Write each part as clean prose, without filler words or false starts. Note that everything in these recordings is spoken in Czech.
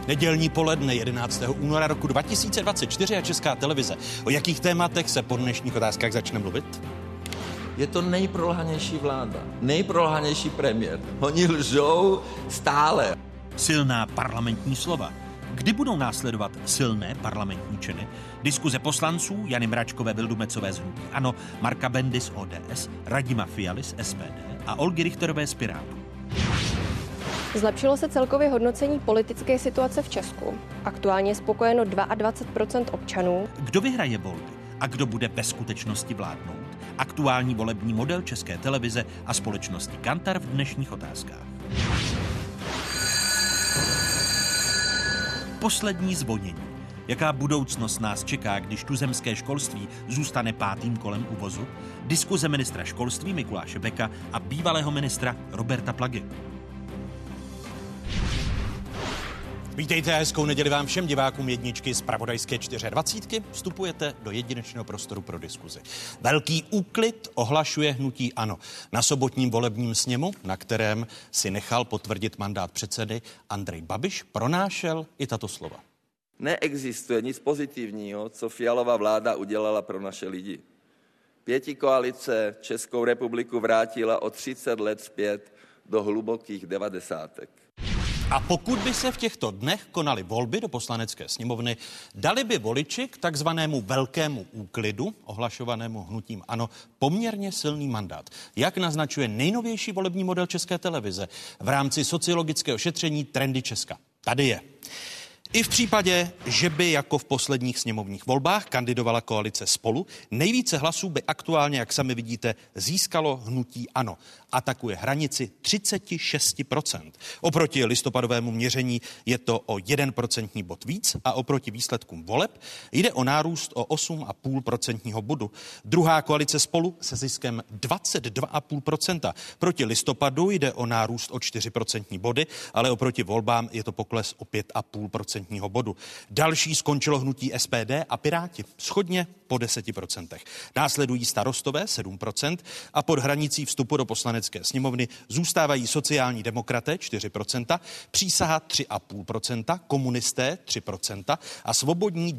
Nedělní poledne 11. února roku 2024 a Česká televize. O jakých tématech se po dnešních otázkách začne mluvit? Je to nejprolhanější vláda, nejprolhanější premiér. Oni lžou stále. Silná parlamentní slova. Kdy budou následovat silné parlamentní činy? Diskuze poslanců Jany Mračkové Vildumecové z hnutí ANO, Marka Bendy z ODS, Radima Fialy z SPD a Olgy Richterové z Pirátů. Zlepšilo se celkově hodnocení politické situace v Česku. Aktuálně je spokojeno 22% občanů. Kdo vyhraje volby a kdo bude ve skutečnosti vládnout? Aktuální volební model České televize a společnosti Kantar v dnešních otázkách. Poslední zvonění. Jaká budoucnost nás čeká, když tuzemské školství zůstane pátým kolem uvozu? Diskuze ministra školství Mikuláše Beka a bývalého ministra Roberta Plagy. Vítejte a hezkou neděli vám všem divákům jedničky z Pravodajské 24. Vstupujete do jedinečného prostoru pro diskuzi. Velký úklid ohlašuje hnutí ANO na sobotním volebním sněmu, na kterém si nechal potvrdit mandát předsedy Andrej Babiš, pronášel i tato slova. Neexistuje nic pozitivního, co Fialova vláda udělala pro naše lidi. Pětikoalice Českou republiku vrátila o 30 let zpět do hlubokých 90. A pokud by se v těchto dnech konaly volby do Poslanecké sněmovny, dali by voliči k takzvanému velkému úklidu, ohlašovanému hnutím ANO, poměrně silný mandát. Jak naznačuje nejnovější volební model České televize v rámci sociologického šetření Trendy Česka. Tady je. I v případě, že by jako v posledních sněmovních volbách kandidovala koalice Spolu, nejvíce hlasů by aktuálně, jak sami vidíte, získalo hnutí ANO. Atakuje hranici 36%. Oproti listopadovému měření je to o 1% bod víc a oproti výsledkům voleb jde o nárůst o 8,5% bodu. Druhá koalice Spolu se ziskem 22,5%. Proti listopadu jde o nárůst o 4% body, ale oproti volbám je to pokles o 5,5% bodu. Další skončilo hnutí SPD a Piráti shodně po 10%. Následují Starostové 7% a pod hranicí vstupu do Poslanecké sněmovny zůstávají sociální demokraté 4%, Přísaha 3,5%, komunisté 3% a svobodní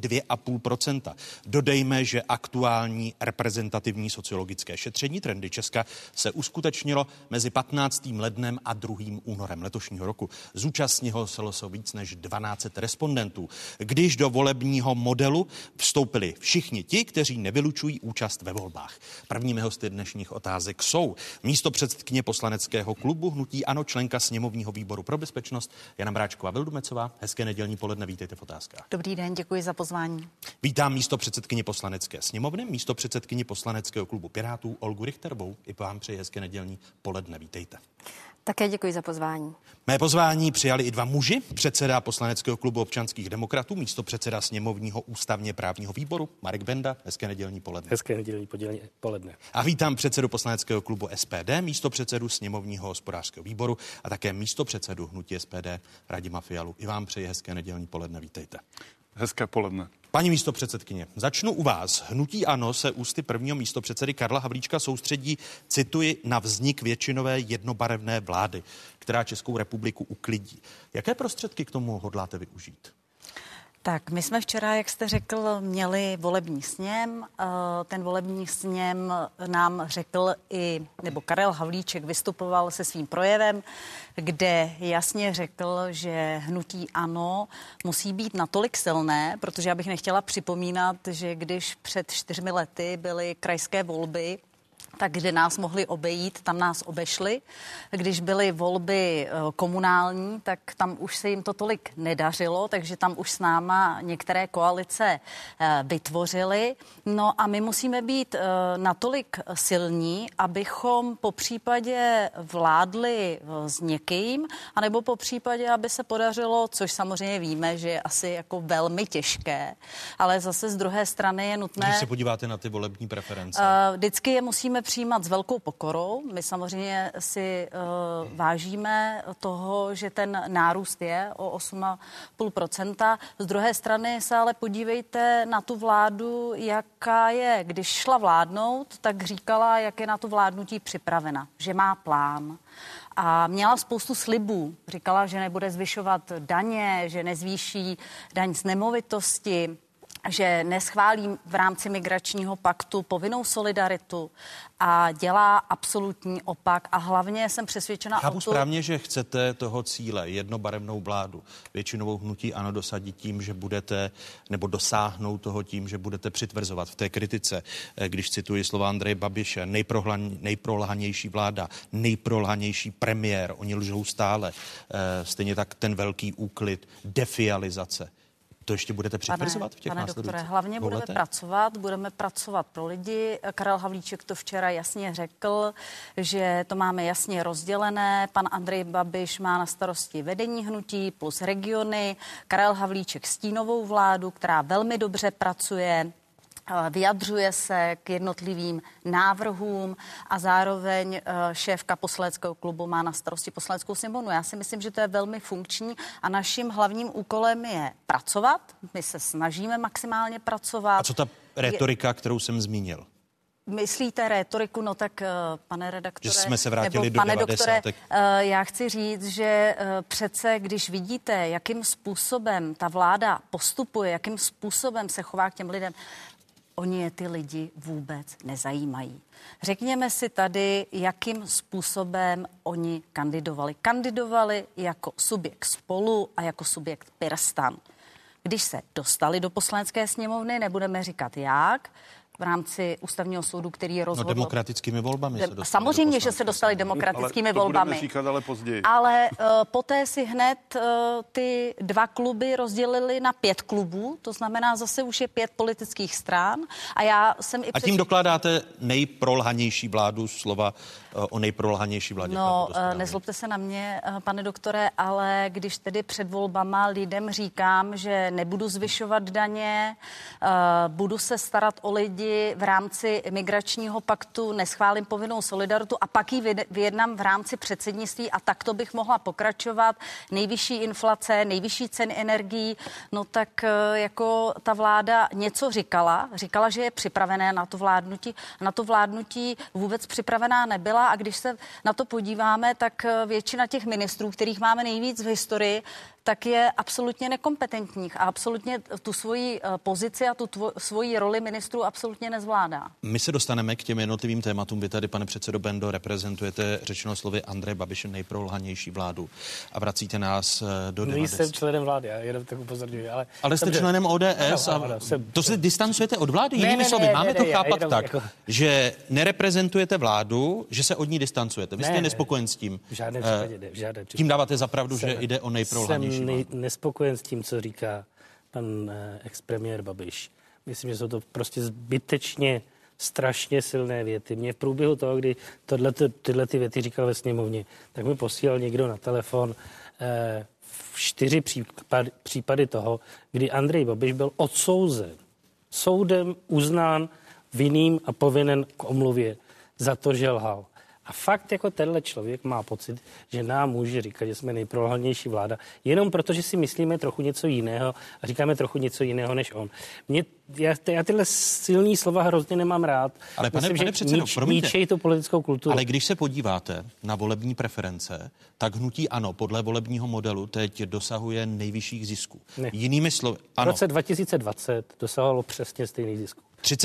2,5%. Dodejme, že aktuální reprezentativní sociologické šetření Trendy Česka se uskutečnilo mezi 15. lednem a 2. únorem letošního roku. Zúčastnilo se víc než 12 respondentů, když do volebního modelu vstoupili všichni ti, kteří nevylučují účast ve volbách. Prvními hosty dnešních otázek jsou místopředsedkyně poslaneckého klubu hnutí ANO, členka sněmovního výboru pro bezpečnost Jana Mráčková Vildumecová. Hezké nedělní poledne, vítejte v otázkách. Dobrý den, děkuji za pozvání. Vítám místopředsedkyni poslanecké sněmovny, místopředsedkyni poslaneckého klubu Pirátů Olgu Richterovou. I vám přeji hezké nedělní poledne, vítejte. Také děkuji za pozvání. Mé pozvání přijali i dva muži, předseda poslaneckého klubu občanských demokratů, místopředseda sněmovního ústavně právního výboru Marek Benda. Hezké nedělní poledne. Hezké nedělní poledne. A vítám předsedu poslaneckého klubu SPD, místopředsedu sněmovního hospodářského výboru a také místopředsedu hnutí SPD Radima Fialu. I vám přeji hezké nedělní poledne, vítejte. Hezké poledne. Paní místopředsedkyně, začnu u vás. Hnutí ANO se ústy prvního místopředsedy Karla Havlíčka soustředí, cituji, na vznik většinové jednobarevné vlády, která Českou republiku uklidí. Jaké prostředky k tomu hodláte využít? Tak, my jsme včera, jak jste řekl, měli volební sněm. Ten volební sněm nám řekl nebo Karel Havlíček vystupoval se svým projevem, kde jasně řekl, že hnutí ANO musí být natolik silné, protože já bych nechtěla připomínat, že když před 4 lety byly krajské volby, tak kde nás mohli obejít, tam nás obešli. Když byly volby komunální, tak tam už se jim to tolik nedařilo, takže tam už s náma některé koalice vytvořily. No a my musíme být natolik silní, abychom po případě vládli s někým, anebo po případě, aby se podařilo, což samozřejmě víme, že je asi jako velmi těžké, ale zase z druhé strany je nutné... Když se podíváte na ty volební preference. Vždycky je musíme přijímat s velkou pokorou. My samozřejmě si vážíme toho, že ten nárůst je o 8,5%. Z druhé strany se ale podívejte na tu vládu, jaká je. Když šla vládnout, tak říkala, jak je na to vládnutí připravena, že má plán. A měla spoustu slibů. Říkala, že nebude zvyšovat daně, že nezvýší daň z nemovitosti, že neschválí v rámci migračního paktu povinnou solidaritu a dělá absolutní opak. A hlavně jsem přesvědčena Chápu správně, že chcete toho cíle, jednobarevnou vládu, většinovou hnutí ANO dosadit tím, že budete, nebo dosáhnout toho tím, že budete přitvrzovat v té kritice, když cituji slova Andreje Babiše, nejprolhanější vláda, nejprolhanější premiér, oni lžou stále, stejně tak ten velký úklid, defializace. To ještě budete přitvrzovat v těch následujících? Pane doktore, hlavně budeme pracovat pro lidi. Karel Havlíček to včera jasně řekl, že to máme jasně rozdělené. Pan Andrej Babiš má na starosti vedení hnutí plus regiony. Karel Havlíček stínovou vládu, která velmi dobře pracuje, vyjadřuje se k jednotlivým návrhům a zároveň šéfka poslaneckého klubu má na starosti poslaneckou sněmovnu. Já si myslím, že to je velmi funkční a naším hlavním úkolem je pracovat. My se snažíme maximálně pracovat. A co ta retorika, kterou jsem zmínil? Myslíte rétoriku, no tak pane redaktore, že jsme se vrátili do pane 90. doktore, já chci říct, že přece, když vidíte, jakým způsobem ta vláda postupuje, jakým způsobem se chová k těm lidem, oni je ty lidi vůbec nezajímají. Řekněme si tady, jakým způsobem oni kandidovali. Kandidovali jako subjekt Spolu a jako subjekt PirSTAN. Když se dostali do poslanecké sněmovny, nebudeme říkat jak, v rámci ústavního soudu, který rozhodl. No demokratickými volbami se dostali. Samozřejmě, že se dostali demokratickými volbami. Budeme říkat ale později. Ale poté si hned ty dva kluby rozdělili na 5 klubů, to znamená zase už je 5 politických stran. A já jsem i a tím dokládáte nejprolhanější vládu, slova o nejprolhanější vládě. No, nezlobte se na mě, pane doktore, ale když tedy před volbama lidem říkám, že nebudu zvyšovat daně, budu se starat o lidi v rámci migračního paktu, neschválím povinnou solidaritu a pak ji vyjednám v rámci předsednictví a takto bych mohla pokračovat. Nejvyšší inflace, nejvyšší ceny energií, no tak jako ta vláda něco říkala, že je připravená na to vládnutí. Na to vládnutí vůbec připravená nebyla a když se na to podíváme, tak většina těch ministrů, kterých máme nejvíc v historii, tak je absolutně nekompetentních a absolutně tu svoji pozici a tu svoji roli ministrů absolutně nezvládá. My se dostaneme k těm jednotlivým tématům. Vy tady, pane předsedo Bendo, reprezentujete, řečeno slovy, Andreje Babiše nejprolhanější vládu a vracíte nás do 90. Jsem členem vlády, já jenom tak upozorňuji. Ale jste členem ODS to se distancujete od vlády? Jinými slovy, máme to chápat tak, že nereprezentujete vládu, že se od ní distancujete. Vy jste nespokojen s tím. V žádném případě ne. Tím dáváte za pravdu, že jde o nejprolhanější. Nespokojen s tím, co říká pan expremiér Babiš. Myslím, že jsou to prostě zbytečně strašně silné věty. Mě v průběhu toho, kdy tyhle ty věty říkal ve sněmovně, tak mi posílal někdo na telefon 4 případy toho, kdy Andrej Babiš byl odsouzen, soudem uznán vinným a povinen k omluvě za to, že lhal. A fakt jako tenhle člověk má pocit, že nám může říkat, že jsme nejprolhanější vláda, jenom protože si myslíme trochu něco jiného a říkáme trochu něco jiného než on. Já tyhle silný slova hrozně nemám rád. Ale pane předsedo, ničejí tu politickou kulturu. Ale když se podíváte na volební preference, tak hnutí ANO podle volebního modelu teď dosahuje nejvyšších zisků. Ne. Jinými slovy, v roce 2020 dosahovalo přesně stejných zisků.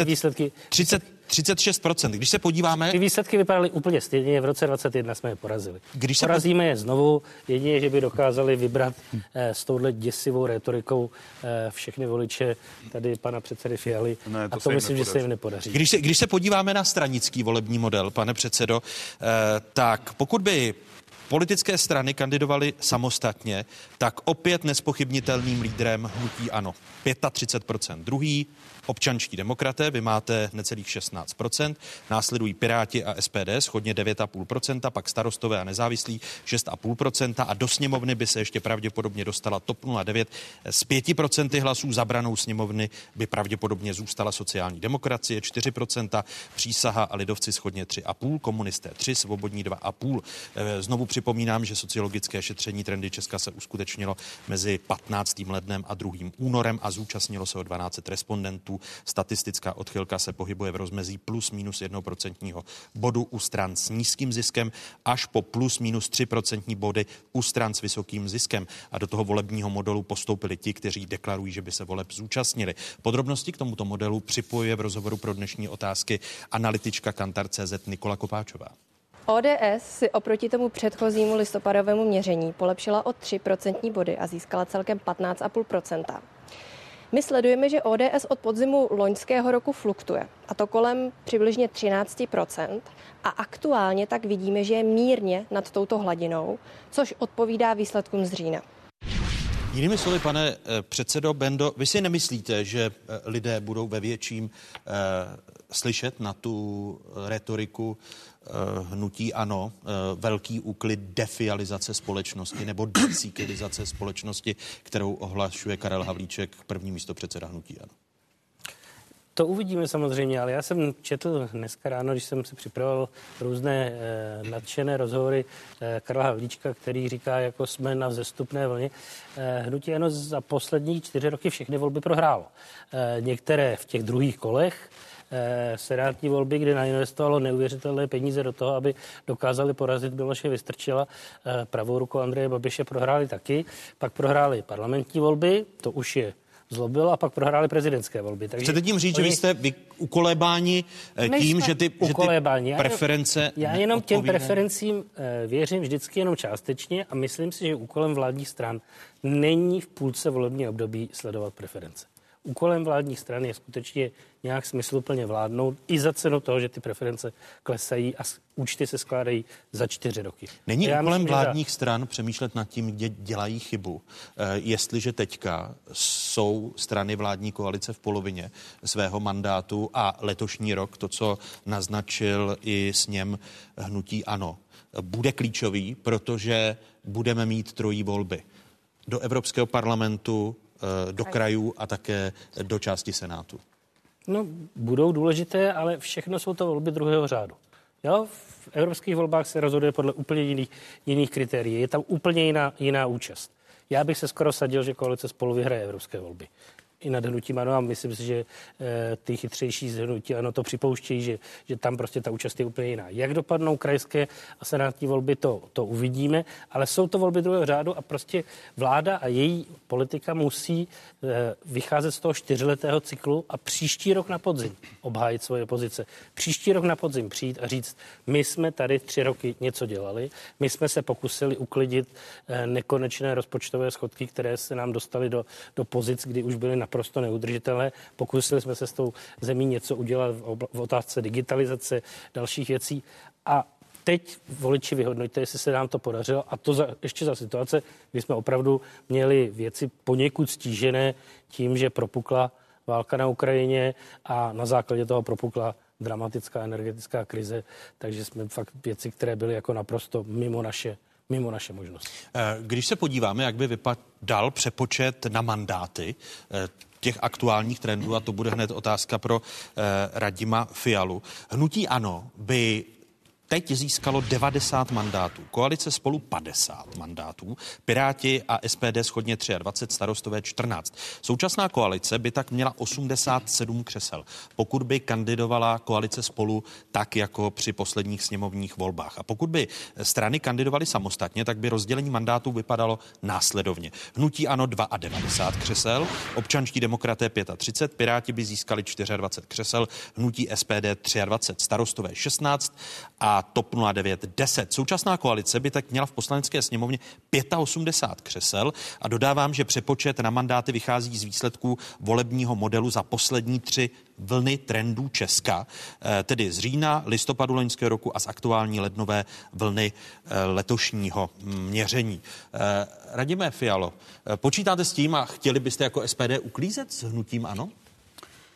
36%. Když se podíváme... Ty výsledky vypadaly úplně stejně, v roce 2021 jsme je porazili. Porazíme je znovu, jedině, že by dokázali vybrat s touhle děsivou retorikou všechny voliče tady pana předsedy Fialy. Ne, a to myslím, že se jim nepodaří. Když se podíváme na stranický volební model, pane předsedo, tak pokud by politické strany kandidovaly samostatně, tak opět nespochybnitelným lídrem hnutí ANO. 35%. Druhý Občanští demokraté, vy máte necelých 16%, následují Piráti a SPD shodně 9,5%, pak Starostové a nezávislí 6,5% a do sněmovny by se ještě pravděpodobně dostala TOP 09 s 5% hlasů. Za branou sněmovny by pravděpodobně zůstala sociální demokracie 4%, Přísaha a lidovci shodně 3,5%, komunisté 3%, svobodní 2,5%. Znovu připomínám, že sociologické šetření Trendy Česka se uskutečnilo mezi 15. lednem a 2. únorem a zúčastnilo se o 12 respondentů. Statistická odchylka se pohybuje v rozmezí plus minus 1% bodu u stran s nízkým ziskem až po plus minus 3% body u stran s vysokým ziskem. A do toho volebního modelu postoupili ti, kteří deklarují, že by se voleb zúčastnili. Podrobnosti k tomuto modelu připojuje v rozhovoru pro dnešní otázky analytička Kantar.cz Nikola Kopáčová. ODS si oproti tomu předchozímu listopadovému měření polepšila o 3% body a získala celkem 15,5%. My sledujeme, že ODS od podzimu loňského roku fluktuje, a to kolem přibližně 13%, a aktuálně tak vidíme, že je mírně nad touto hladinou, což odpovídá výsledkům z října. Jinými slovy, pane předsedo Bendo, vy si nemyslíte, že lidé budou ve větším slyšet na tu retoriku hnutí ANO, velký úklid defializace společnosti nebo decyklizace společnosti, kterou ohlašuje Karel Havlíček, první místopředseda hnutí ANO? To uvidíme samozřejmě, ale já jsem četl dneska ráno, když jsem se připravoval různé nadšené rozhovory Karla Havlíčka, který říká, jako jsme na vzestupné vlně. Hnutí ANO za poslední 4 roky všechny volby prohrálo. Některé v těch druhých kolech, senátní volby, kde nainvestovalo neuvěřitelné peníze do toho, aby dokázali porazit Miloše Vystrčila, pravou rukou Andreje Babiše, prohráli taky. Pak prohráli parlamentní volby, to už je zlobilo, a pak prohráli prezidentské volby. Takže chcete tím říct, že vy jste ukolébáni tím, že ty preference Já jenom těm preferencím věřím vždycky jenom částečně a myslím si, že úkolem vládních stran není v půlce volebního období sledovat preference. Úkolem vládních stran je skutečně nějak smysluplně vládnout i za cenu toho, že ty preference klesají a účty se skládají za 4 roky. Není úkolem vládních stran přemýšlet nad tím, kde dělají chybu, jestliže teďka jsou strany vládní koalice v polovině svého mandátu a letošní rok, to, co naznačil i sněm hnutí ANO, bude klíčový, protože budeme mít 3 volby. Do Evropského parlamentu, do krajů a také do části Senátu. No, budou důležité, ale všechno jsou to volby druhého řádu. Jo, v evropských volbách se rozhoduje podle úplně jiných kritérií. Je tam úplně jiná účast. Já bych se skoro sadil, že koalice Spolu vyhraje evropské volby. I nad hnutím ANO, a myslím si, že ty chytřejší z hnutí ANO to připouštějí, že tam prostě ta účast je úplně jiná. Jak dopadnou krajské a senátní volby, to uvidíme, ale jsou to volby druhého řádu a prostě vláda a její politika musí vycházet z toho 4letého cyklu a příští rok na podzim obhájit svoje pozice. Příští rok na podzim přijít a říct, my jsme tady 3 roky něco dělali, my jsme se pokusili uklidit nekonečné rozpočtové schodky, které se nám dostaly do pozic, kdy už byly naprosto neudržitelné. Pokusili jsme se s tou zemí něco udělat v otázce digitalizace, dalších věcí. A teď voliči vyhodnoťte, jestli se nám to podařilo. A to ještě za situace, kdy jsme opravdu měli věci poněkud stížené tím, že propukla válka na Ukrajině a na základě toho propukla dramatická energetická krize. Takže jsme fakt věci, které byly jako naprosto mimo naše možnosti. Když se podíváme, jak by vypadal přepočet na mandáty těch aktuálních trendů, a to bude hned otázka pro Radima Fialu. Hnutí ANO by teď získalo 90 mandátů, koalice Spolu 50 mandátů, Piráti a SPD shodně 23, Starostové 14. Současná koalice by tak měla 87 křesel, pokud by kandidovala koalice Spolu tak, jako při posledních sněmovních volbách. A pokud by strany kandidovaly samostatně, tak by rozdělení mandátů vypadalo následovně. Hnutí ANO 92 křesel, Občanští demokraté 35, Piráti by získali 24 křesel, hnutí SPD 23, Starostové 16 a TOP 09 10. Současná koalice by tak měla v poslanecké sněmovně 85 křesel a dodávám, že přepočet na mandáty vychází z výsledků volebního modelu za poslední 3 vlny trendů Česka, tedy z října, listopadu loňského roku a z aktuální lednové vlny letošního měření. Radime Fialo, počítáte s tím a chtěli byste jako SPD uklízet s hnutím ANO?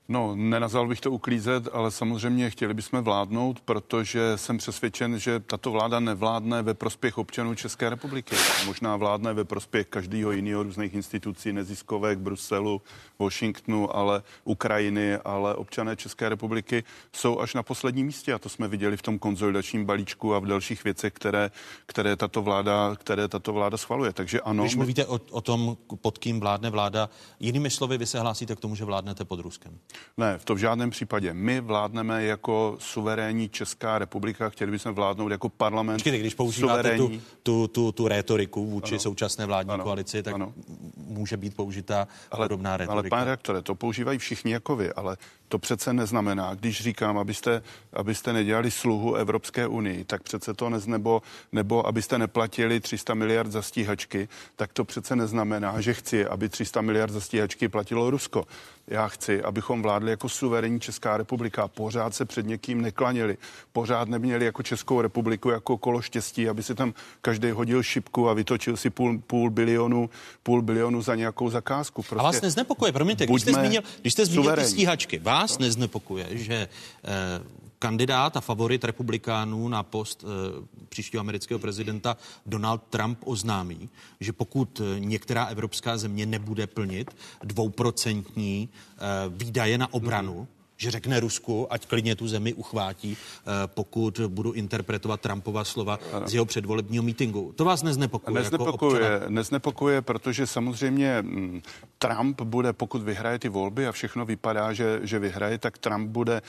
No, nenazval bych to uklízet, ale samozřejmě chtěli bychom vládnout, protože jsem přesvědčen, že tato vláda nevládne ve prospěch občanů České republiky. Možná vládne ve prospěch každého jiného různých institucí, neziskovek, Bruselu, Washingtonu, ale Ukrajiny, ale občané České republiky jsou až na posledním místě a to jsme viděli v tom konsolidačním balíčku a v dalších věcech, které tato vláda schvaluje. Takže ano. Když mluvíte o tom, pod kým vládne vláda, jinými slovy, vy se hlásíte k tomu, že vládnete pod Ruskem. Ne, v žádném případě. My vládneme jako suverénní Česká republika, chtěli bychom vládnout jako parlament. Počkejte, když používáte tu rétoriku vůči současné vládní koalici, tak může být použitá podobná rétorika. Ale pane redaktore, to používají všichni jako vy, ale to přece neznamená, když říkám, abyste nedělali sluhu Evropské unii, tak přece to nebo abyste neplatili 300 miliard za stíhačky, tak to přece neznamená, že chci, aby 300 miliard za stíhačky platilo Rusko. Já chci, abychom vládli jako suverénní Česká republika, pořád se před někým neklaněli, pořád neměli jako Českou republiku jako kolo štěstí, aby si tam každý hodil šipku a vytočil si půl bilionu za nějakou zakázku. Prostě a vás neznepokuje, promiňte, když jste zmínil ty stíhačky, vás neznepokuje, že kandidát a favorit republikánů na post příštího amerického prezidenta Donald Trump oznámí, že pokud některá evropská země nebude plnit 2% výdaje na obranu, že řekne Rusku, ať klidně tu zemi uchvátí, pokud budu interpretovat Trumpova slova z jeho předvolebního mítinku. To vás neznepokuje? Neznepokuje, protože samozřejmě Trump bude, pokud vyhraje ty volby a všechno vypadá, že vyhraje, tak Trump bude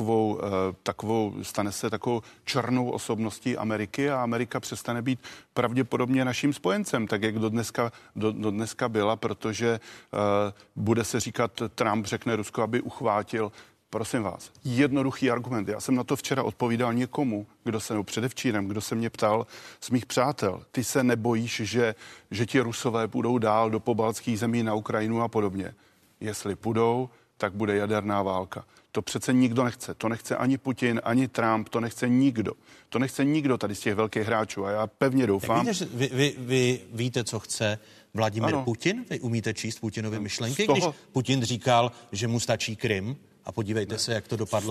stane se takovou černou osobností Ameriky a Amerika přestane být pravděpodobně naším spojencem, tak jak do dneska byla, protože bude se říkat, Trump řekne Rusko, aby uchvátil. Prosím vás, jednoduchý argument. Já jsem na to včera odpovídal někomu, předevčírem, kdo se mě ptal z mých přátel. Ty se nebojíš, že ti Rusové půjdou dál do pobaltských zemí na Ukrajinu a podobně. Jestli půjdou, tak bude jaderná válka. To přece nikdo nechce. To nechce ani Putin, ani Trump, to nechce nikdo. To nechce nikdo tady z těch velkých hráčů a já pevně doufám. Víte, vy víte, co chce Vladimír Putin? Vy umíte číst Putinovy myšlenky? Když Putin říkal, že mu stačí Krym, a podívejte se, jak to dopadlo.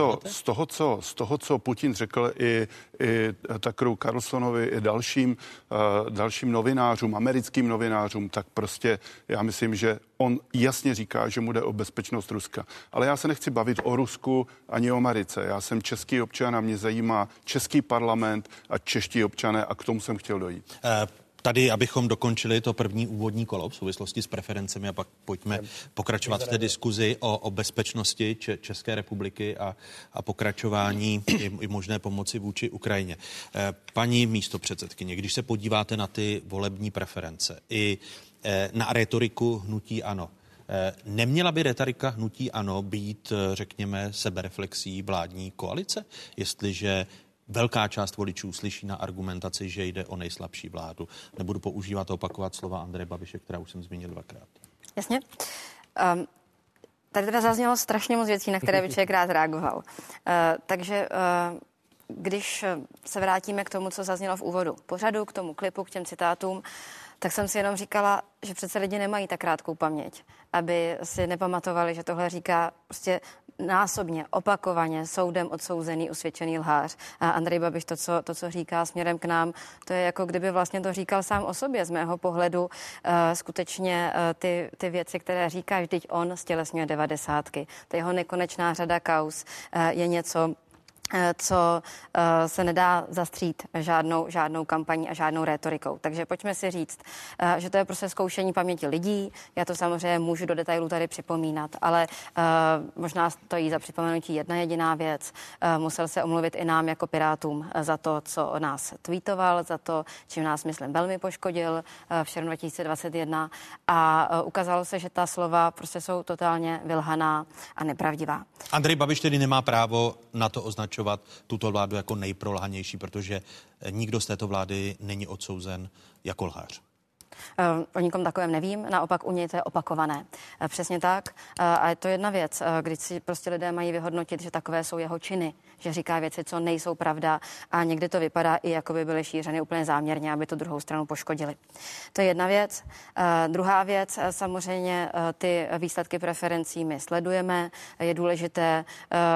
Z toho, co Putin řekl i Tuckeru Carlsonovi, i dalším novinářům, americkým novinářům, tak prostě já myslím, že on jasně říká, že mu jde o bezpečnost Ruska. Ale já se nechci bavit o Rusku ani o Americe. Já jsem český občan a mě zajímá český parlament a čeští občané a k tomu jsem chtěl dojít. Tady, abychom dokončili to první úvodní kolo v souvislosti s preferencemi a pak pojďme pokračovat v té diskuzi o bezpečnosti České republiky a pokračování i možné pomoci vůči Ukrajině. Paní místopředsedkyně, když se podíváte na ty volební preference i na retoriku hnutí ANO, neměla by retorika hnutí ANO být, řekněme, sebereflexí vládní koalice, jestliže velká část voličů slyší na argumentaci, že jde o nejslabší vládu. Nebudu používat a opakovat slova Andreje Babiše, která už jsem zmínil 2krát. Jasně. Tady teda zaznělo strašně moc věcí, na které by člověk rád reagoval. Takže když se vrátíme k tomu, co zaznělo v úvodu pořadu, k tomu klipu, k těm citátům, tak jsem si jenom říkala, že přece lidi nemají tak krátkou paměť, aby si nepamatovali, že tohle říká prostě násobně, opakovaně, soudem odsouzený, usvědčený lhář. A Andrej Babiš to, co říká směrem k nám, to je jako kdyby vlastně to říkal sám o sobě. Z mého pohledu skutečně ty věci, které říká, vždyť on stělesňuje 90. Ta jeho nekonečná řada kauz je něco, co se nedá zastřít žádnou kampaní a žádnou rétorikou. Takže pojďme si říct, že to je prostě zkoušení paměti lidí. Já to samozřejmě můžu do detailů tady připomínat, ale možná stojí za připomenutí jedna jediná věc. Musel se omluvit i nám jako Pirátům za to, co o nás tweetoval, za to, čím nás, myslím, velmi poškodil v červnu 2021 a ukázalo se, že ta slova prostě jsou totálně vylhaná a nepravdivá. Andrej Babiš tedy nemá právo na to označovat tuto vládu jako nejprolhanější, protože nikdo z této vlády není odsouzen jako lhář. O nikom takovém nevím, naopak u něj to je opakované. Přesně tak. A je to jedna věc, když si prostě lidé mají vyhodnotit, že takové jsou jeho činy, že říká věci, co nejsou pravda a někdy to vypadá i jako by byly šířeny úplně záměrně, aby tu druhou stranu poškodili. To je jedna věc. Druhá věc, samozřejmě ty výsledky preferencí my sledujeme. Je důležité,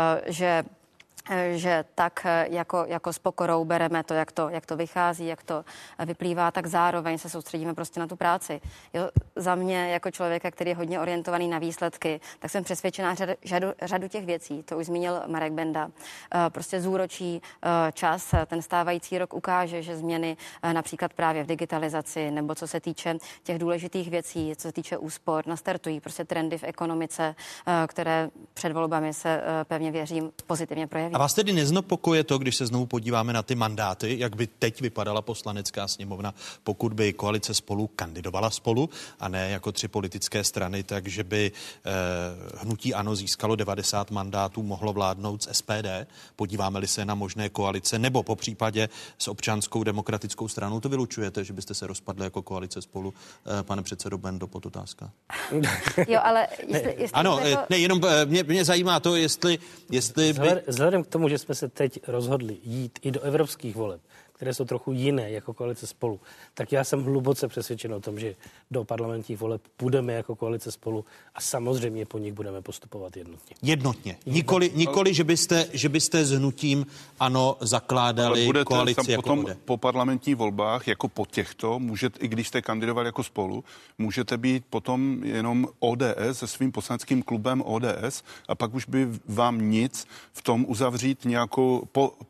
že tak jako s pokorou bereme to, jak to vychází, jak to vyplývá, tak zároveň se soustředíme prostě na tu práci. Jo, za mě jako člověka, který je hodně orientovaný na výsledky, tak jsem přesvědčená řadu těch věcí, to už zmínil Marek Benda, prostě zúročí čas, ten stávající rok ukáže, že změny například právě v digitalizaci nebo co se týče těch důležitých věcí, co se týče úspor, nastartují prostě trendy v ekonomice, které před volbami se pevně věřím pozitivně projeví. A vás tedy neznepokojuje to, když se znovu podíváme na ty mandáty, jak by teď vypadala poslanecká sněmovna, pokud by koalice Spolu kandidovala spolu a ne jako 3 politické strany, takže by hnutí ANO získalo 90 mandátů, mohlo vládnout s SPD, podíváme-li se na možné koalice, nebo po případě s Občanskou demokratickou stranou, to vylučujete, že byste se rozpadli jako koalice Spolu, pane předsedo Bendo, podotázka. Jo, ale jestli ano, to... ne, jenom mě zajímá to, jestli by... Vzhledem k tomu, že jsme se teď rozhodli jít i do evropských voleb, které jsou trochu jiné jako koalice Spolu, tak já jsem hluboce přesvědčen o tom, že do parlamentních voleb půjdeme jako koalice Spolu a samozřejmě po nich budeme postupovat jednotně. Jednotně. Nikoli že byste s hnutím ANO zakládali koalici jako potom bude. Po parlamentních volbách, jako po těchto, můžete, i když jste kandidovali jako Spolu, můžete být potom jenom ODS se svým poslaneckým klubem ODS a pak už by vám nic v tom uzavřít nějakou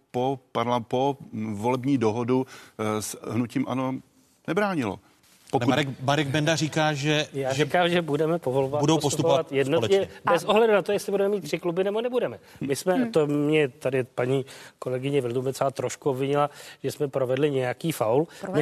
po volební dohodu s hnutím ANO nebránilo. Marek Benda říká, říkám, že budeme po volbách budou postupovat jednotně, společně. Bez ohledu na to, jestli budeme mít 3 kluby nebo nebudeme. My jsme, to mě tady paní kolegyně Vildumecová trošku obvinila, že jsme provedli nějaký faul. My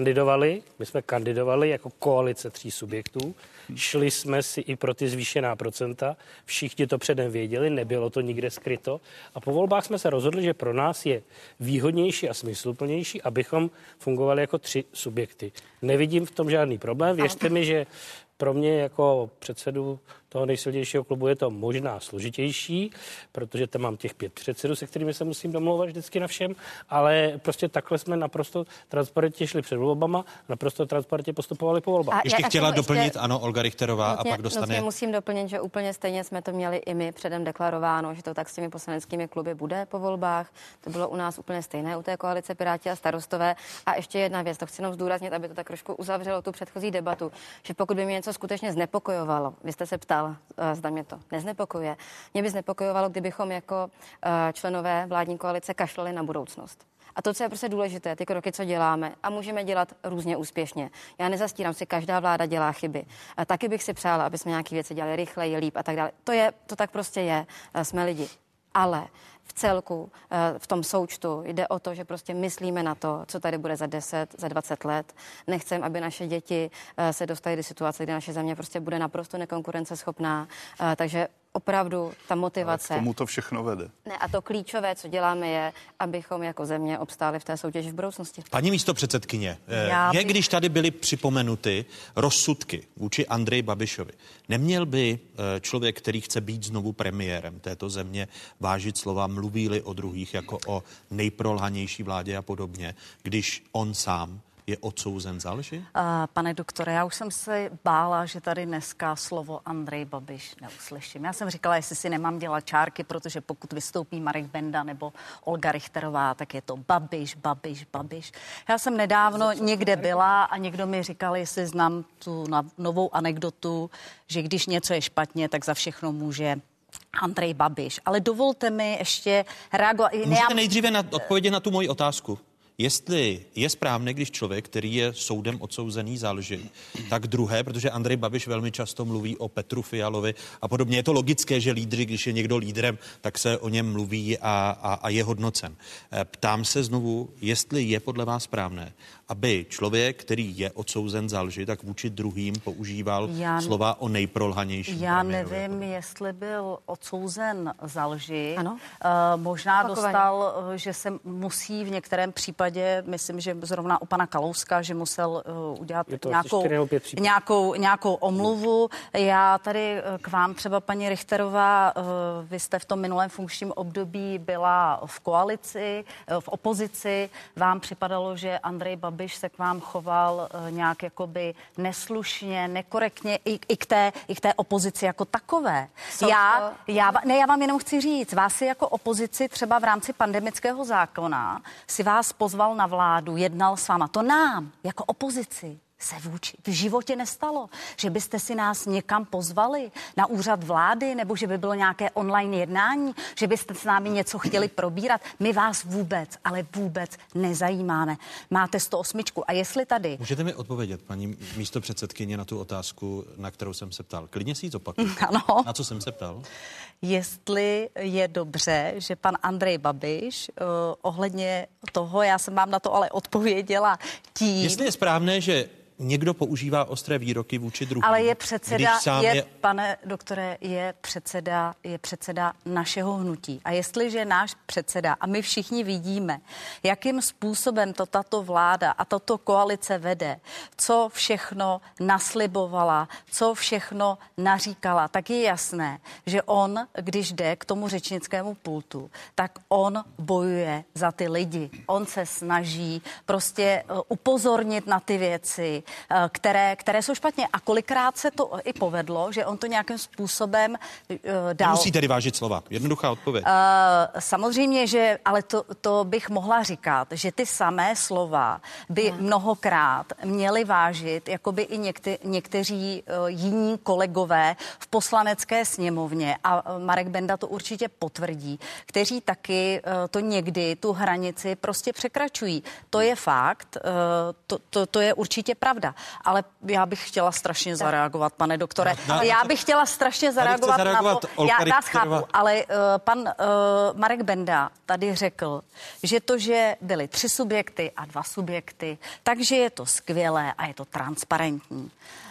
jsme kandidovali jako koalice 3 subjektů. Šli jsme si i pro ty zvýšená procenta. Všichni to předem věděli, nebylo to nikde skryto. A po volbách jsme se rozhodli, že pro nás je výhodnější a smysluplnější, abychom fungovali jako 3 subjekty. Nevidím v tom žádný problém. Věřte mi, že pro mě jako předsedu toho nejsilnějšího klubu je to možná složitější, protože tam mám těch 5 předsedů, se kterými se musím domlouvat vždycky na všem, ale prostě takhle jsme naprosto transparentně šli před volbama, naprosto transparentně postupovali po volbách. Ještě chtěla doplnit, ano, Olga Richterová a pak dostane... Musím doplnit, že úplně stejně jsme to měli i my předem deklarováno, že to tak s těmi poslaneckými kluby bude po volbách. To bylo u nás úplně stejné u té koalice Piráti a Starostové. A ještě jedna věc, to chci jenom zdůraznit, aby to tak trošku uzavřelo tu předchozí debatu, že pokud by mě něco skutečně znepokojovalo, vy jste se ptal, zda mě to neznepokojuje. Mě by znepokojovalo, kdybychom jako členové vládní koalice kašlali na budoucnost. A to, co je prostě důležité, ty kroky, co děláme, a můžeme dělat různě úspěšně. Já nezastírám si, každá vláda dělá chyby. A taky bych si přála, aby jsme nějaké věci dělali rychleji, líp a tak dále. To tak prostě je. Jsme lidi. Ale v celku, v tom součtu jde o to, že prostě myslíme na to, co tady bude za 10, za 20 let. Nechcem, aby naše děti se dostaly do situace, kdy naše země prostě bude naprosto nekonkurenceschopná. Takže opravdu ta motivace. Ale k tomu to všechno vede. Ne, a to klíčové, co děláme, je, abychom jako země obstáli v té soutěži v budoucnosti. Paní místopředsedkyně, když tady byly připomenuty rozsudky vůči Andreji Babišovi, neměl by člověk, který chce být znovu premiérem této země, vážit slova, mluví-li o druhých jako o nejprolhanější vládě a podobně, když on sám je odsouzen za lži? Pane doktore, já už jsem se bála, že tady dneska slovo Andrej Babiš neuslyším. Já jsem říkala, jestli si nemám dělat čárky, protože pokud vystoupí Marek Benda nebo Olga Richterová, tak je to Babiš, Babiš, Babiš. Já jsem nedávno někde byla a někdo mi říkal, jestli znám tu novou anekdotu, že když něco je špatně, tak za všechno může Andrej Babiš. Ale dovolte mi ještě reagovat. Můžete nejdříve odpovědět na tu moji otázku. Jestli je správné, když člověk, který je soudem odsouzený za lži, tak druhé, protože Andrej Babiš velmi často mluví o Petru Fialovi a podobně. Je to logické, že lídry, když je někdo lídrem, tak se o něm mluví a je hodnocen. Ptám se znovu, jestli je podle vás správné, aby člověk, který je odsouzen za lži, tak vůči druhým používal slova o nejprolhanějším. Já nevím, jestli byl odsouzen za lži. Ano. Možná dostal, že se musí v některém případě případě, myslím, že zrovna u pana Kalouska, že musel udělat nějakou omluvu. Já tady k vám třeba, paní Richterová, vy jste v tom minulém funkčním období byla v koalici, v opozici. Vám připadalo, že Andrej Babiš se k vám choval nějak jakoby neslušně, nekorektně i k té opozici jako takové. Já vám jenom chci říct, vás si jako opozici třeba v rámci pandemického zákona si vás pozval na vládu, jednal s váma. To nám jako opozici se v životě nestalo, že byste si nás někam pozvali na úřad vlády, nebo že by bylo nějaké online jednání, že byste s námi něco chtěli probírat. My vás vůbec, ale vůbec nezajímáme. Máte 108. A jestli tady... Můžete mi odpovědět, paní místopředsedkyně, na tu otázku, na kterou jsem se ptal? Klidně si ji zopakuju. Ano. Na co jsem se ptal? Jestli je dobře, že pan Andrej Babiš ohledně toho, já jsem vám na to ale odpověděla tím... Jestli je správné, že někdo používá ostré výroky vůči druhým. Ale je předseda, pane doktore, je předseda našeho hnutí. A jestliže náš předseda, a my všichni vidíme, jakým způsobem to tato vláda a tato koalice vede, co všechno naslibovala, co všechno naříkala, tak je jasné, že on, když jde k tomu řečnickému pultu, tak on bojuje za ty lidi. On se snaží prostě upozornit na ty věci, které jsou špatně. A kolikrát se to i povedlo, že on to nějakým způsobem dal. Nemusí tedy vážit slova. Jednoduchá odpověď. Samozřejmě, že, ale to bych mohla říkat, že ty samé slova by mnohokrát měli vážit, jakoby i někteří jiní kolegové v Poslanecké sněmovně, a Marek Benda to určitě potvrdí, kteří taky to někdy, tu hranici prostě překračují. To je fakt, to je určitě pravda. Ale já bych chtěla strašně zareagovat, pane doktore. Já bych chtěla strašně zareagovat na to. Já vás chápu, ale pan Marek Benda tady řekl, že byly 3 subjekty a 2 subjekty, takže je to skvělé a je to transparentní.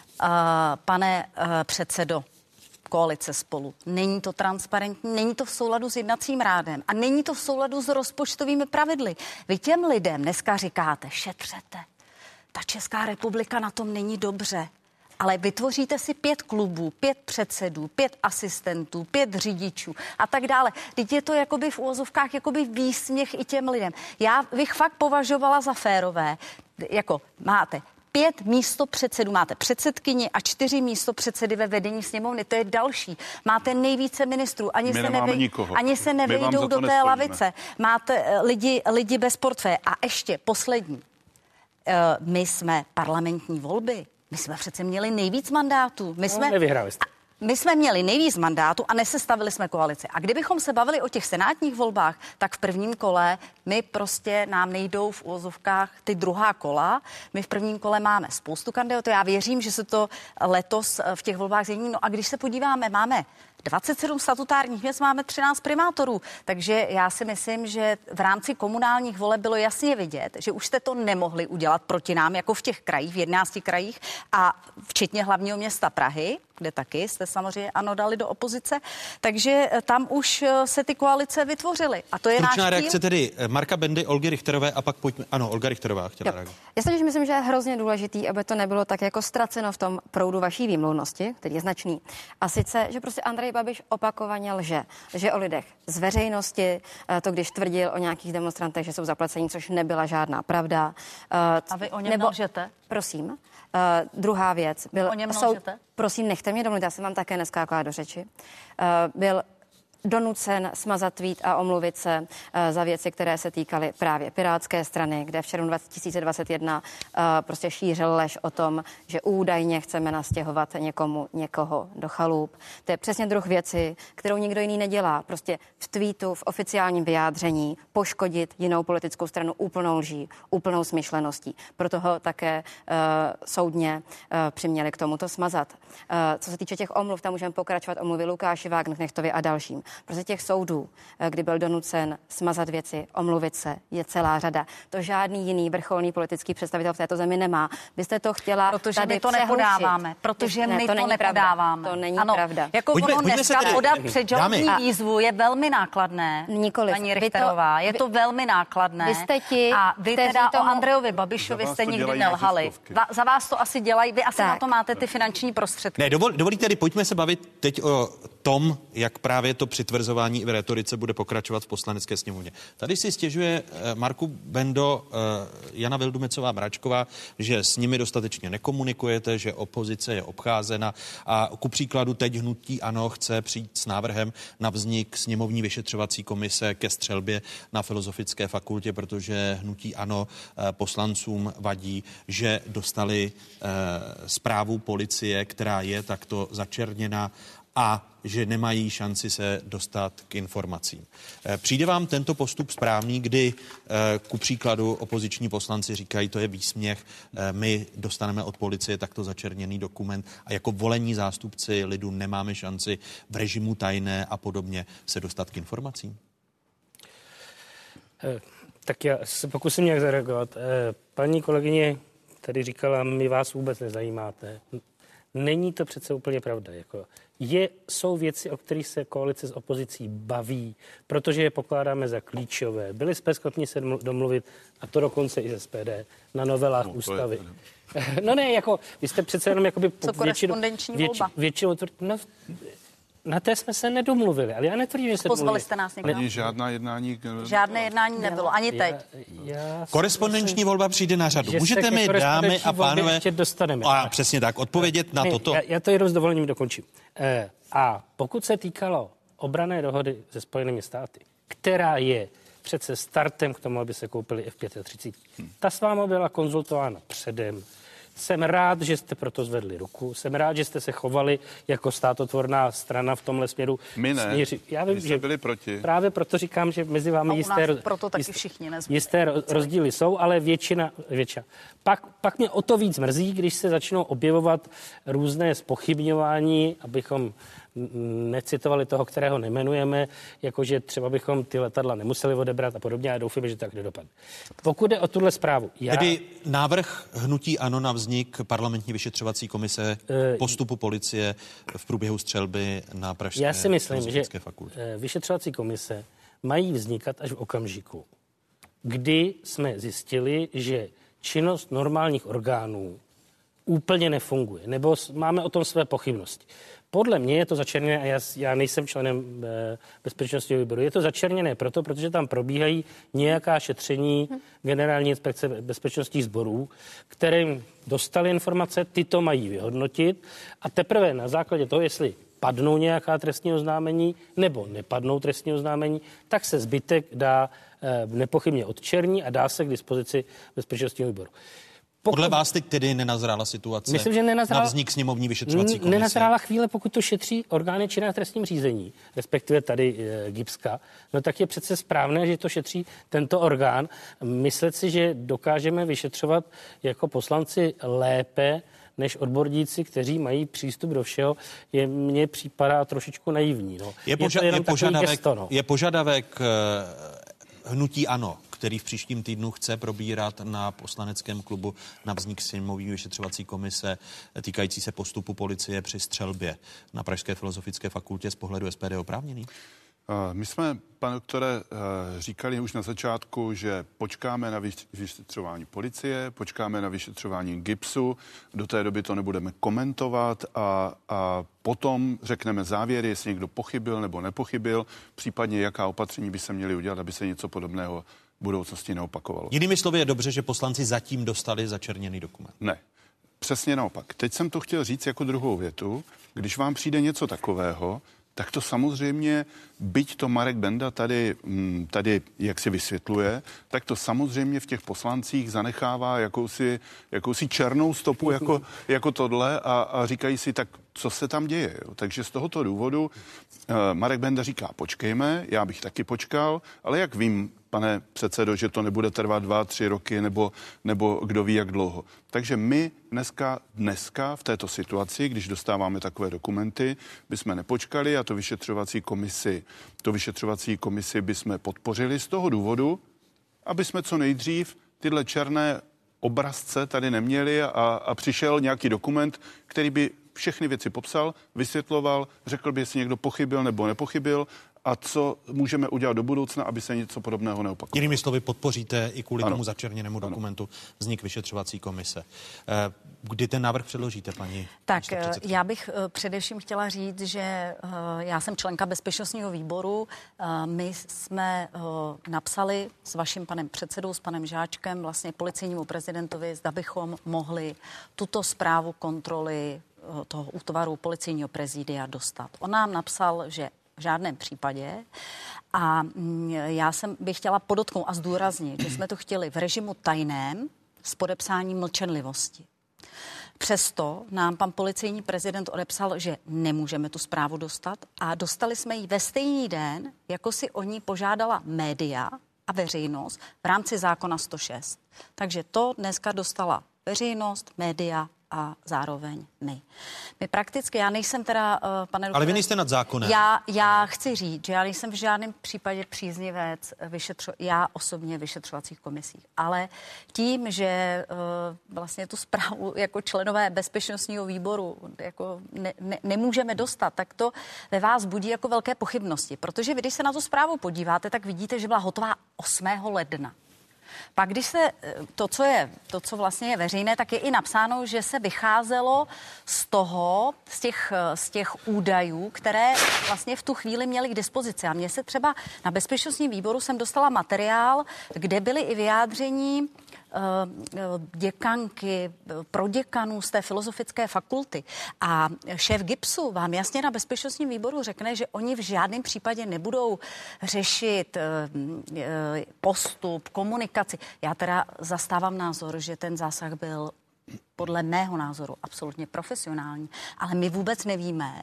Pane předsedo koalice Spolu, není to transparentní, není to v souladu s jednacím řádem a není to v souladu s rozpočtovými pravidly. Vy těm lidem dneska říkáte, šetřete. Ta Česká republika na tom není dobře, ale vytvoříte si 5 klubů, 5 předsedů, 5 asistentů, 5 řidičů a tak dále. Teď je to jakoby v úvozovkách jakoby výsměch i těm lidem. Já bych fakt považovala za férové, jako máte 5 místopředsedů, máte předsedkyni a 4 místopředsedy ve vedení sněmovny, to je další. Máte nejvíce ministrů, ani se nevejdou do té lavice. Máte lidi bez portfeje a ještě poslední. My jsme parlamentní volby. My jsme přece měli nejvíc mandátů. My jsme měli nejvíc mandátů a nesestavili jsme koalici. A kdybychom se bavili o těch senátních volbách, tak v prvním kole nám nejdou v úvozovkách ty druhá kola. My v prvním kole máme spoustu kandidátů. Já věřím, že se to letos v těch volbách změní. No a když se podíváme, máme 27 statutárních měst, máme 13 primátorů. Takže já si myslím, že v rámci komunálních voleb bylo jasně vidět, že už jste to nemohli udělat proti nám, jako v těch krajích, v 11 krajích a včetně hlavního města Prahy, kde taky jste samozřejmě dali do opozice. Takže tam už se ty koalice vytvořily. A to je náš cíl. Reakce tedy Marka Bendy, Olgy Richterové a pak pojďme. Ano, Olga Richterová chtěla reagovat. Já si myslím, že je hrozně důležitý, aby to nebylo tak jako ztraceno v tom proudu vaší výmluvnosti, který je značný. A sice, že prostě Andrej Babiš opakovaně lže o lidech z veřejnosti, to když tvrdil o nějakých demonstrantech, že jsou zaplacení, což nebyla žádná pravda. A vy o něm lžete? Prosím. Druhá věc. Prosím, nechte mě domluvit, já jsem vám také neskákala do řeči. Byl donucen smazat tweet a omluvit se za věci, které se týkaly právě Pirátské strany, kde v červnu 2021 prostě šířil lež o tom, že údajně chceme nastěhovat někoho do chalup. To je přesně druh věci, kterou nikdo jiný nedělá. Prostě v tweetu, v oficiálním vyjádření poškodit jinou politickou stranu úplnou lží, úplnou smyšleností. Proto ho také soudně přiměli k tomu to smazat. Co se týče těch omluv, tam můžeme pokračovat omluvy Lukáši Wagenknechtovi a dalším. Protože těch soudů, kdy byl donucen smazat věci, omluvit se, je celá řada. To žádný jiný vrcholný politický představitel v této zemi nemá. Vy jste to chtěla protože tady my to přehlušit. nepodáváme, protože my to nepodáváme. To není ano, pravda. Jako ono dneska podat předžalobní Dámy. výzvu je velmi nákladné. Nikoliv. Paní Richterová, je to velmi nákladné. Vy jste ti, a vy kteří teda tomu- o Andrejovi Babišovi jste nikdy nelhali. Za vás to asi dělají, vy asi Tak. na to máte ty finanční prostředky. Ne, dovolíte tedy, pojďme se bavit teď o tom, jak právě to přitvrzování v retorice bude pokračovat v Poslanecké sněmovně. Tady si stěžuje Marku Bendo Jana Vildumetzová Mračková, že s nimi dostatečně nekomunikujete, že opozice je obcházena a ku příkladu teď hnutí ANO chce přijít s návrhem na vznik sněmovní vyšetřovací komise ke střelbě na Filozofické fakultě, protože hnutí ANO poslancům vadí, že dostali zprávu policie, která je takto začerněna a že nemají šanci se dostat k informacím. Přijde vám tento postup správný, kdy ku příkladu opoziční poslanci říkají, to je výsměch, my dostaneme od policie takto začerněný dokument a jako volení zástupci lidu nemáme šanci v režimu tajné a podobně se dostat k informacím? Tak já se pokusím nějak zareagovat. Paní kolegyně tady říkala, my vás vůbec nezajímáte. Není to přece úplně pravda. Jsou věci, o kterých se koalice s opozicí baví, protože je pokládáme za klíčové. Byli jsme schopni se domluvit, a to dokonce i z SPD, na novelách ústavy. No ne, vy jste přece jenom většinou na té jsme se nedomluvili, ale já netvrdím, že se Pozvali jste nás někdo? Ani žádná jednání. Žádné jednání nebylo, ani teď. Korespondenční volba přijde na řadu. Můžete mi, dámy a pánové, ještě dostaneme. A přesně tak, odpovědět na toto? Já to jenom s dovolením dokončím. A pokud se týkalo obranné dohody se Spojenými státy, která je přece startem k tomu, aby se koupili F-35, ta s váma byla konzultována předem. Jsem rád, že jste proto zvedli ruku. Jsem rád, že jste se chovali jako státotvorná strana v tomhle směru. My ne, já vím, že byli proti. Právě proto říkám, že mezi vámi jisté rozdíly jsou, ale většina. Pak mě o to víc mrzí, když se začnou objevovat různé zpochybňování, abychom necitovali toho, kterého nemenujeme, jakože třeba bychom ty letadla nemuseli odebrat a podobně, a doufám, že tak nedopadne. Pokud jde o tuhle zprávu. Tedy návrh hnutí ANO na vznik parlamentní vyšetřovací komise postupu policie v průběhu střelby na pražské Já si myslím, že fakultě. Vyšetřovací komise mají vznikat až v okamžiku, kdy jsme zjistili, že činnost normálních orgánů úplně nefunguje, nebo máme o tom své pochybnosti. Podle mě je to začerněné, a já nejsem členem bezpečnostního výboru, je to začerněné protože tam probíhají nějaká šetření Generální inspekce bezpečnostních sborů, kterým dostali informace, ty to mají vyhodnotit a teprve na základě toho, jestli padnou nějaká trestní oznámení nebo nepadnou trestní oznámení, tak se zbytek dá nepochybně odčerní a dá se k dispozici bezpečnostního výboru. Podle vás teď tedy nenazrála situace. Myslím, že na vznik sněmovní vyšetřovací komise? Nenazrála chvíle, pokud to šetří orgány činné v trestním řízení, respektive tady GIBSka, no tak je přece správné, že to šetří tento orgán. Myslet si, že dokážeme vyšetřovat jako poslanci lépe než odborníci, kteří mají přístup do všeho, mně připadá trošičku naivní. No. Je požadavek hnutí ANO, který v příštím týdnu chce probírat na poslaneckém klubu na vznik sněmovní vyšetřovací komise týkající se postupu policie při střelbě na Pražské filozofické fakultě z pohledu SPD oprávněný? My jsme, pane doktore, říkali už na začátku, že počkáme na vyšetřování policie, počkáme na vyšetřování GIBSu, do té doby to nebudeme komentovat a potom řekneme závěry, jestli někdo pochybil nebo nepochybil, případně jaká opatření by se měly udělat, aby se něco podobného v budoucnosti neopakovalo. Jinými slovy je dobře, že poslanci zatím dostali začerněný dokument. Ne, přesně naopak. Teď jsem to chtěl říct jako druhou větu. Když vám přijde něco takového, tak to samozřejmě, byť to Marek Benda tady jak si vysvětluje, tak to samozřejmě v těch poslancích zanechává jakousi černou stopu jako tohle a říkají si, tak co se tam děje. Jo. Takže z tohoto důvodu Marek Benda říká, počkejme, já bych taky počkal, ale jak vím, pane předsedo, že to nebude trvat 2-3 roky nebo kdo ví, jak dlouho. Takže my dneska v této situaci, když dostáváme takové dokumenty, bychom nepočkali a to vyšetřovací komisi bychom podpořili z toho důvodu, aby jsme co nejdřív tyhle černé obrazce tady neměli a přišel nějaký dokument, který by všechny věci popsal, vysvětloval, řekl by, jestli někdo pochybil nebo nepochybil a co můžeme udělat do budoucna, aby se něco podobného neopakovalo. Jinými slovy, podpoříte i kvůli tomu začerněnému dokumentu vznik vyšetřovací komise. Kdy ten návrh předložíte, paní? Tak já bych především chtěla říct, že já jsem členka bezpečnostního výboru. My jsme napsali s vaším panem předsedou, s panem Žáčkem, vlastně policejnímu prezidentovi, zda bychom mohli tuto zprávu kontroly toho útvaru policejního prezidia dostat. On nám napsal, že v žádném případě. A já bych chtěla podotknout a zdůraznit, že jsme to chtěli v režimu tajném s podepsáním mlčenlivosti. Přesto nám pan policejní prezident odepsal, že nemůžeme tu zprávu dostat a dostali jsme ji ve stejný den, jako si o ní požádala média a veřejnost v rámci zákona 106. Takže to dneska dostala veřejnost, média a zároveň my. My prakticky, já nejsem teda, pane doktore... Ale vy nejste nad zákonem. Já chci říct, že já nejsem v žádném případě příznivec já osobně vyšetřovacích komisí. Ale tím, že vlastně tu zprávu jako členové bezpečnostního výboru jako nemůžeme dostat, tak to ve vás budí jako velké pochybnosti. Protože vy, když se na tu zprávu podíváte, tak vidíte, že byla hotová 8. ledna. Pak když se to, co vlastně je veřejné, tak je i napsáno, že se vycházelo z těch údajů, které vlastně v tu chvíli měli k dispozici. A mně se třeba na bezpečnostním výboru jsem dostala materiál, kde byly i vyjádření děkanky, proděkanů z té filozofické fakulty. A šéf GIBSu vám jasně na bezpečnostním výboru řekne, že oni v žádném případě nebudou řešit postup, komunikaci. Já teda zastávám názor, že ten zásah byl podle mého názoru absolutně profesionální, ale my vůbec nevíme,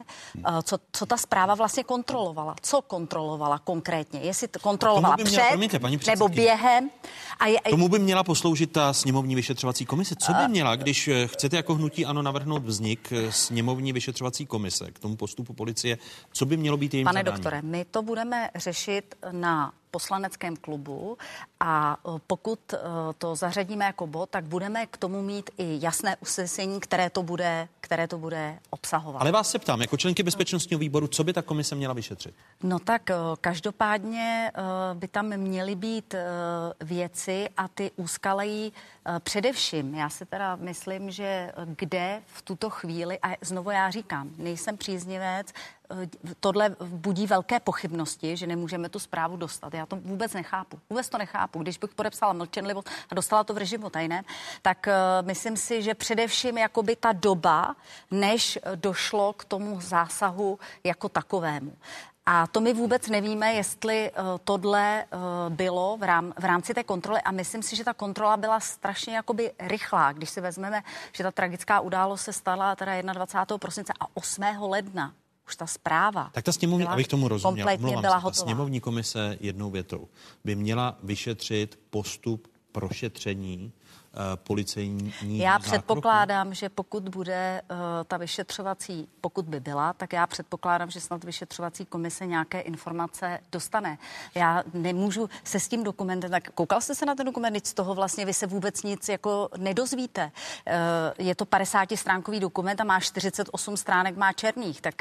co ta zpráva vlastně kontrolovala. Co kontrolovala konkrétně? Jestli to kontrolovala nebo během. Tomu by měla posloužit ta sněmovní vyšetřovací komise. Co by měla, když chcete jako hnutí ANO navrhnout vznik sněmovní vyšetřovací komise k tomu postupu policie? Co by mělo být jejím Pane zadání? doktore, my to budeme řešit na poslaneckém klubu a pokud to zařadíme jako bod, tak budeme k tomu mít i jasné usnesení, které to bude obsahovat. Ale vás se ptám, jako členky bezpečnostního výboru, co by ta komise měla vyšetřit? No tak každopádně by tam měly být věci a ty úskalejí především. Já si teda myslím, že kde v tuto chvíli, a znovu já říkám, nejsem příznivec, tohle budí velké pochybnosti, že nemůžeme tu zprávu dostat. Já to vůbec nechápu. Vůbec to nechápu. Když bych podepsala mlčenlivost a dostala to v režimu tajném, tak myslím si, že především jakoby ta doba, než došlo k tomu zásahu jako takovému. A to my vůbec nevíme, jestli tohle bylo v rámci té kontroly a myslím si, že ta kontrola byla strašně jakoby rychlá, když si vezmeme, že ta tragická událost se stala teda 21. prosince a 8. ledna. Už ta zpráva. Tak ta sněmovní, abych tomu rozuměl, ta sněmovní komise jednou větou by měla vyšetřit postup prošetření policejní. Já předpokládám, že pokud bude ta vyšetřovací, pokud by byla, tak já předpokládám, že snad vyšetřovací komise nějaké informace dostane. Já nemůžu se s tím dokumentem, tak koukal jste se na ten dokument, z toho vlastně vy se vůbec nic jako nedozvíte. Je to 50stránkový dokument a má 48 stránek, má černých, tak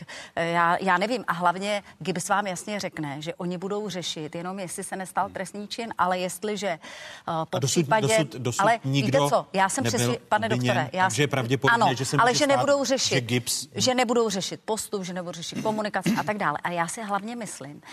já nevím. A hlavně GIBS vám jasně řekne, že oni budou řešit jenom jestli se nestal trestný čin, ale jestliže po případě... Dosud Víte co, já jsem přesvědčen, pane doktore, takže je pravděpodobně, ano, že se ale že nebudou řešit, že GIBS... že nebudou řešit postup, že nebudou řešit komunikaci a tak dále. A já si hlavně myslím,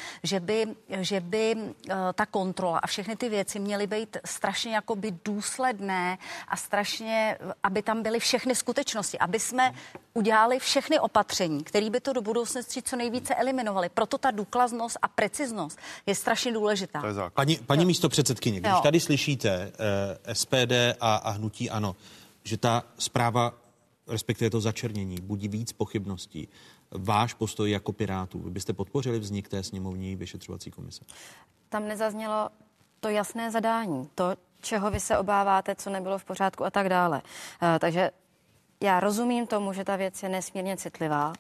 že by ta kontrola a všechny ty věci měly být strašně jakoby důsledné a strašně, aby tam byly všechny skutečnosti, aby jsme udělali všechny opatření, které by to do budoucnosti co nejvíce eliminovali. Proto ta důkladnost a preciznost je strašně důležitá. Paní místopředsedkyně, když tady slyšíte SPD a hnutí ANO, že ta zpráva respektive to začernění, budí víc pochybností. Váš postoj jako Pirátů, vy byste podpořili vznik té sněmovní vyšetřovací komise? Tam nezaznělo to jasné zadání, to, čeho vy se obáváte, co nebylo v pořádku a tak dále. Takže já rozumím tomu, že ta věc je nesmírně citlivá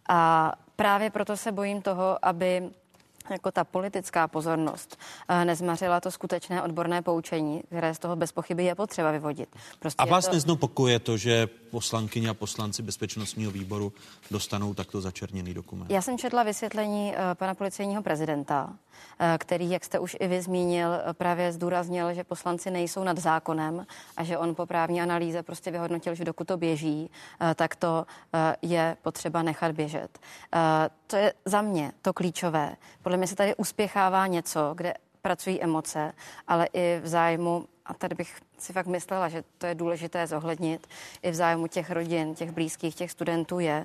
a právě proto se bojím toho, aby jako ta politická pozornost nezmařila to skutečné odborné poučení, které z toho bez pochyby je potřeba vyvodit. Prostě a vás neznepokojuje to, že poslankyně a poslanci bezpečnostního výboru dostanou takto začerněný dokument? Já jsem četla vysvětlení pana policejního prezidenta, který, jak jste už i vy zmínil, právě zdůraznil, že poslanci nejsou nad zákonem a že on po právní analýze prostě vyhodnotil, že dokud to běží, tak to je potřeba nechat běžet. To je za mě to klíčové. Podle mě se tady uspěchává něco, kde pracují emoce, ale i v zájmu, a tady bych si fakt myslela, že to je důležité zohlednit, i v zájmu těch rodin, těch blízkých, těch studentů je,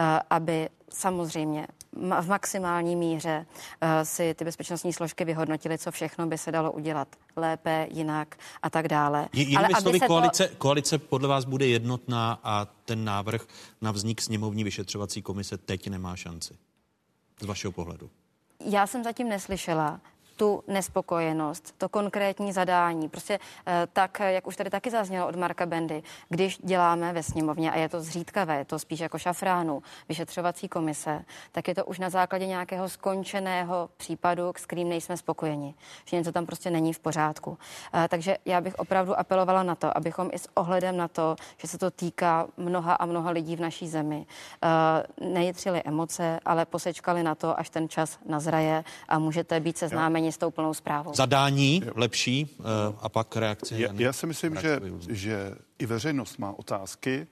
aby samozřejmě v maximální míře si ty bezpečnostní složky vyhodnotily, co všechno by se dalo udělat lépe, jinak a tak dále. Jinými slovy, koalice podle vás bude jednotná a ten návrh na vznik sněmovní vyšetřovací komise teď nemá šanci? Z vašeho pohledu. Já jsem zatím neslyšela tu nespokojenost, to konkrétní zadání. Prostě tak, jak už tady taky zaznělo od Marka Bendy, když děláme ve sněmovně, a je to zřídkavé, je to spíš jako šafránu, vyšetřovací komise, tak je to už na základě nějakého skončeného případu, s kterým nejsme spokojeni. Že něco tam prostě není v pořádku. Takže já bych opravdu apelovala na to, abychom i s ohledem na to, že se to týká mnoha a mnoha lidí v naší zemi, nejitřili emoce, ale posečkali na to, až ten čas nazraje a můžete být seznámeni s tou plnou zprávou. Zadání lepší a pak reakce. Já si myslím, že i veřejnost má otázky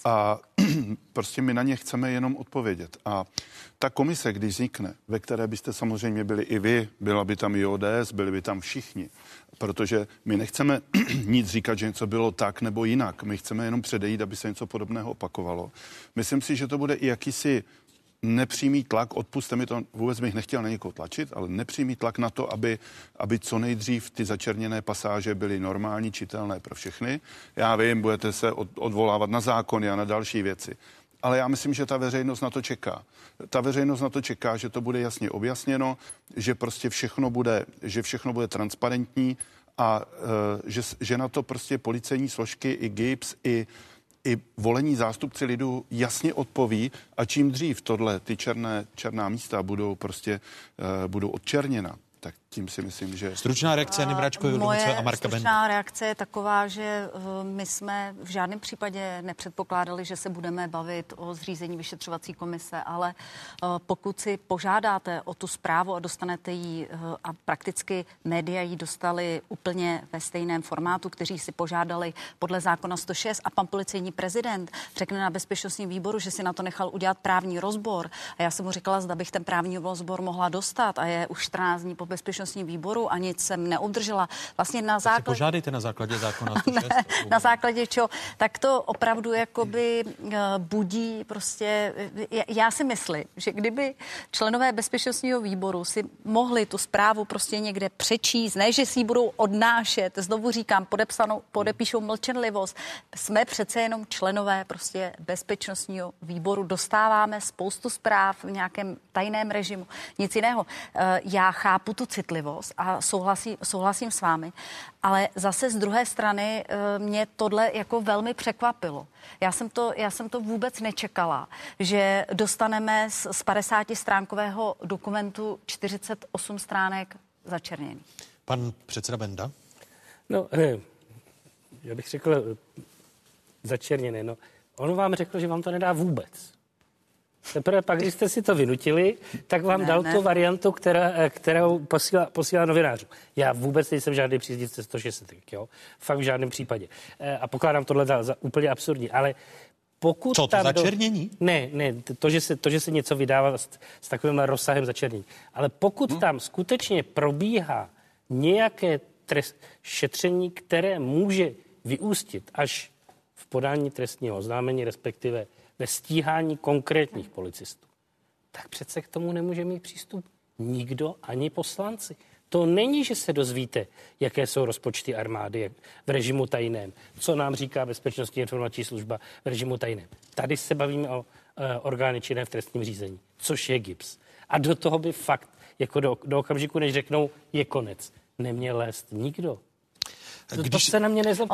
a prostě my na ně chceme jenom odpovědět. A ta komise, když vznikne, ve které byste samozřejmě byli i vy, byla by tam i ODS, byli by tam všichni, protože my nechceme nic říkat, že něco bylo tak nebo jinak. My chceme jenom předejít, aby se něco podobného opakovalo. Myslím si, že to bude i jakýsi nepřímý tlak, odpusťte mi to, vůbec bych nechtěl na někoho tlačit, ale nepřímý tlak na to, aby co nejdřív ty začerněné pasáže byly normální, čitelné pro všechny. Já vím, budete se odvolávat na zákony a na další věci. Ale já myslím, že ta veřejnost na to čeká. Ta veřejnost na to čeká, že to bude jasně objasněno, že prostě všechno bude transparentní a že na to prostě policejní složky i GIBS, i volení zástupci lidu jasně odpoví a čím dřív ty černá místa budou odčerněna, tak tím si myslím, že... Stručná reakce Jany Mračkové a Marka Bendy. Stručná reakce je taková, že my jsme v žádném případě nepředpokládali, že se budeme bavit o zřízení vyšetřovací komise, ale pokud si požádáte o tu zprávu a dostanete ji a prakticky média ji dostali úplně ve stejném formátu, kteří si požádali podle zákona 106 a pan policejní prezident řekne na bezpečnostním výboru, že si na to nechal udělat právní rozbor a já jsem mu říkala, zda bych ten právní rozbor mohla dostat a je už 14 dní po bezpečnostním výboru a nic jsem neobdržela. Vlastně na základě... Požádejte na základě zákona 106. Na základě čeho? Tak to opravdu jakoby budí prostě... Já si myslím, že kdyby členové bezpečnostního výboru si mohli tu zprávu prostě někde přečíst, ne, že si ji budou odnášet, znovu říkám, podepíšou mlčenlivost. Jsme přece jenom členové prostě bezpečnostního výboru. Dostáváme spoustu zpráv v nějakém tajném režimu. Nic jiného. Já chápu tu citlivost a souhlasím s vámi, ale zase z druhé strany mě tohle jako velmi překvapilo. Já jsem to vůbec nečekala, že dostaneme z 50stránkového dokumentu 48 stránek začerněný. Pan předseda Benda? No, já bych řekl začerněné. No, on vám řekl, že vám to nedá vůbec. Teprve pak, když jste si to vynutili, tak vám dal tu variantu, kterou posílá novinářů. Já vůbec nejsem žádný příznivce 106, jo? Fakt v žádném případě. A pokládám tohle za úplně absurdní. Ale pokud co, to začernění? Ne, to, že se něco vydává s takovým rozsahem začernění. Ale pokud tam skutečně probíhá nějaké šetření, které může vyústit až v podání trestního oznámení, respektive ve stíhání konkrétních policistů, tak přece k tomu nemůže mít přístup nikdo, ani poslanci. To není, že se dozvíte, jaké jsou rozpočty armády v režimu tajném, co nám říká Bezpečnostní informační služba v režimu tajném. Tady se bavíme o orgány činné v trestním řízení, což je GIBS. A do toho by fakt, jako do okamžiku, než řeknou, je konec, neměl lézt nikdo. To se na mě nezlobte.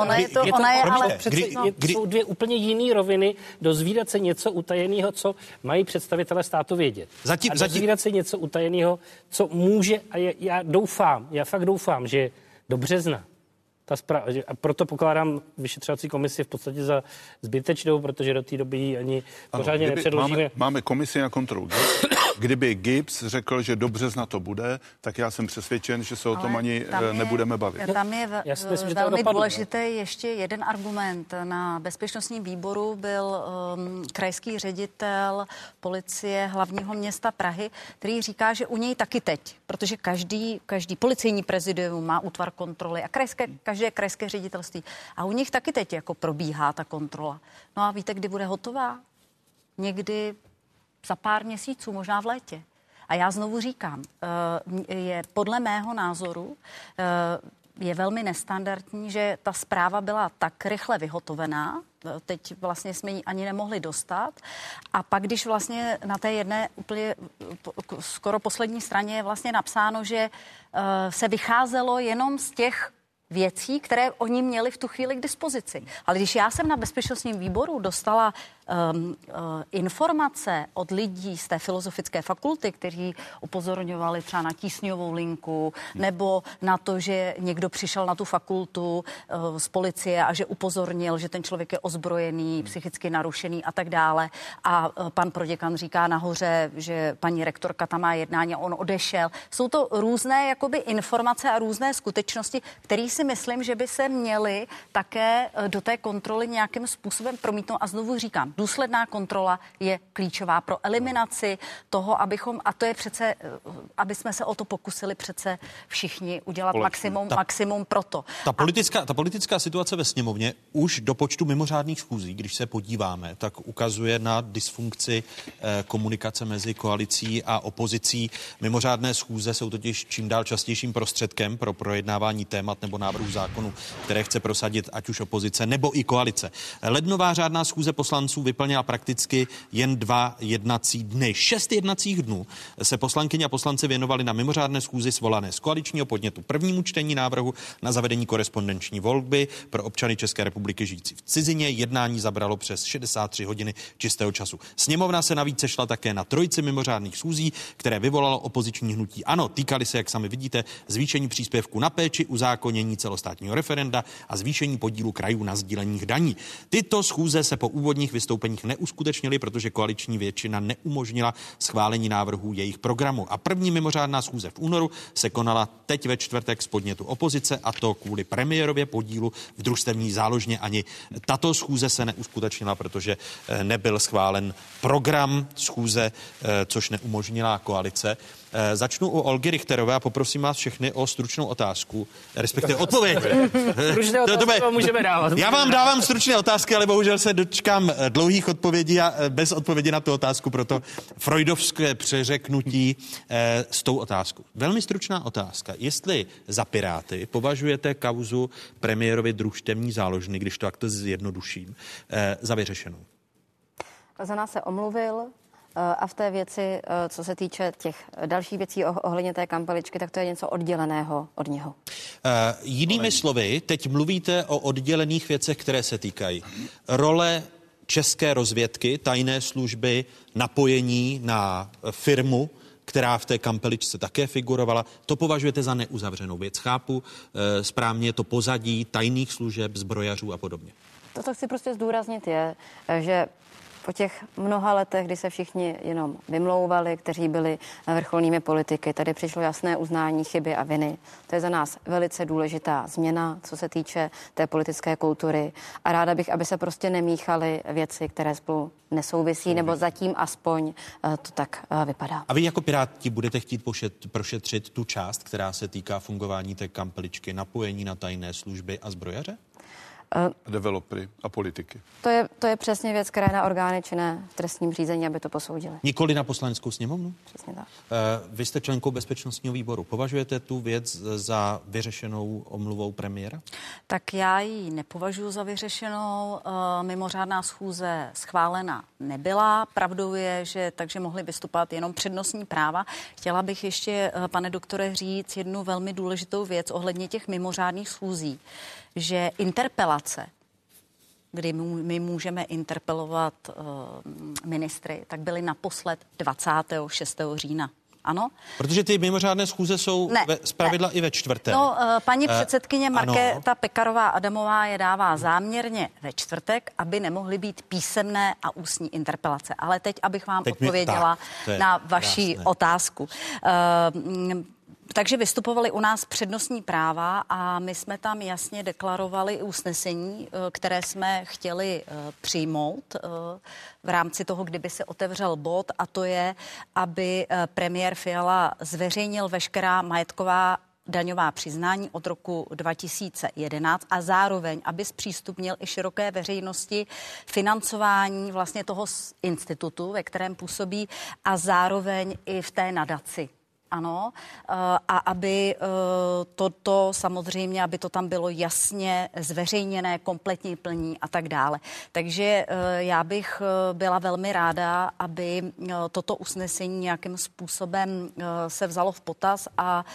Jsou dvě úplně jiné roviny dozvídat se něco utajeného, co mají představitelé státu vědět. Dozvídat se něco utajeného, co může, a já fakt doufám, že do března a proto pokládám vyšetřovací komisi v podstatě za zbytečnou, protože do té doby ji ani pořádně nepředložíme. Máme komisi na kontrolu. Kdyby GIBS řekl, že do března to bude, tak já jsem přesvědčen, že se o tom ani nebudeme bavit. Tam je velmi důležité ještě jeden argument. Na bezpečnostním výboru byl krajský ředitel policie hlavního města Prahy, který říká, že u něj taky teď, protože každý policejní prezidium má útvar kontroly a každé krajské ředitelství. A u nich taky teď jako probíhá ta kontrola. No a víte, kdy bude hotová? Někdy za pár měsíců, možná v létě. A já znovu říkám, je podle mého názoru je velmi nestandardní, že ta zpráva byla tak rychle vyhotovená, teď vlastně jsme ji ani nemohli dostat. A pak, když vlastně na té jedné úplně skoro poslední straně je vlastně napsáno, že se vycházelo jenom z těch věcí, které oni měli v tu chvíli k dispozici. Ale když já jsem na bezpečnostním výboru dostala informace od lidí z té filozofické fakulty, kteří upozorňovali třeba na tísňovou linku nebo na to, že někdo přišel na tu fakultu z policie a že upozornil, že ten člověk je ozbrojený, psychicky narušený a tak dále. A pan proděkan říká nahoře, že paní rektorka tam má jednání a on odešel. Jsou to různé jakoby informace a různé skutečnosti, které si myslím, že by se měly také do té kontroly nějakým způsobem promítnout. A znovu říkám, důsledná kontrola je klíčová pro eliminaci toho, a to je přece, aby jsme se o to pokusili přece všichni udělat maximum pro to. Ta politická situace ve sněmovně už do počtu mimořádných schůzí, když se podíváme, tak ukazuje na dysfunkci komunikace mezi koalicí a opozicí. Mimořádné schůze jsou totiž čím dál častějším prostředkem pro projednávání témat nebo návrhů zákonů, které chce prosadit ať už opozice nebo i koalice. Lednová řádná schůze poslanců vyplnila prakticky jen 2 jednací dny. 6 jednacích dnů se poslankyně a poslanci věnovali na mimořádné schůzi svolané z koaličního podnětu prvnímu čtení návrhu na zavedení korespondenční volby pro občany České republiky žijící v cizině. Jednání zabralo přes 63 hodiny čistého času. Sněmovna se navíc sešla také na 3 mimořádných schůzí, které vyvolalo opoziční hnutí ANO. Týkaly se, jak sami vidíte, zvýšení příspěvku na péči, uzákonění celostátního referenda a zvýšení podílu krajů na sdíleních daní. Tyto schůze se po úvodních vystoupeních neuskutečnily, protože koaliční většina neumožnila schválení návrhů jejich programu. A první mimořádná schůze v únoru se konala teď ve čtvrtek z podnětu opozice, a to kvůli premiérově podílu v družstevní záložně. Ani tato schůze se neuskutečnila, protože nebyl schválen program schůze, což neumožnila koalice. Začnu u Olgy Richterové a poprosím vás všechny o stručnou otázku, respektive odpověď. Stručné otázky můžeme dávat. Já vám dávám stručné otázky, ale bohužel se dočkám dlouhých odpovědí a bez odpovědi na tu otázku, proto freudovské přeřeknutí s tou otázkou. Velmi stručná otázka. Jestli za Piráty považujete kauzu premiérovy družstevní záložny, když to takto zjednoduším, za vyřešenou? Za nás se omluvil. A v té věci, co se týče těch dalších věcí ohledně té kampeličky, tak to je něco odděleného od něho. Jinými slovy, teď mluvíte o oddělených věcech, které se týkají role české rozvědky, tajné služby, napojení na firmu, která v té kampeličce také figurovala. To považujete za neuzavřenou věc. Chápu správně to pozadí tajných služeb, zbrojařů a podobně. To, co chci prostě zdůraznit, je, že po těch mnoha letech, kdy se všichni jenom vymlouvali, kteří byli vrcholnými politiky, tady přišlo jasné uznání chyby a viny. To je za nás velice důležitá změna, co se týče té politické kultury. A ráda bych, aby se prostě nemíchaly věci, které spolu nesouvisí, nebo zatím aspoň to tak vypadá. A vy jako Piráti budete chtít prošetřit tu část, která se týká fungování té kampeličky, napojení na tajné služby a zbrojaře? Developery a politiky. To je přesně věc, která je na orgány činné v trestním řízení, aby to posoudili. Nikoli na Poslaneckou sněmovnu? Přesně tak. Vy jste členkou bezpečnostního výboru. Považujete tu věc za vyřešenou omluvou premiéra? Tak já ji nepovažuji za vyřešenou. Mimořádná schůze schválena nebyla. Pravdou je, že takže mohli vystupovat jenom přednostní práva. Chtěla bych ještě, pane doktore, říct jednu velmi důležitou věc ohledně těch mimořádných schůzí, že interpelace, kdy my můžeme interpelovat ministry, tak byly naposled 26. října. Ano? Protože ty mimořádné schůze jsou zpravidla i ve čtvrtek. No, paní předsedkyně Markéta Pekarová Adamová je dává záměrně ve čtvrtek, aby nemohly být písemné a ústní interpelace. Ale teď, abych vám odpověděla na vaši otázku. Takže vystupovali u nás přednostní práva a my jsme tam jasně deklarovali usnesení, které jsme chtěli přijmout v rámci toho, kdyby se otevřel bod, a to je, aby premiér Fiala zveřejnil veškerá majetková daňová přiznání od roku 2011 a zároveň, aby zpřístupnil i široké veřejnosti financování vlastně toho institutu, ve kterém působí, a zároveň i v té nadaci. Ano, a aby toto samozřejmě, aby to tam bylo jasně zveřejněné, kompletně plní a tak dále. Takže já bych byla velmi ráda, aby toto usnesení nějakým způsobem se vzalo v potaz a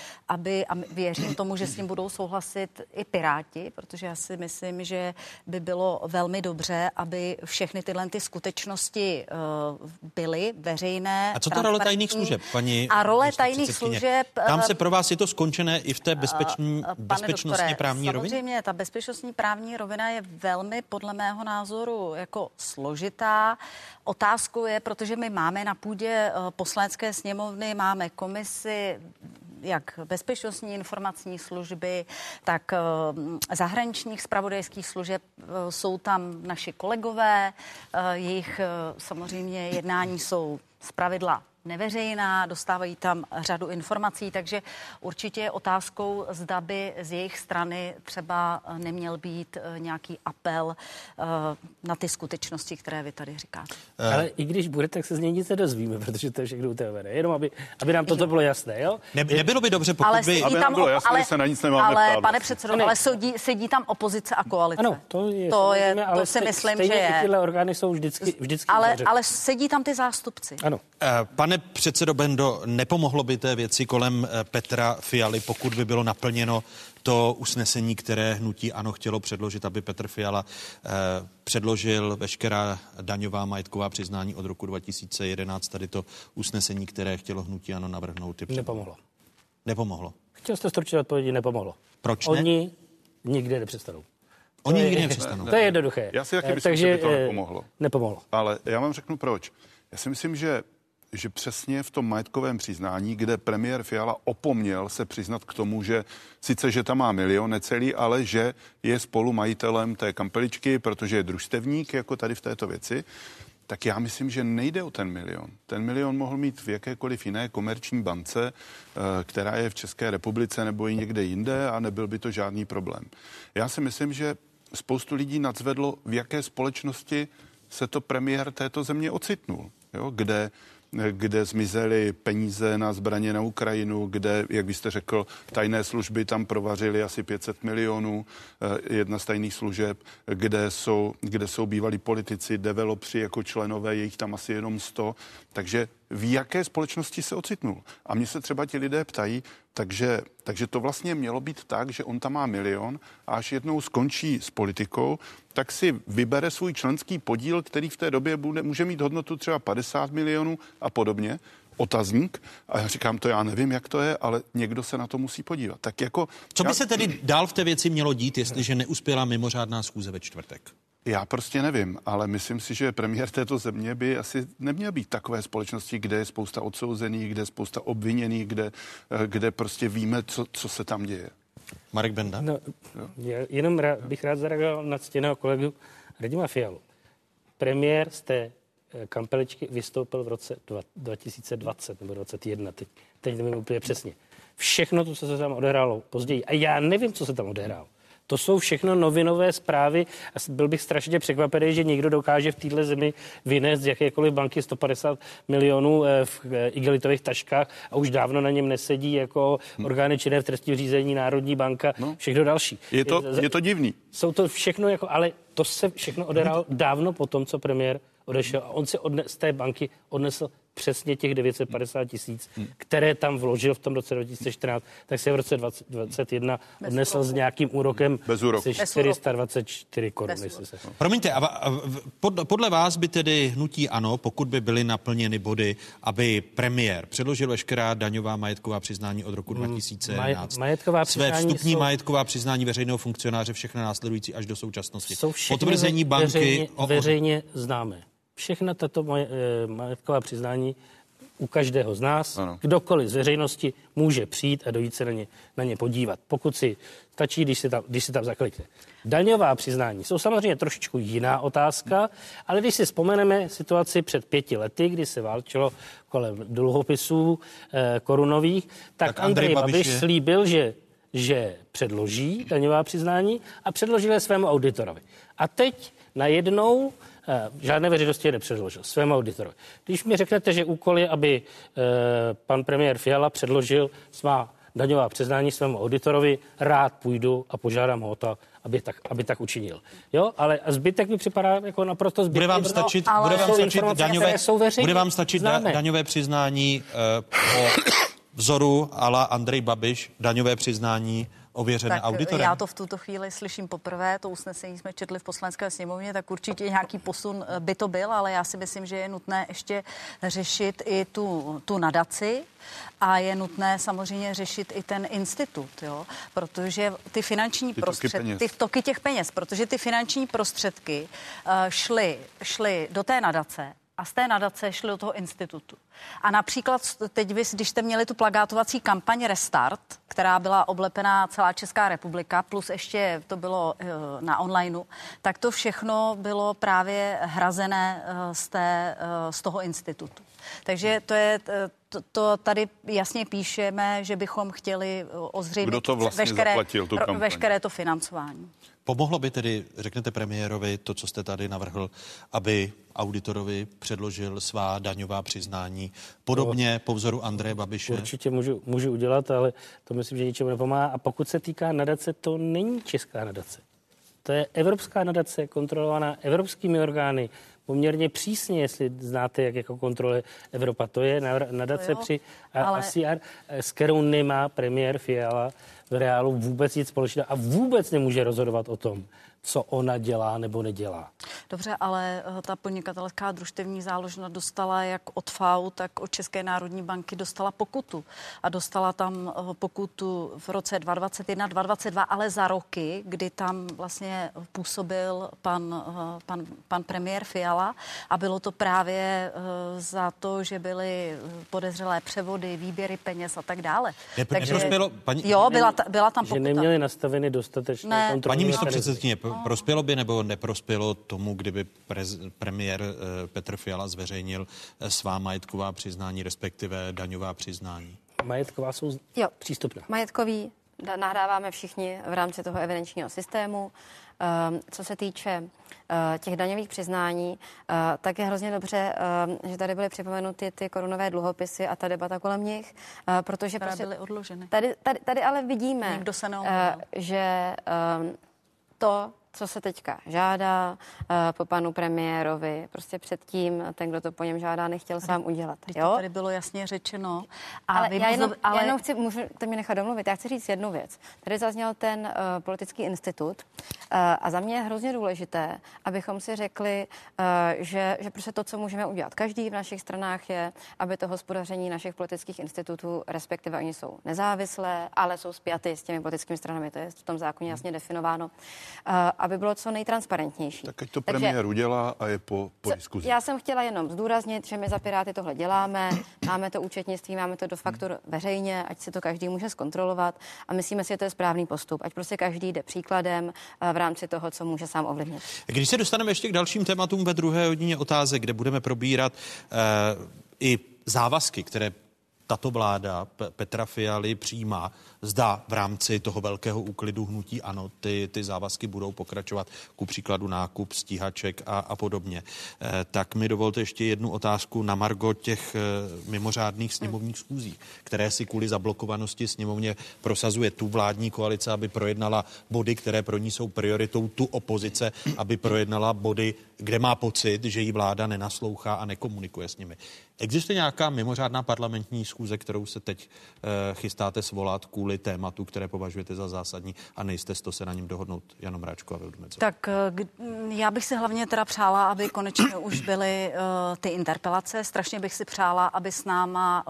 věřím tomu, že s tím budou souhlasit i Piráti, protože já si myslím, že by bylo velmi dobře, aby všechny tyhle ty skutečnosti byly veřejné. A co to role tajných služeb, paní? A role tajných služeb. Tam se pro vás je to skončené i v té bezpečnostně právní rovině? Samozřejmě, ta bezpečnostní právní rovina je velmi, podle mého názoru, jako složitá. Otázkou je, protože my máme na půdě Poslanecké sněmovny, máme komisi, jak bezpečnostní informační služby, tak zahraničních zpravodajských služeb. Jsou tam naši kolegové, jejich samozřejmě jednání jsou zpravidla neveřejná, dostávají tam řadu informací, takže určitě je otázkou, zda by z jejich strany třeba neměl být nějaký apel na ty skutečnosti, které vy tady říkáte. Ale i když bude, tak se z něj nic nedozvíme, protože to je všechno utajované. Jenom aby nám toto bylo jasné, jo? Nebylo by dobře, pokud by... Aby nám bylo jasné, se na nic nemáme ptát. Ale pane předsedo, ale sedí tam opozice a koalice. Ano, to si myslím, že je. Tyhle orgány jsou vždycky ale sedí tam ty zástupci. Ano. Pane předsedo Bendo, nepomohlo by té věci kolem Petra Fialy, pokud by bylo naplněno to usnesení, které hnutí ANO chtělo předložit, aby Petr Fiala předložil veškerá daňová majetková přiznání od roku 2011, tady to usnesení, které chtělo hnutí ANO navrhnout. Nepomohlo. Chtěl jste stručně odpovědět, nepomohlo. Proč ne? Oni nikdy nepřestanou. Oni nikdy nepřestanou. To je jednoduché. Já si taky myslím, že by to nepomohlo. Nepomohlo. Ale já vám řeknu proč. Já si myslím, že přesně v tom majetkovém přiznání, kde premiér Fiala opomněl se přiznat k tomu, že sice, že tam má milion necelý, ale že je spolumajitelem té kampeličky, protože je družstevník, jako tady v této věci, tak já myslím, že nejde o ten milion. Ten milion mohl mít v jakékoliv jiné komerční bance, která je v České republice nebo i někde jinde, a nebyl by to žádný problém. Já si myslím, že spoustu lidí nadzvedlo, v jaké společnosti se to premiér této země ocitnul, jo? Kde zmizely peníze na zbraně na Ukrajinu, kde, jak byste řekl, tajné služby tam provařily asi 500 milionů, jedna z tajných služeb, kde jsou bývalí politici, developři jako členové, je jich tam asi jenom 100. Takže v jaké společnosti se ocitnul? A mě se třeba ti lidé ptají, takže to vlastně mělo být tak, že on tam má milion a až jednou skončí s politikou, tak si vybere svůj členský podíl, který v té době může mít hodnotu třeba 50 milionů a podobně. Otazník. A já říkám, to já nevím, jak to je, ale někdo se na to musí podívat. Tak jako, co by se tedy dál v té věci mělo dít, jestliže neuspěla mimořádná schůze ve čtvrtek? Já prostě nevím, ale myslím si, že premiér této země by asi neměl být takové společnosti, kde je spousta odsouzených, kde je spousta obviněných, kde prostě víme, co se tam děje. Marek Benda? No, jenom bych rád zareagoval na ctěného kolegu Radima Fialu. Premiér z té kampeličky vystoupil v roce 2020 nebo 2021, teď nevím úplně přesně. Všechno to, co se tam odehrálo později, a já nevím, co se tam odehrálo, To jsou všechno novinové zprávy a byl bych strašně překvapený, že někdo dokáže v této zemi vynést z jakékoliv banky 150 milionů v igelitových taškách a už dávno na něm nesedí jako orgány činné v trestním řízení, Národní banka, všechno další. Je to divný. Jsou to všechno ale to se všechno odehrálo dávno po tom, co premiér odešel a on si z té banky odnesl přesně těch 950 000, které tam vložil v tom roce 2014, tak se v roce 2021 odnesl s nějakým úrokem 424 korun. Promiňte, podle vás by tedy hnutí ANO, pokud by byly naplněny body, aby premiér předložil veškerá daňová majetková přiznání od roku 2011, své vstupní majetková přiznání veřejného funkcionáře, všechno následující až do současnosti. Potvrzení banky veřejně známe. Všechna tato majetková přiznání u každého z nás, kdokoliv z veřejnosti může přijít a dojít se na ně podívat. Pokud si stačí, když si tam zaklikne. Daňová přiznání jsou samozřejmě trošičku jiná otázka, ale když si vzpomeneme situaci před 5 lety, kdy se válčilo kolem dluhopisů korunových, tak Andrej Babiš slíbil, že předloží daňová přiznání a předložil je svému auditorovi. A teď najednou žádné veřejnosti je nepředložil svému auditorovi. Když mi řeknete, že úkol je, aby pan premiér Fiala předložil svá daňová přiznání svému auditorovi, rád půjdu a požádám ho o to, aby tak učinil. Jo, ale zbytek mi připadá jako naprosto zbytný. Bude vám stačit daňové přiznání po vzoru ala Andrej Babiš, daňové přiznání ověřené auditorem? Já to v tuto chvíli slyším poprvé, to usnesení jsme četli v Poslanecké sněmovně, tak určitě nějaký posun by to byl, ale já si myslím, že je nutné ještě řešit i tu nadaci a je nutné samozřejmě řešit i ten institut, jo? Protože ty finanční prostředky, ty toky těch peněz, protože ty finanční prostředky šly do té nadace a z té nadace šly do toho institutu. A například teď vy, když jste měli tu plagátovací kampaň Restart, která byla oblepená celá Česká republika, plus ještě to bylo na onlineu, tak to všechno bylo právě hrazené z toho institutu. Takže to tady jasně píšeme, že bychom chtěli ozřejmit kdo to vlastně zaplatil, tu kampaň? Veškeré to financování. Pomohlo by tedy, řeknete premiérovi, to, co jste tady navrhl, aby auditorovi předložil svá daňová přiznání, podobně po vzoru Andreje Babiše? Určitě můžu udělat, ale to myslím, že ničemu nepomáhá. A pokud se týká nadace, to není česká nadace. To je evropská nadace, kontrolovaná evropskými orgány, poměrně přísně, jestli znáte, jak jako kontroluje Evropa. To je nadace při ACR, s kterou nemá premiér Fiala v reálu vůbec nic společného a vůbec nemůže rozhodovat o tom, co ona dělá nebo nedělá. Dobře, ale ta podnikatelská družstevní záložna dostala jak od FAU, tak od České národní banky dostala pokutu. A dostala tam pokutu v roce 2021, 2022, ale za roky, kdy tam vlastně působil pan premiér Fiala a bylo to právě za to, že byly podezřelé převody, výběry peněz a tak dále. Byla tam pokuta. Že neměli nastaveny dostatečné kontrolní. Paní místopředsedkyně, prospělo by nebo neprospělo tomu, kdyby premiér Petr Fiala zveřejnil svá majetková přiznání, respektive daňová přiznání? Majetková jsou přístupná. Majetkový nahráváme všichni v rámci toho evidenčního systému. Co se týče těch daňových přiznání, tak je hrozně dobře, že tady byly připomenuty ty korunové dluhopisy a ta debata kolem nich, protože prostě byly odloženy. Tady ale vidíme, nikdo se že to, co se teďka žádá po panu premiérovi, prostě předtím ten, kdo to po něm žádá, nechtěl sám udělat. To tady bylo jasně řečeno. Ale můžete mi nechat domluvit, já chci říct jednu věc. Tady zazněl ten politický institut a za mě je hrozně důležité, abychom si řekli, že prostě to, co můžeme udělat každý v našich stranách je, aby to hospodaření našich politických institutů, respektive oni jsou nezávislé, ale jsou spjaty s těmi politickými stranami, to je v tom zákoně jasně definováno, aby bylo co nejtransparentnější. Tak ať to premiér udělá a je po diskuzi. Já jsem chtěla jenom zdůraznit, že my za Piráty tohle děláme, máme to účetnictví, máme to do faktur veřejně, ať si to každý může zkontrolovat a myslíme si, že to je správný postup, ať prostě každý jde příkladem v rámci toho, co může sám ovlivnit. Když se dostaneme ještě k dalším tématům ve druhé hodině otázek, kde budeme probírat i závazky, které tato vláda Petra Fialy přijímá, zda v rámci toho velkého úklidu hnutí ANO ty závazky budou pokračovat, ku příkladu nákup stíhaček a podobně. Tak mi dovolte ještě jednu otázku na margo těch mimořádných sněmovních schůzí, které si kvůli zablokovanosti sněmovně prosazuje tu vládní koalice, aby projednala body, které pro ní jsou prioritou, tu opozice, aby projednala body, kde má pocit, že jí vláda nenaslouchá a nekomunikuje s nimi. Existuje nějaká mimořádná parlamentní schůze, kterou se teď chystáte svolat kvůli tématu, které považujete za zásadní a nejste se na něm dohodnout, Jano Mráčko a Vildumetzová? Tak já bych si hlavně teda přála, aby konečně už byly ty interpelace. Strašně bych si přála, aby s náma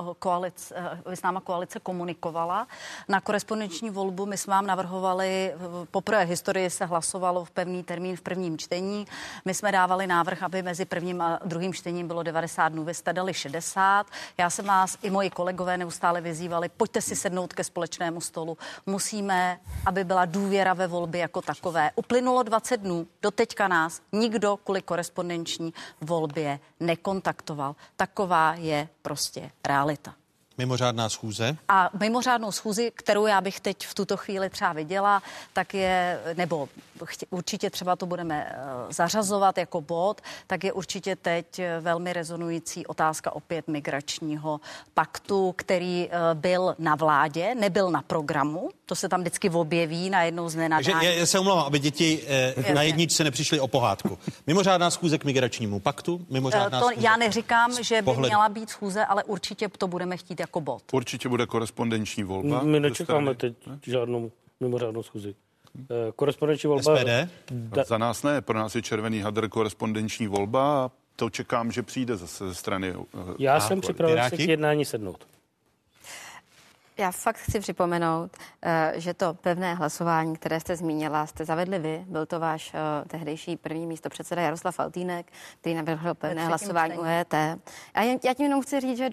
koalice komunikovala. Na korespondenční volbu my jsme vám navrhovali, poprvé v historii se hlasovalo v pevný termín v prvním čtení. My jsme dávali návrh, aby mezi prvním a druhým čtením bylo 90 dnů. Vy jste dali 60. Já jsem vás i moji kolegové neustále vyzývali, pojďte si sednout ke společnému stolu. Musíme, aby byla důvěra ve volby jako takové. Uplynulo 20 dnů, doteďka nás nikdo kvůli korespondenční volbě nekontaktoval. Taková je prostě realita. Mimořádná schůze? A mimořádnou schůzi, kterou já bych teď v tuto chvíli třeba viděla, tak je, nebo určitě třeba to budeme zařazovat jako bod, tak je určitě teď velmi rezonující otázka opět migračního paktu, který byl na vládě, nebyl na programu, to se tam vždycky objeví najednou z nenadání. Takže já se omlouvám, aby děti na jedničce nepřišly o pohádku. Mimořádná schůze k migračnímu paktu, mimořádná schůze. Já neříkám, že by měla být schůze, ale určitě to budeme chtít jako bod. Určitě bude korespondenční volba. My nečekáme teď žádnou mimořádnou schůzi. Korespondenční volba... SPD? Za nás ne, pro nás je červený hadr korespondenční volba a to čekám, že přijde zase ze strany... Já jsem připraven se k jednání sednout. Já fakt chci připomenout, že to pevné hlasování, které jste zmínila, jste zavedli vy. Byl to váš tehdejší první místopředseda Jaroslav Faltýnek, který navrhl pevné hlasování u EET. A já tím jenom chci říct, že je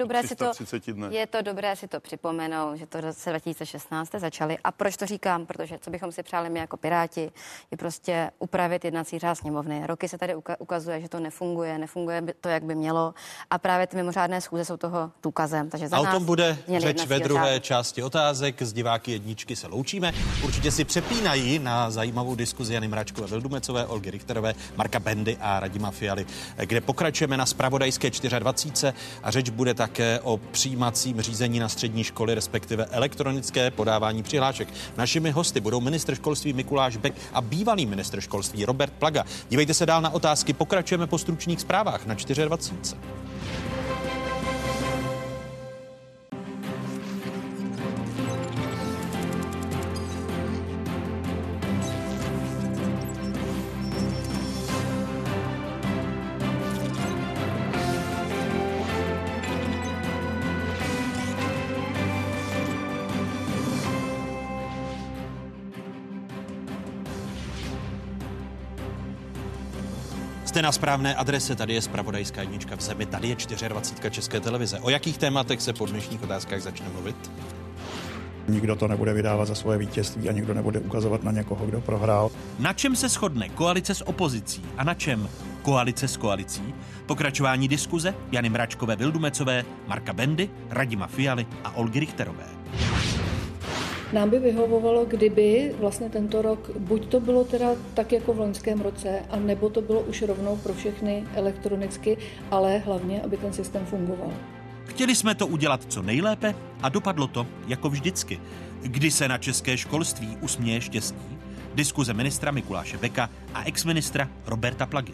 dobré si to připomenout, že to v roce 2016 začali. A proč to říkám? Protože co bychom si přáli my jako Piráti, je prostě upravit jednací řád sněmovny. Roky se tady ukazuje, že to nefunguje to, jak by mělo. A právě ty mimořádné schůze jsou toho důkazem. Takže za nás o tom bude řeč ve druhé části otázek. S diváky jedničky se loučíme. Určitě si přepínají na zajímavou diskuzi Jany Mráčkové Vildumetzové, Olgy Richterové, Marka Bendy a Radima Fialy, kde pokračujeme na zpravodajské 24 a řeč bude také o přijímacím řízení na střední školy, respektive elektronické podávání přihlášek. Našimi hosty budou ministr školství Mikuláš Bek a bývalý ministr školství Robert Plaga. Dívejte se dál na otázky, pokračujeme po stručných zprávách na 24. Jste na správné adrese, tady je zpravodajská jednička v zemi, tady je 24 České televize. O jakých tématech se po dnešních otázkách začne mluvit? Nikdo to nebude vydávat za svoje vítězství a nikdo nebude ukazovat na někoho, kdo prohrál. Na čem se shodne koalice s opozicí a na čem koalice s koalicí? Pokračování diskuze Jany Mráčkové Vildumetzové, Marka Bendy, Radima Fialy a Olgy Richterové. Nám by vyhovovalo, kdyby vlastně tento rok buď to bylo teda tak jako v loňském roce, a nebo to bylo už rovnou pro všechny elektronicky, ale hlavně, aby ten systém fungoval. Chtěli jsme to udělat co nejlépe a dopadlo to jako vždycky. Kdy se na české školství usměje štěstí? Diskuze ministra Mikuláše Beka a exministra Roberta Plagy.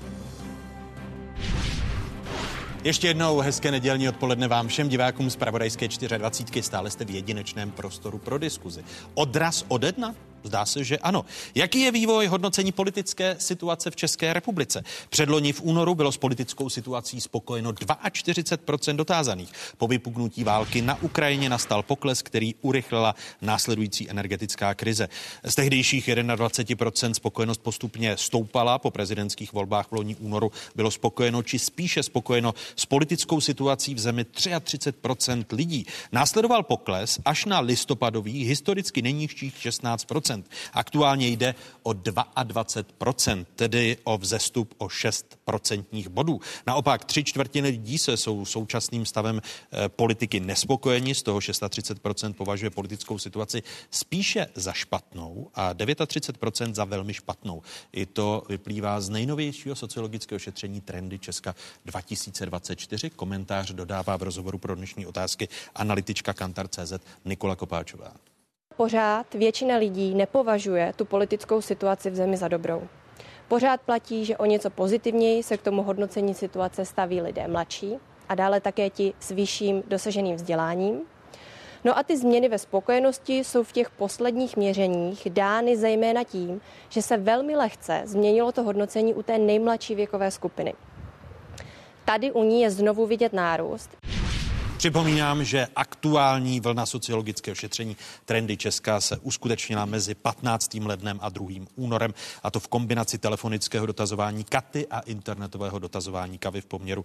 Ještě jednou hezké nedělní odpoledne vám všem divákům z zpravodajské 24. Stále jste v jedinečném prostoru pro diskuzi. Odraz ode dna? Zdá se, že ano. Jaký je vývoj hodnocení politické situace v České republice? Předloni v únoru bylo s politickou situací spokojeno 42% dotázaných. Po vypuknutí války na Ukrajině nastal pokles, který urychlila následující energetická krize. Z tehdejších 21% spokojenost postupně stoupala. Po prezidentských volbách v loni únoru bylo spokojeno, či spíše spokojeno s politickou situací v zemi 33% lidí. Následoval pokles až na listopadových historicky nejnižších 16%. 20%. Aktuálně jde o 22%, tedy o vzestup o 6% bodů. Naopak 3/4 lidí se jsou současným stavem politiky nespokojeni, z toho 36% považuje politickou situaci spíše za špatnou a 39% za velmi špatnou. I to vyplývá z nejnovějšího sociologického šetření Trendy Česka 2024. Komentář dodává v rozhovoru pro dnešní otázky analytička Kantar.cz Nikola Kopáčová. Pořád většina lidí nepovažuje tu politickou situaci v zemi za dobrou. Pořád platí, že o něco pozitivněji se k tomu hodnocení situace staví lidé mladší a dále také ti s vyšším dosaženým vzděláním. No a ty změny ve spokojenosti jsou v těch posledních měřeních dány zejména tím, že se velmi lehce změnilo to hodnocení u té nejmladší věkové skupiny. Tady u ní je znovu vidět nárůst. Připomínám, že aktuální vlna sociologického šetření Trendy Česka se uskutečnila mezi 15. lednem a 2. únorem, a to v kombinaci telefonického dotazování Katy a internetového dotazování Kavy v poměru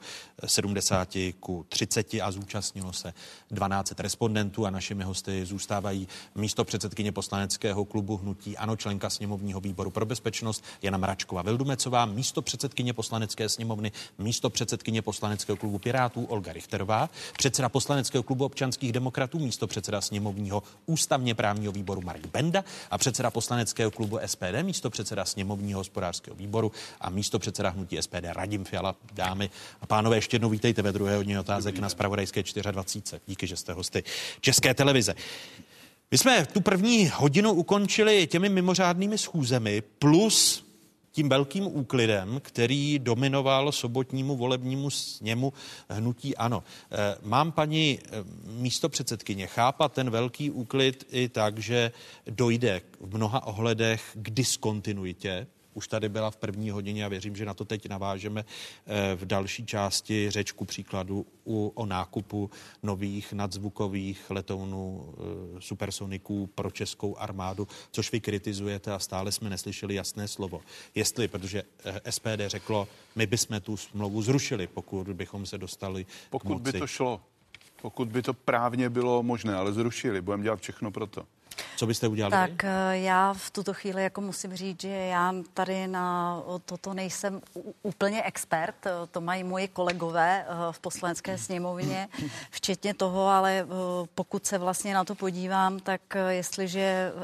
70:30 a zúčastnilo se 12 respondentů a našimi hosty zůstávají místopředsedkyně poslaneckého klubu Hnutí ANO, členka sněmovního výboru pro bezpečnost Jana Mračková Vildumetzová, místopředsedkyně poslanecké sněmovny, místopředsedkyně poslaneckého klubu Pirátů Olga Richterová, předseda poslaneckého klubu občanských demokratů, místopředseda sněmovního ústavně právního výboru Marek Benda a předseda poslaneckého klubu SPD, místopředseda sněmovního hospodářského výboru a místopředseda hnutí SPD Radim Fiala. Dámy a pánové, ještě jednou vítejte ve druhé hodině otázek na Zpravodajské 24. Díky, že jste hosty České televize. My jsme tu první hodinu ukončili těmi mimořádnými schůzemi plus tím velkým úklidem, který dominoval sobotnímu volebnímu sněmu Hnutí ANO. Mám, paní místopředsedkyně, chápat ten velký úklid i tak, že dojde v mnoha ohledech k diskontinuitě? Už tady byla v první hodině a věřím, že na to teď navážeme v další části řeč ku příkladu o nákupu nových nadzvukových letounů supersoniků pro českou armádu, což vy kritizujete a stále jsme neslyšeli jasné slovo. Jestli, protože SPD řeklo, my bychom tu smlouvu zrušili, pokud bychom se dostali pokud k moci. by to šlo, pokud by to právně bylo možné, ale zrušili, budeme dělat všechno pro to. Co byste udělali? Tak já v tuto chvíli jako musím říct, že já tady na toto nejsem úplně expert, to mají moji kolegové v poslanecké sněmovně, včetně toho, ale pokud se vlastně na to podívám, tak jestliže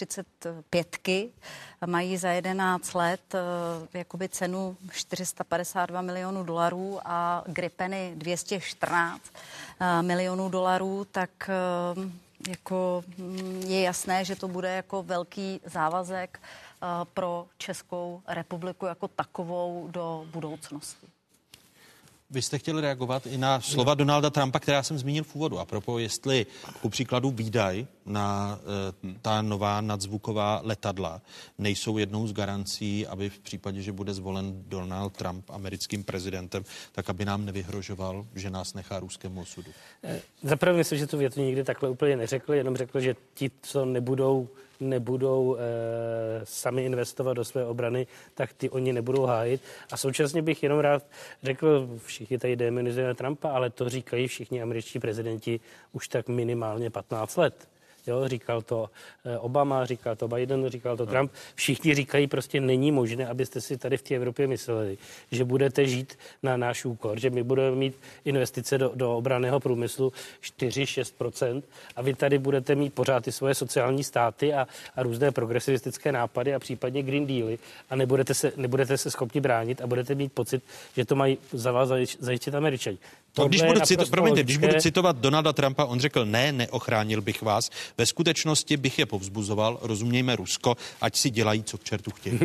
F-35 mají za 11 let jakoby cenu 452 milionů dolarů a Gripeny 214 milionů dolarů, tak jako je jasné, že to bude jako velký závazek pro Českou republiku jako takovou do budoucnosti. Vy jste chtěli reagovat i na slova Donalda Trumpa, která jsem zmínil v úvodu. A propo, jestli ku příkladu výdaj na ta nová nadzvuková letadla nejsou jednou z garancí, aby v případě, že bude zvolen Donald Trump americkým prezidentem, tak aby nám nevyhrožoval, že nás nechá ruskému osudu. Zaprvé myslím, že tu větu nikdy takhle úplně neřekli, jenom řekl, že ti, co nebudou sami investovat do své obrany, tak ty oni nebudou hájit. A současně bych jenom rád řekl, všichni tady demonizujeme Trumpa, ale to říkají všichni američtí prezidenti už tak minimálně 15 let. Jo, říkal to Obama, říkal to Biden, říkal to Trump. Všichni říkají, prostě není možné, abyste si tady v té Evropě mysleli, že budete žít na náš úkor, že my budeme mít investice do obranného průmyslu 4-6% a vy tady budete mít pořád ty svoje sociální státy a různé progresivistické nápady a případně Green Dealy a nebudete se schopni bránit a budete mít pocit, že to mají za vás zajistit Američani. No, když budu citovat Donalda Trumpa, on řekl, neochránil bych vás. Ve skutečnosti bych je povzbuzoval, rozumějme Rusko, ať si dělají, co k čertu chtějí.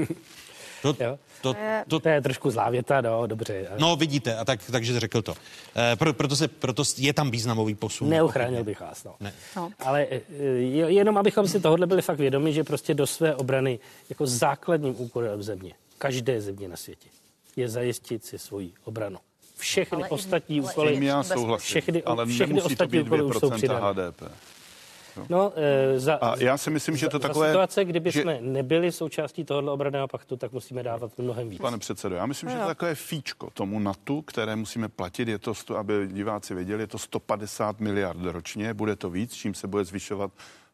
To je trošku zlá věta, no, dobře. No, vidíte, a takže řekl to. Proto je tam významový posun. Neochránil bych vás, no. Ne. Ale jenom abychom si tohle byli fakt vědomi, že prostě do své obrany jako základním úkolem země, každé země na světě, je zajistit si svoji obranu. Všechny ostatní úkoly, ale všechny ostatní úkoly už jsou přidané. HDP. No, a já si myslím, že to takové... situace, kdyby jsme nebyli součástí tohoto obranného paktu, tak musíme dávat mnohem víc. Pane předsedo, já myslím, že to je takové fíčko tomu NATO, které musíme platit, je to, aby diváci věděli, je to 150 miliard ročně, bude to víc, čím se bude zvyšovat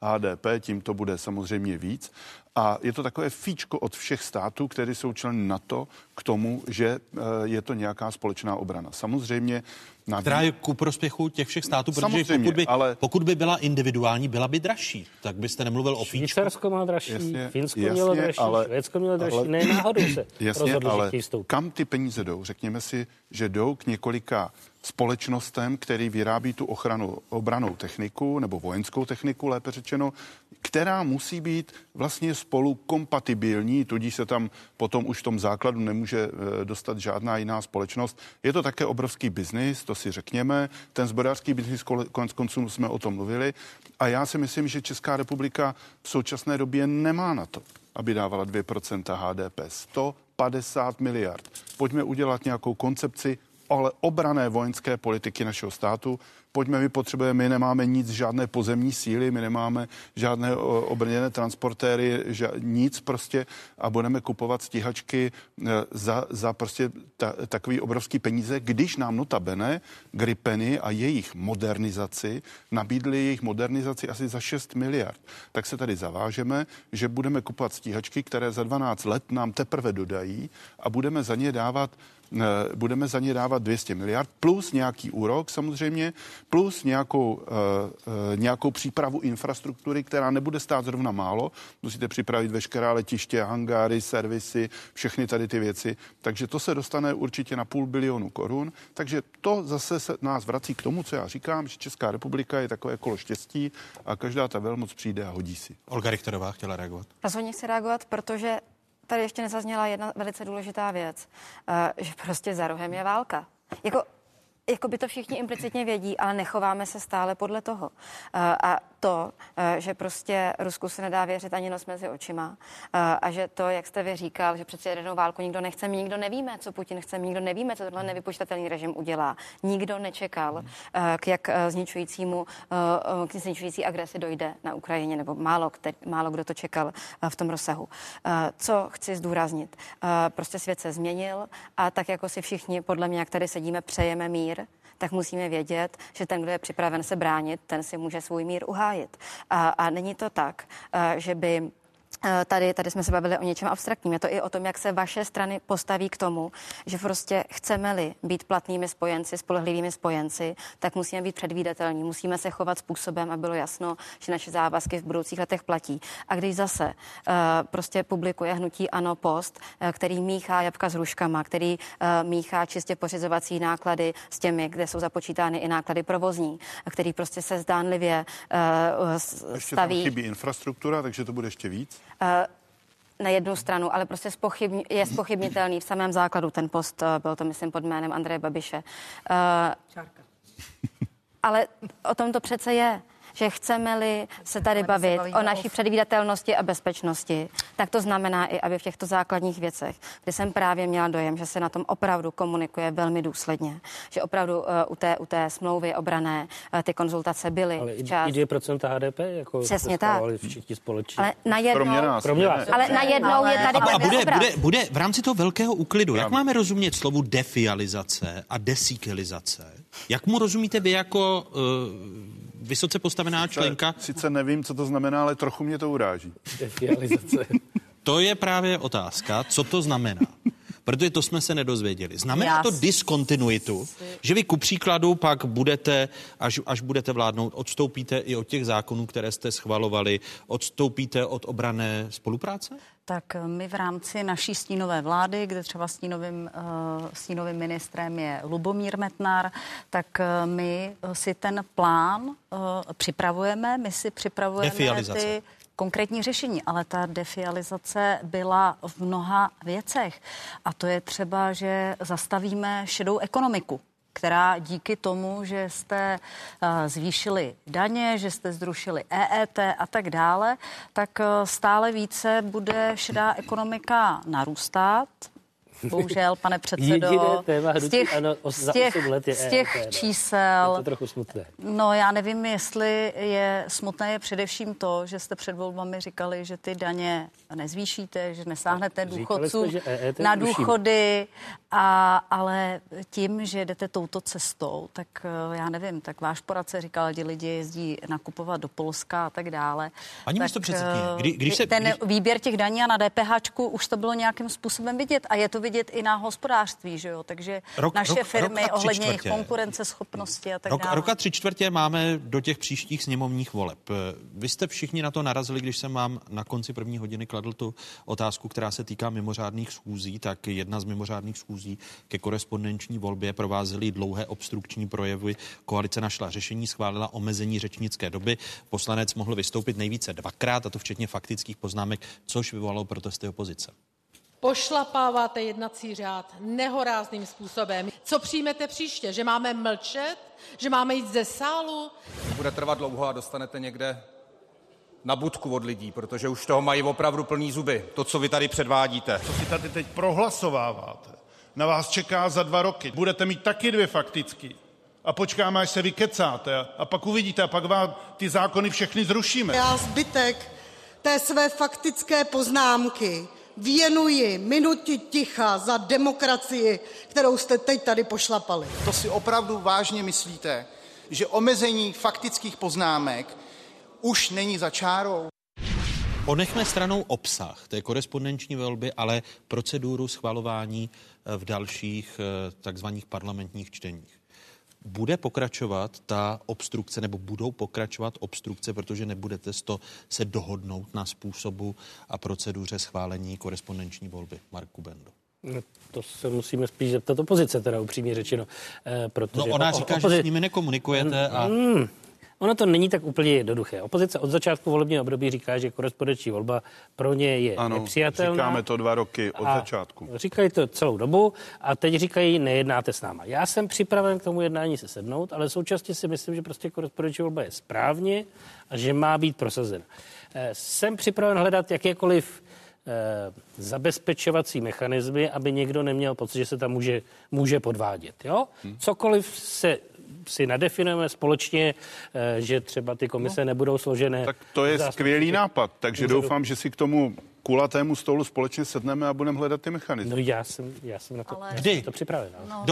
HDP, tím to bude samozřejmě víc. A je to takové fíčko od všech států, které jsou členy NATO, k tomu, že je to nějaká společná obrana. Samozřejmě která je ku prospěchu těch všech států, protože pokud by byla individuální, byla by dražší. Tak byste nemluvil o fíčku. Švýcarsko má dražší, Finsko mělo dražší, Švédsko mělo dražší. Ne, náhodou se rozhodli, že chtějí vstoupit. Kam ty peníze jdou? Řekněme si, že jdou k několika společnostem, který vyrábí tu obrannou techniku, nebo vojenskou techniku, lépe řečeno, která musí být vlastně spolu kompatibilní, tudíž se tam potom už v tom základu nemůže dostat žádná jiná společnost. Je to také obrovský biznis, to si řekněme. Ten zbrojařský biznis, konec konců jsme o tom mluvili. A já si myslím, že Česká republika v současné době nemá na to, aby dávala 2% HDP. 150 miliard. Pojďme udělat nějakou koncepci, ale obranné vojenské politiky našeho státu. Pojďme, my nemáme nic, žádné pozemní síly, my nemáme žádné obrněné transportéry, nic prostě a budeme kupovat stíhačky za prostě takový obrovský peníze, když nám notabene Gripeny a jejich modernizaci nabídli jejich modernizaci asi za 6 miliard. Tak se tady zavážeme, že budeme kupovat stíhačky, které za 12 let nám teprve dodají a budeme za ně dávat 200 miliard plus nějaký úrok samozřejmě, plus nějakou přípravu infrastruktury, která nebude stát zrovna málo. Musíte připravit veškerá letiště, hangáry, servisy, všechny tady ty věci. Takže to se dostane určitě na 500 milionu korun. Takže to zase se nás vrací k tomu, co já říkám, že Česká republika je takové kolo štěstí a každá ta velmoc přijde a hodí si. Olga Richterová chtěla reagovat. Rozhodně chci reagovat, protože tady ještě nezazněla jedna velice důležitá věc, že prostě za rohem je válka. Jako by to všichni implicitně vědí, ale nechováme se stále podle toho. A to, že prostě Rusku se nedá věřit ani nos mezi očima a že to, jak jste vy říkal, že přece jadernou válku nikdo nechce, my nikdo nevíme, co Putin chce, my nikdo nevíme, co tohle nevypočitatelný režim udělá. Nikdo nečekal, k zničující agresi dojde na Ukrajině, nebo málo kdo to čekal v tom rozsahu. Co chci zdůraznit? Prostě svět se změnil a tak jako si všichni, podle mě, jak tady sedíme, přejeme mír, tak musíme vědět, že ten, kdo je připraven se bránit, ten si může svůj mír uhájit. A není to tak, že by Tady jsme se bavili o něčem abstraktním. Je to i o tom, jak se vaše strany postaví k tomu, že prostě chceme-li být platnými spojenci, spolehlivými spojenci, tak musíme být předvídatelní. Musíme se chovat způsobem, aby bylo jasno, že naše závazky v budoucích letech platí. A když zase prostě publikuje hnutí ANO post, který míchá jablka s hruškama, který míchá čistě pořizovací náklady s těmi, kde jsou započítány i náklady provozní, který prostě se zdánlivě ještě tam chybí infrastruktura, takže to bude ještě víc. Na jednu stranu, ale prostě je zpochybnitelný v samém základu ten post, byl to myslím pod jménem Andreje Babiše. Ale o tom to přece je, že chceme-li se tady bavit o naší předvídatelnosti a bezpečnosti, tak to znamená i, aby v těchto základních věcech, kde jsem právě měla dojem, že se na tom opravdu komunikuje velmi důsledně, že opravdu u té smlouvy obranné ty konzultace byly včas. Ale i 2% HDP, jako přesně tak. Všichni společně. Ale najednou, ale najednou je tady bude v rámci toho velkého úklidu, jak máme rozumět slovu defializace a desíkilizace? Jak mu rozumíte vy jako vysoce postavená členka? Sice nevím, co to znamená, ale trochu mě to uráží. Defializace. To je právě otázka, co to znamená. Protože to jsme se nedozvěděli. Znamená to diskontinuitu, že vy ku příkladu pak budete, až budete vládnout, odstoupíte i od těch zákonů, které jste schvalovali, odstoupíte od obranné spolupráce? Tak my v rámci naší stínové vlády, kde třeba stínovým ministrem je Lubomír Metnar, tak my si ten plán připravujeme, ty konkrétní řešení, ale ta defializace byla v mnoha věcech. A to je třeba, že zastavíme šedou ekonomiku, která díky tomu, že jste zvýšili daně, že jste zrušili EET a tak dále, tak stále více bude šedá ekonomika narůstat. Bohužel, pane předsedo, z těch čísel... Je to trochu smutné. No, já nevím, jestli je smutné je především to, že jste před volbami říkali, že ty daně nezvýšíte, že nesáhnete důchodců na důchody, ale tím, že jdete touto cestou, tak já nevím, tak váš poradce říkal, že lidi jezdí nakupovat do Polska a tak dále. Paní místopředsedkyně, ten výběr těch daní a na DPHčku už to bylo nějakým způsobem vidět a je to vidět i na hospodářství, že jo, takže naše firmy ohledně jejich konkurenceschopnosti a tak dále. Roka 3/4 máme do těch příštích sněmovních voleb. Vy jste všichni na to narazili, když jsem vám na konci první hodiny kladl tu otázku, která se týká mimořádných schůzí, tak jedna z mimořádných schůzí ke korespondenční volbě provázely dlouhé obstrukční projevy. Koalice našla řešení, schválila omezení řečnické doby. Poslanec mohl vystoupit nejvíce 2krát, a to včetně faktických poznámek, což vyvolalo protesty opozice. Pošlapáváte jednací řád nehorázným způsobem. Co přijmete příště? Že máme mlčet? Že máme jít ze sálu? Bude trvat dlouho a dostanete někde na budku od lidí, protože už toho mají opravdu plný zuby. To, co vy tady předvádíte. Co si tady teď prohlasováváte, na vás čeká za 2 roky. Budete mít taky 2 faktický. A počkáme, až se vykecáte a pak uvidíte a pak vám ty zákony všechny zrušíme. Já zbytek té své faktické poznámky věnuji minutě ticha za demokracii, kterou jste teď tady pošlapali. To si opravdu vážně myslíte, že omezení faktických poznámek už není za čárou? Ponechme stranou obsah té korespondenční volby, ale proceduru schvalování v dalších takzvaných parlamentních čteních. Bude pokračovat ta obstrukce, nebo budou pokračovat obstrukce, protože nebudete se dohodnout na způsobu a proceduře schválení korespondenční volby? Marku Bendo. No, to se musíme spíš zeptat opozice, teda upřímně řečeno. Protože ona říká, že s nimi nekomunikujete a... Ono to není tak úplně jednoduché. Opozice od začátku volebního období říká, že korespondenční volba pro ně je nepřijatelná. Říkáme to 2 roky od začátku. Říkají to celou dobu a teď říkají, nejednáte s náma. Já jsem připraven k tomu jednání se sednout, ale současně si myslím, že prostě korespondenční volba je správně a že má být prosazena. Jsem připraven hledat jakékoliv zabezpečovací mechanismy, aby někdo neměl pocit, že se tam může podvádět. Jo? Cokoliv si nadefinujeme společně, že třeba ty komise nebudou složené. Tak to je skvělý nápad, takže doufám, že si k tomu kulatému stolu společně sedneme a budeme hledat ty mechanizmy. No já jsem na to, to připraven.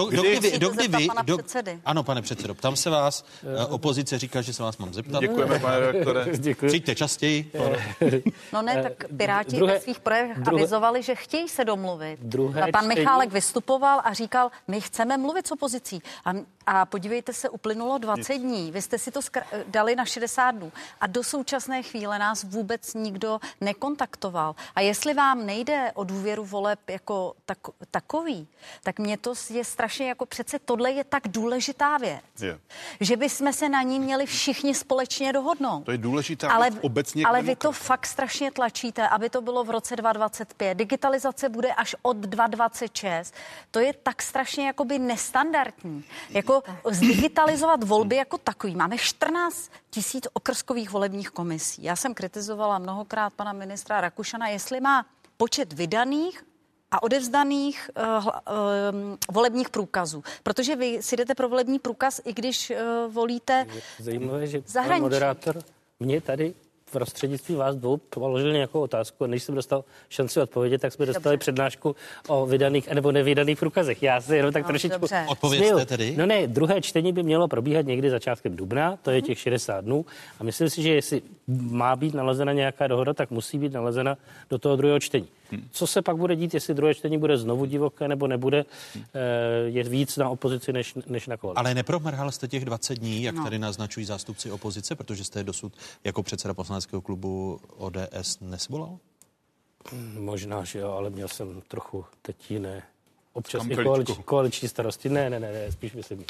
Ano, pane předsedo, ptám se vás, opozice říká, že se vás mám zeptat. Děkujeme, pane redaktore. Přijďte častěji. No ne, tak Piráti ve svých projevech avizovali, že chtějí se domluvit. Pan Michálek vystupoval a říkal, my chceme mluvit s opozicí. A podívejte se, uplynulo 20 dní. Vy jste si to dali na 60 dnů. A do současné chvíle nás vůbec nikdo nekontaktoval. A jestli vám nejde o důvěru voleb jako takový, tak mně to je strašně jako přece tohle je tak důležitá věc, že bychom se na ní měli všichni společně dohodnout. To je důležitá věc obecně. Ale vy to fakt strašně tlačíte, aby to bylo v roce 2025. Digitalizace bude až od 2026. To je tak strašně jakoby nestandardní. Jako zdigitalizovat volby jako takový. Máme 14 000 okrskových volebních komisí. Já jsem kritizovala mnohokrát pana ministra Rakušana, jestli má počet vydaných a odevzdaných volebních průkazů. Protože vy si jdete pro volební průkaz, i když volíte zajímavé, že pan moderátor mě tady v prostřednictví vás dvou položil nějakou otázku a než jsem dostal šanci odpovědět, tak jsme dostali přednášku o vydaných nebo nevydaných průkazech. Já se jenom tak trošičku odpovězte tedy. No ne, druhé čtení by mělo probíhat někdy začátkem dubna, to je těch 60 dnů a myslím si, že jestli má být nalezena nějaká dohoda, tak musí být nalezena do toho druhého čtení. Co se pak bude dít, jestli druhé čtení bude znovu divoké nebo nebude, je víc na opozici než na koalici. Ale nepromrhal jste těch 20 dní, jak tady naznačují zástupci opozice, protože jste dosud jako předseda poslaneckého klubu ODS nesvolal? Možná, že jo, ale měl jsem trochu teď jiné občas i koaliční starosti. Ne, spíš myslím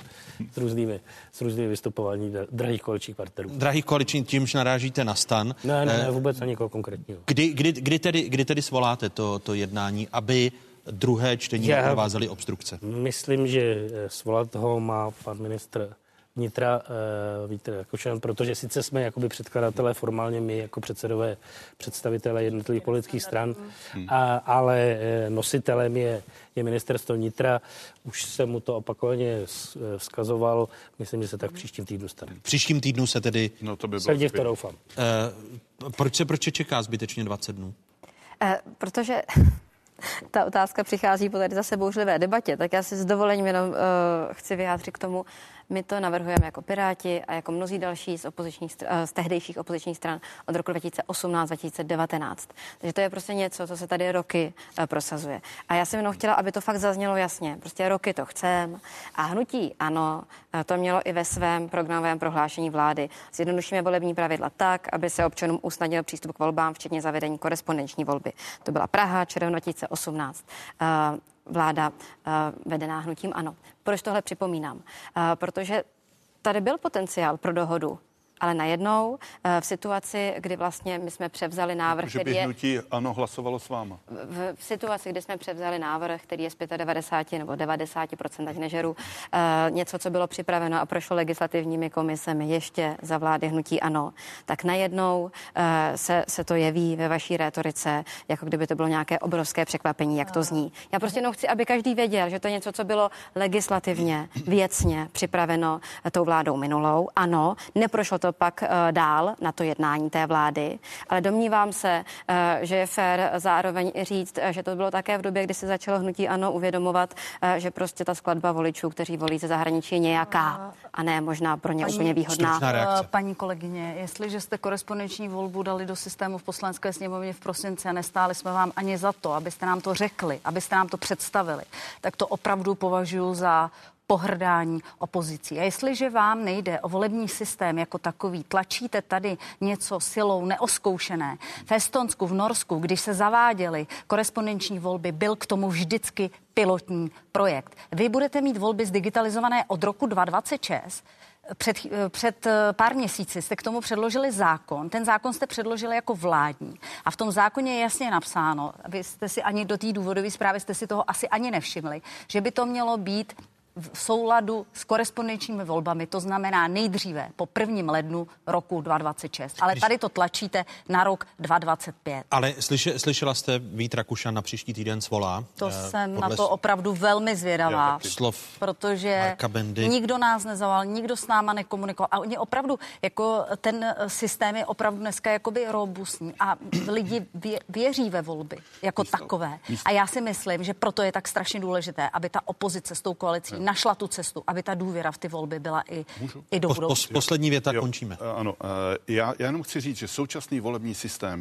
s různými vystupování drahých koaličních partnerů. Drahých koaličních, tímž narážíte na STAN. Ne, vůbec na někoho konkrétního. Kdy tedy svoláte to jednání, aby druhé čtení provázely obstrukce? Myslím, že svolat ho má pan ministr vnitra Vít Rakušan, protože sice jsme jakoby předkladatelé formálně my jako představitelé jednotlivých politických stran, ale nositelem je ministerstvo vnitra. Už jsem mu to opakovaně vzkazoval. Myslím, že se tak v příštím týdnu stane. V příštím týdnu se tedy... No to by bylo. Pevně v to doufám. Proč se čeká zbytečně 20 dnů? Protože ta otázka přichází po tady zase bouřlivé debatě, tak já si s dovolením jenom chci vyjádřit k tomu. My to navrhujeme jako Piráti a jako mnozí další z tehdejších opozičních stran od roku 2018-2019. Takže to je prostě něco, co se tady roky prosazuje. A já jsem jenom chtěla, aby to fakt zaznělo jasně. Prostě roky to chceme. A hnutí ANO to mělo i ve svém programovém prohlášení vlády. Zjednodušíme volební pravidla tak, aby se občanům usnadnil přístup k volbám, včetně zavedení korespondenční volby. To byla Praha, červen 2018. Vláda vedená hnutím ANO. Proč tohle připomínám? Protože tady byl potenciál pro dohodu, ale najednou v situaci, kdy vlastně my jsme převzali návrh, že by hnutí ANO hlasovalo s váma. V situaci, kdy jsme převzali návrh, který je z 95 nebo 90%, ať nežeru, něco, co bylo připraveno a prošlo legislativními komisemi ještě za vlády hnutí ANO, tak najednou se to jeví ve vaší rétorice, jako kdyby to bylo nějaké obrovské překvapení, jak to zní. Já prostě jenom chci, aby každý věděl, že to je něco, co bylo legislativně, věcně připraveno tou vládou minulou. Ano, neprošlo to pak dál na to jednání té vlády, ale domnívám se, že je fér zároveň i říct, že to bylo také v době, kdy se začalo hnutí ANO uvědomovat, že prostě ta skladba voličů, kteří volí ze zahraničí, je nějaká a ne možná pro ně úplně výhodná. Paní kolegyně, jestliže jste korespondenční volbu dali do systému v Poslanecké sněmovně v prosinci a nestáli jsme vám ani za to, abyste nám to řekli, abyste nám to představili, tak to opravdu považuji za pohrdání opozicí. A jestliže vám nejde o volební systém jako takový, tlačíte tady něco silou neoskoušené. V Estonsku, v Norsku, když se zaváděly korespondenční volby, byl k tomu vždycky pilotní projekt. Vy budete mít volby zdigitalizované od roku 2026. Před pár měsíci jste k tomu předložili zákon. Ten zákon jste předložili jako vládní. A v tom zákoně je jasně napsáno, vy jste si ani do té důvodové zprávy jste si toho asi ani nevšimli, že by to mělo být v souladu s korespondenčními volbami, to znamená nejdříve po 1. lednu roku 2026. Ale tady to tlačíte na rok 2025. Ale slyšela jste, Vít Rakušan na příští týden svolá? To jsem na to opravdu velmi zvědavá. Protože nikdo nás nezavolal, nikdo s náma nekomunikoval. A oni opravdu, jako ten systém je opravdu dneska jakoby robustní a lidi věří ve volby jako takové. A já si myslím, že proto je tak strašně důležité, aby ta opozice s tou koalicí našla tu cestu, aby ta důvěra v ty volby byla i do budoucna. Poslední věta, končíme. Ano, já jenom chci říct, že současný volební systém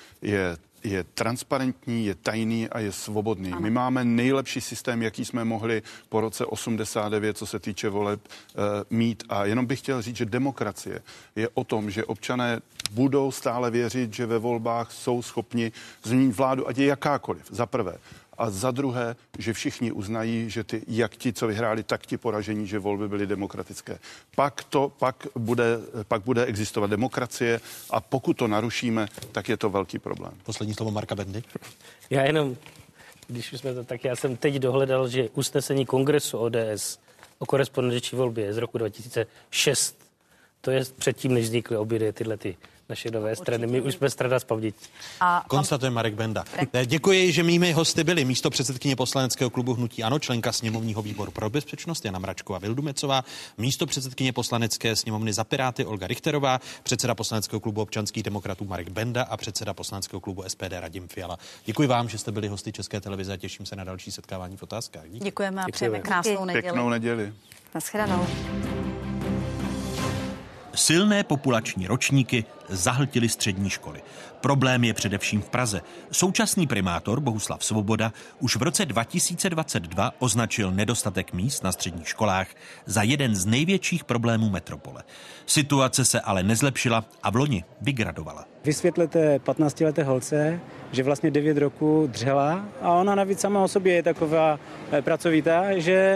je transparentní, je tajný a je svobodný. Ano. My máme nejlepší systém, jaký jsme mohli po roce 89, co se týče voleb, mít. A jenom bych chtěl říct, že demokracie je o tom, že občané budou stále věřit, že ve volbách jsou schopni změnit vládu, ať je jakákoliv, za prvé. A za druhé, že všichni uznají, že jak ti, co vyhráli, tak ti poražení, že volby byly demokratické. Pak bude existovat demokracie a pokud to narušíme, tak je to velký problém. Poslední slovo Marka Bendy. Já jenom, když jsme to tak, já jsem teď dohledal, že usnesení kongresu ODS o korespondenční volbě z roku 2006, to je předtím, než vznikly obě tyhle naše nové strany. My už jsme strana z paměti. Konstatuje Marek Benda. Děkuji, že mými hosty byli místopředsedkyně poslaneckého klubu hnutí ANO, členka sněmovního výboru pro bezpečnost Jana Mračková Vildumecová, místopředsedkyně poslanecké sněmovny za Piráty Olga Richterová, předseda poslaneckého klubu občanských demokratů Marek Benda a předseda poslaneckého klubu SPD Radim Fiala. Děkuji vám, že jste byli hosty České televize a těším se na další setkávání v Otázkách. Děkujeme a přejeme krásnou neděli. Pěknou neděli. Naschledanou. Silné populační ročníky zahltily střední školy. Problém je především v Praze. Současný primátor Bohuslav Svoboda už v roce 2022 označil nedostatek míst na středních školách za jeden z největších problémů metropole. Situace se ale nezlepšila a vloni vygradovala. Vysvětlete 15leté holce, že vlastně 9 roků dřela a ona navíc sama o sobě je taková pracovitá, že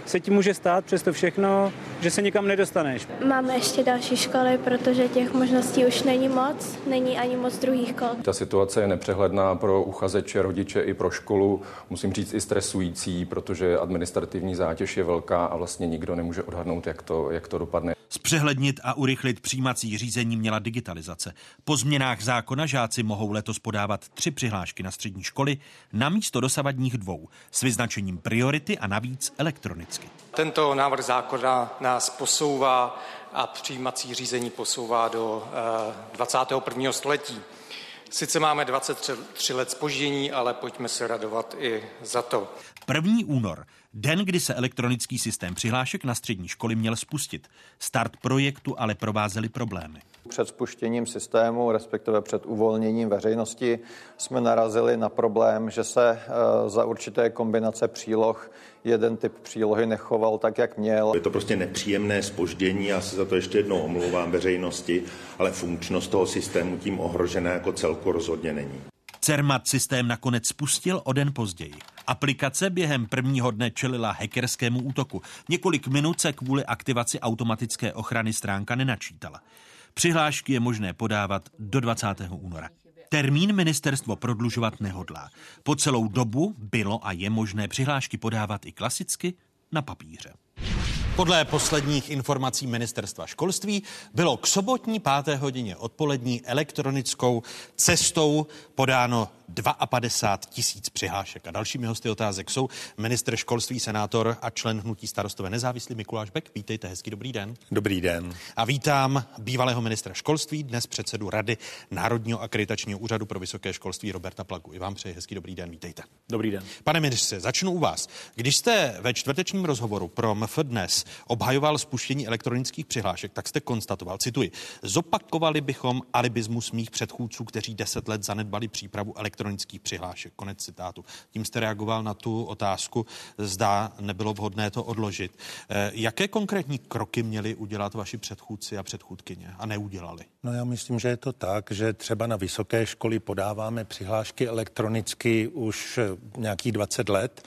se ti může stát přes to všechno, že se nikam nedostaneš. Máme ještě další školy, protože těch možností už není moc, není ani moc druhých kol. Ta situace je nepřehledná pro uchazeče, rodiče i pro školu, musím říct i stresující, protože administrativní zátěž je velká a vlastně nikdo nemůže odhadnout, jak to dopadne. Zpřehlednit a urychlit přijímací řízení měla digitalizace. Po změnách zákona žáci mohou letos podávat 3 přihlášky na střední školy namísto dosavadních 2 s vyznačením priority a navíc elektronicky. Tento návrh zákona nás posouvá a přijímací řízení posouvá do 21. století. Sice máme 23 let zpoždění, ale pojďme se radovat i za to. 1. únor, den, kdy se elektronický systém přihlášek na střední školy měl spustit. Start projektu ale provázely problémy. Před spuštěním systému, respektive před uvolněním veřejnosti, jsme narazili na problém, že se za určité kombinace příloh jeden typ přílohy nechoval tak, jak měl. Je to prostě nepříjemné zpoždění, já se za to ještě jednou omlouvám veřejnosti, ale funkčnost toho systému tím ohrožená jako celku rozhodně není. Cermat systém nakonec spustil o den později. Aplikace během prvního dne čelila hackerskému útoku. Několik minut se kvůli aktivaci automatické ochrany stránka nenačítala. Přihlášky je možné podávat do 20. února. Termín ministerstvo prodlužovat nehodlá. Po celou dobu bylo a je možné přihlášky podávat i klasicky na papíře. Podle posledních informací ministerstva školství bylo k sobotní 5. hodině odpolední elektronickou cestou podáno 52 000 přihlášek. A dalšími hosty otázek jsou ministr školství, senátor a člen hnutí Starostové nezávislí Mikuláš Bek. Vítejte, hezký dobrý den. Dobrý den. A vítám bývalého ministra školství, dnes předsedu Rady Národního akreditačního úřadu pro vysoké školství Roberta Plagu. I vám přeji hezký dobrý den, vítejte. Dobrý den. Pane ministře, začnu u vás. Když jste ve čtvrtečním rozhovoru pro MF Dnes obhajoval spuštění elektronických přihlášek, tak jste konstatoval, cituji, zopakovali bychom alibismus mých předchůdců, kteří 10 let zanedbali přípravu elektronických přihlášek. Konec citátu. Tím jste reagoval na tu otázku, zda nebylo vhodné to odložit. Jaké konkrétní kroky měli udělat vaši předchůdci a předchůdkyně a neudělali? No já myslím, že je to tak, že třeba na vysoké školy podáváme přihlášky elektronicky už nějakých 20 let.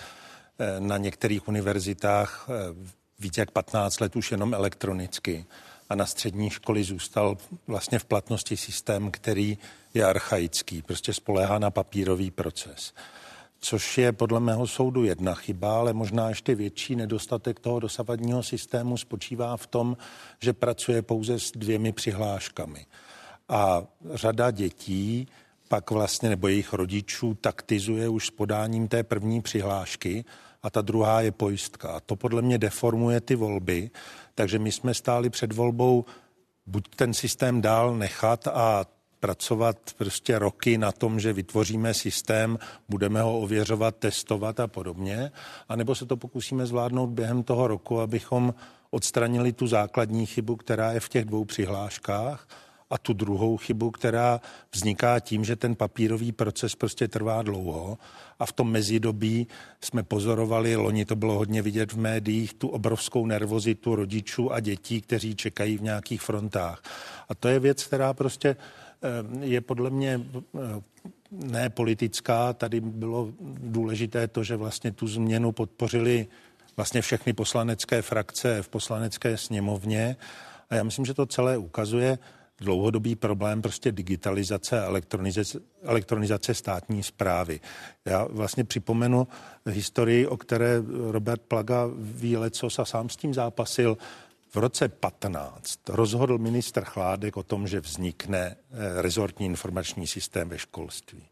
Na některých univerzitách víc jak 15 let už jenom elektronicky. A na střední školy zůstal vlastně v platnosti systém, který je archaický, prostě spoléhá na papírový proces. Což je podle mého soudu jedna chyba, ale možná ještě větší nedostatek toho dosavadního systému spočívá v tom, že pracuje pouze s 2 přihláškami. A řada dětí pak vlastně, nebo jejich rodičů, taktizuje už s podáním té první přihlášky a ta druhá je pojistka. A to podle mě deformuje ty volby, takže my jsme stáli před volbou buď ten systém dál nechat a pracovat prostě roky na tom, že vytvoříme systém, budeme ho ověřovat, testovat a podobně, anebo se to pokusíme zvládnout během toho roku, abychom odstranili tu základní chybu, která je v těch 2 přihláškách, a tu druhou chybu, která vzniká tím, že ten papírový proces prostě trvá dlouho a v tom mezidobí jsme pozorovali, loni to bylo hodně vidět v médiích, tu obrovskou nervozitu rodičů a dětí, kteří čekají v nějakých frontách. A to je věc, která prostě je podle mě ne politická. Tady bylo důležité to, že vlastně tu změnu podpořili vlastně všechny poslanecké frakce v poslanecké sněmovně a já myslím, že to celé ukazuje dlouhodobý problém prostě digitalizace a elektronizace státní správy. Já vlastně připomenu historii, o které Robert Plaga ví lecos a sám s tím zápasil. V roce 15 rozhodl ministr Chládek o tom, že vznikne rezortní informační systém ve školství.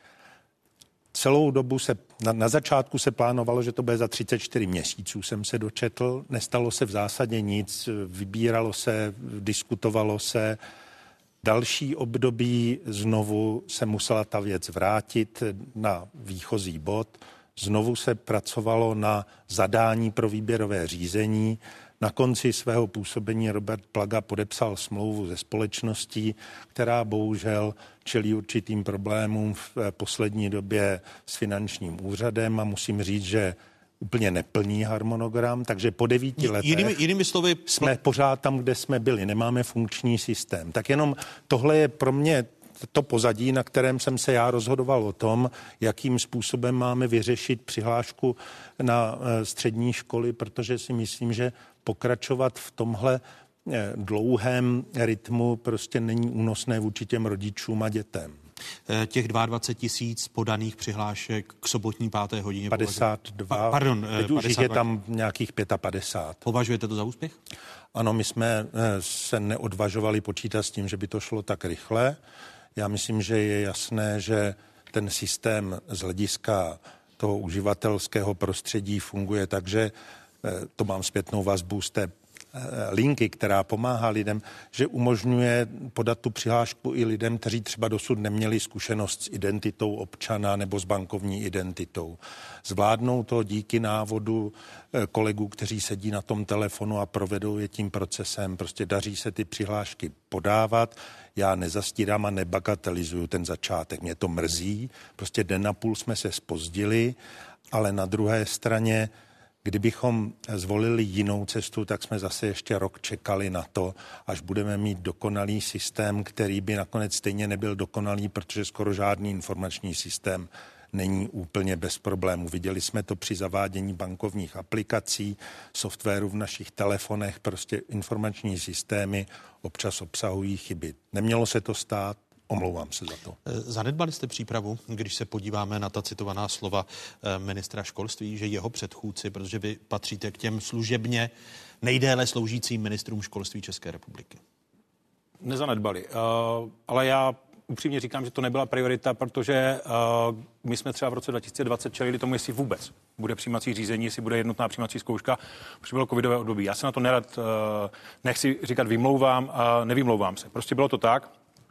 Celou dobu na začátku se plánovalo, že to bude za 34 měsíců, jsem se dočetl. Nestalo se v zásadě nic, vybíralo se, diskutovalo se. Další období znovu se musela ta věc vrátit na výchozí bod. Znovu se pracovalo na zadání pro výběrové řízení. Na konci svého působení Robert Plaga podepsal smlouvu se společností, která bohužel čelí určitým problémům v poslední době s finančním úřadem a musím říct, že úplně neplní harmonogram, takže po 9 letech jinými slovy jsme pořád tam, kde jsme byli, nemáme funkční systém. Tak jenom tohle je pro mě to pozadí, na kterém jsem se já rozhodoval o tom, jakým způsobem máme vyřešit přihlášku na střední školy, protože si myslím, že pokračovat v tomhle dlouhém rytmu prostě není únosné vůči těm rodičům a dětem. Těch 22 000 podaných přihlášek k sobotní 5. hodině. 52. Pardon, teď už je tam nějakých 55. Považujete to za úspěch? Ano, my jsme se neodvažovali počítat s tím, že by to šlo tak rychle. Já myslím, že je jasné, že ten systém z hlediska toho uživatelského prostředí funguje tak, že to mám zpětnou vazbu z té linky, která pomáhá lidem, že umožňuje podat tu přihlášku i lidem, kteří třeba dosud neměli zkušenost s identitou občana nebo s bankovní identitou. Zvládnou to díky návodu kolegů, kteří sedí na tom telefonu a provedou je tím procesem. Prostě daří se ty přihlášky podávat. Já nezastírám a nebagatelizuju ten začátek. Mě to mrzí. Prostě den a půl jsme se zpozdili, ale na druhé straně kdybychom zvolili jinou cestu, tak jsme zase ještě rok čekali na to, až budeme mít dokonalý systém, který by nakonec stejně nebyl dokonalý, protože skoro žádný informační systém není úplně bez problémů. Viděli jsme to při zavádění bankovních aplikací, softwaru v našich telefonech, prostě informační systémy občas obsahují chyby. Nemělo se to stát. Omlouvám se za to. Zanedbali jste přípravu, když se podíváme na ta citovaná slova ministra školství, že jeho předchůdci, protože vy patříte k těm služebně nejdéle sloužícím ministrům školství České republiky? Nezanedbali, ale já upřímně říkám, že to nebyla priorita, protože my jsme třeba v roce 2020 čelili tomu, jestli vůbec bude přijímací řízení, jestli bude jednotná přijímací zkouška, protože bylo covidové období. Já se na to nerad, nechci říkat vymlouvám a nevymlouvám se. Prostě bylo to tak.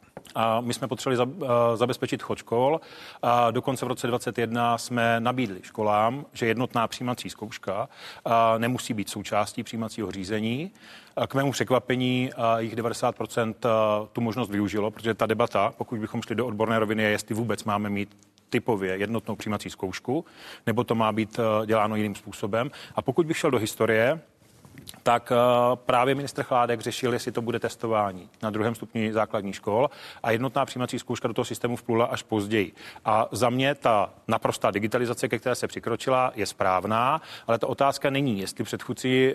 A my jsme potřebovali zabezpečit chod škol. A dokonce v roce 2021 jsme nabídli školám, že jednotná přijímací zkouška nemusí být součástí přijímacího řízení. K mému překvapení jich 90% tu možnost využilo, protože ta debata, pokud bychom šli do odborné roviny, je, jestli vůbec máme mít typově jednotnou přijímací zkoušku, nebo to má být děláno jiným způsobem. A pokud bych šel do historie, tak právě ministr Chládek řešil, jestli to bude testování na 2. stupni základních škol a jednotná přijímací zkouška do toho systému vplula až později. A za mě ta naprostá digitalizace, ke které se přikročila, je správná, ale ta otázka není, jestli předchůdci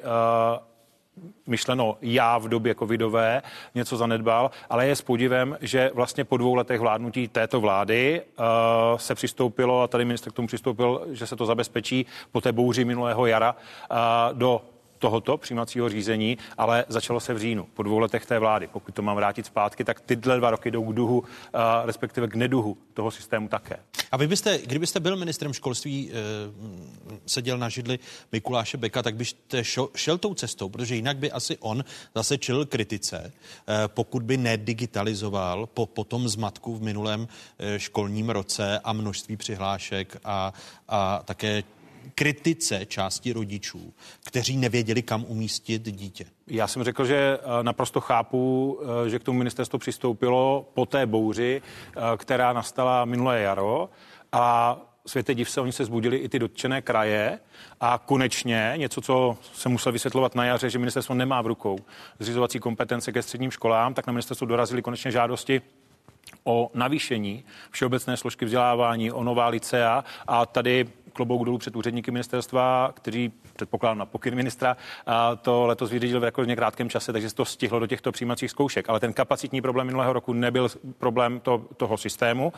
myšleno já v době covidové něco zanedbal, ale je s podivem, že vlastně po 2 letech vládnutí této vlády se přistoupilo, a tady ministr k tomu přistoupil, že se to zabezpečí po té bouři minulého jara do tohoto přijímacího řízení, ale začalo se v říjnu, po 2 letech té vlády. Pokud to mám vrátit zpátky, tak tyhle 2 roky jdou k duhu, respektive k neduhu toho systému také. A kdybyste byl ministrem školství, seděl na židli Mikuláše Beka, tak byste šel tou cestou, protože jinak by asi on zase čelil kritice, pokud by nedigitalizoval po tom zmatku v minulém školním roce a množství přihlášek a také kritice části rodičů, kteří nevěděli, kam umístit dítě. Já jsem řekl, že naprosto chápu, že k tomu ministerstvo přistoupilo po té bouři, která nastala minulé jaro, a světe div se, oni se zbudili i ty dotčené kraje a konečně něco, co se musel vysvětlovat na jaře, že ministerstvo nemá v rukou zřizovací kompetence ke středním školám, tak na ministerstvo dorazily konečně žádosti o navýšení všeobecné složky vzdělávání, o nová licea, a tady klobouk dolů před úředníky ministerstva, kteří, předpokládám na pokyn ministra, to letos vyřídil v rekordně krátkém čase, takže se to stihlo do těchto přijímacích zkoušek. Ale ten kapacitní problém minulého roku nebyl problém toho systému,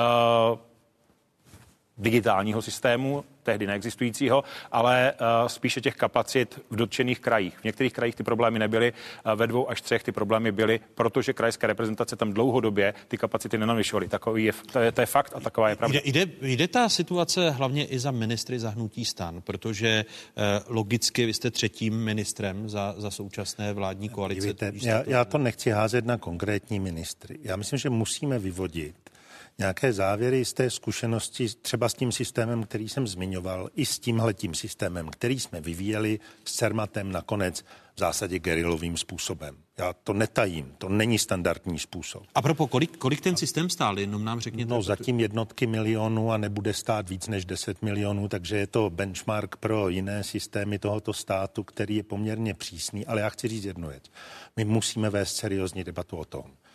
digitálního systému, tehdy neexistujícího, ale spíše těch kapacit v dotčených krajích. V některých krajích ty problémy nebyly, ve 2 až 3 ty problémy byly, protože krajské reprezentace tam dlouhodobě ty kapacity nenavyšovaly. To je fakt a taková je pravda. Jde ta situace hlavně i za ministry za hnutí STAN, protože logicky vy jste 3. ministrem za současné vládní koalice. Víte, já to nechci házet na konkrétní ministry. Já myslím, že musíme vyvodit nějaké závěry z té zkušenosti třeba s tím systémem, který jsem zmiňoval, i s tímhletím systémem, který jsme vyvíjeli s Cermatem nakonec v zásadě gerilovým způsobem. Já to netajím, to není standardní způsob. A propos, kolik ten systém stál, jenom nám řekněte? No zatím jednotky milionů a nebude stát víc než 10 milionů, takže je to benchmark pro jiné systémy tohoto státu, který je poměrně přísný, ale já chci říct jednu věc. My musíme vést seriózní debatu o tom,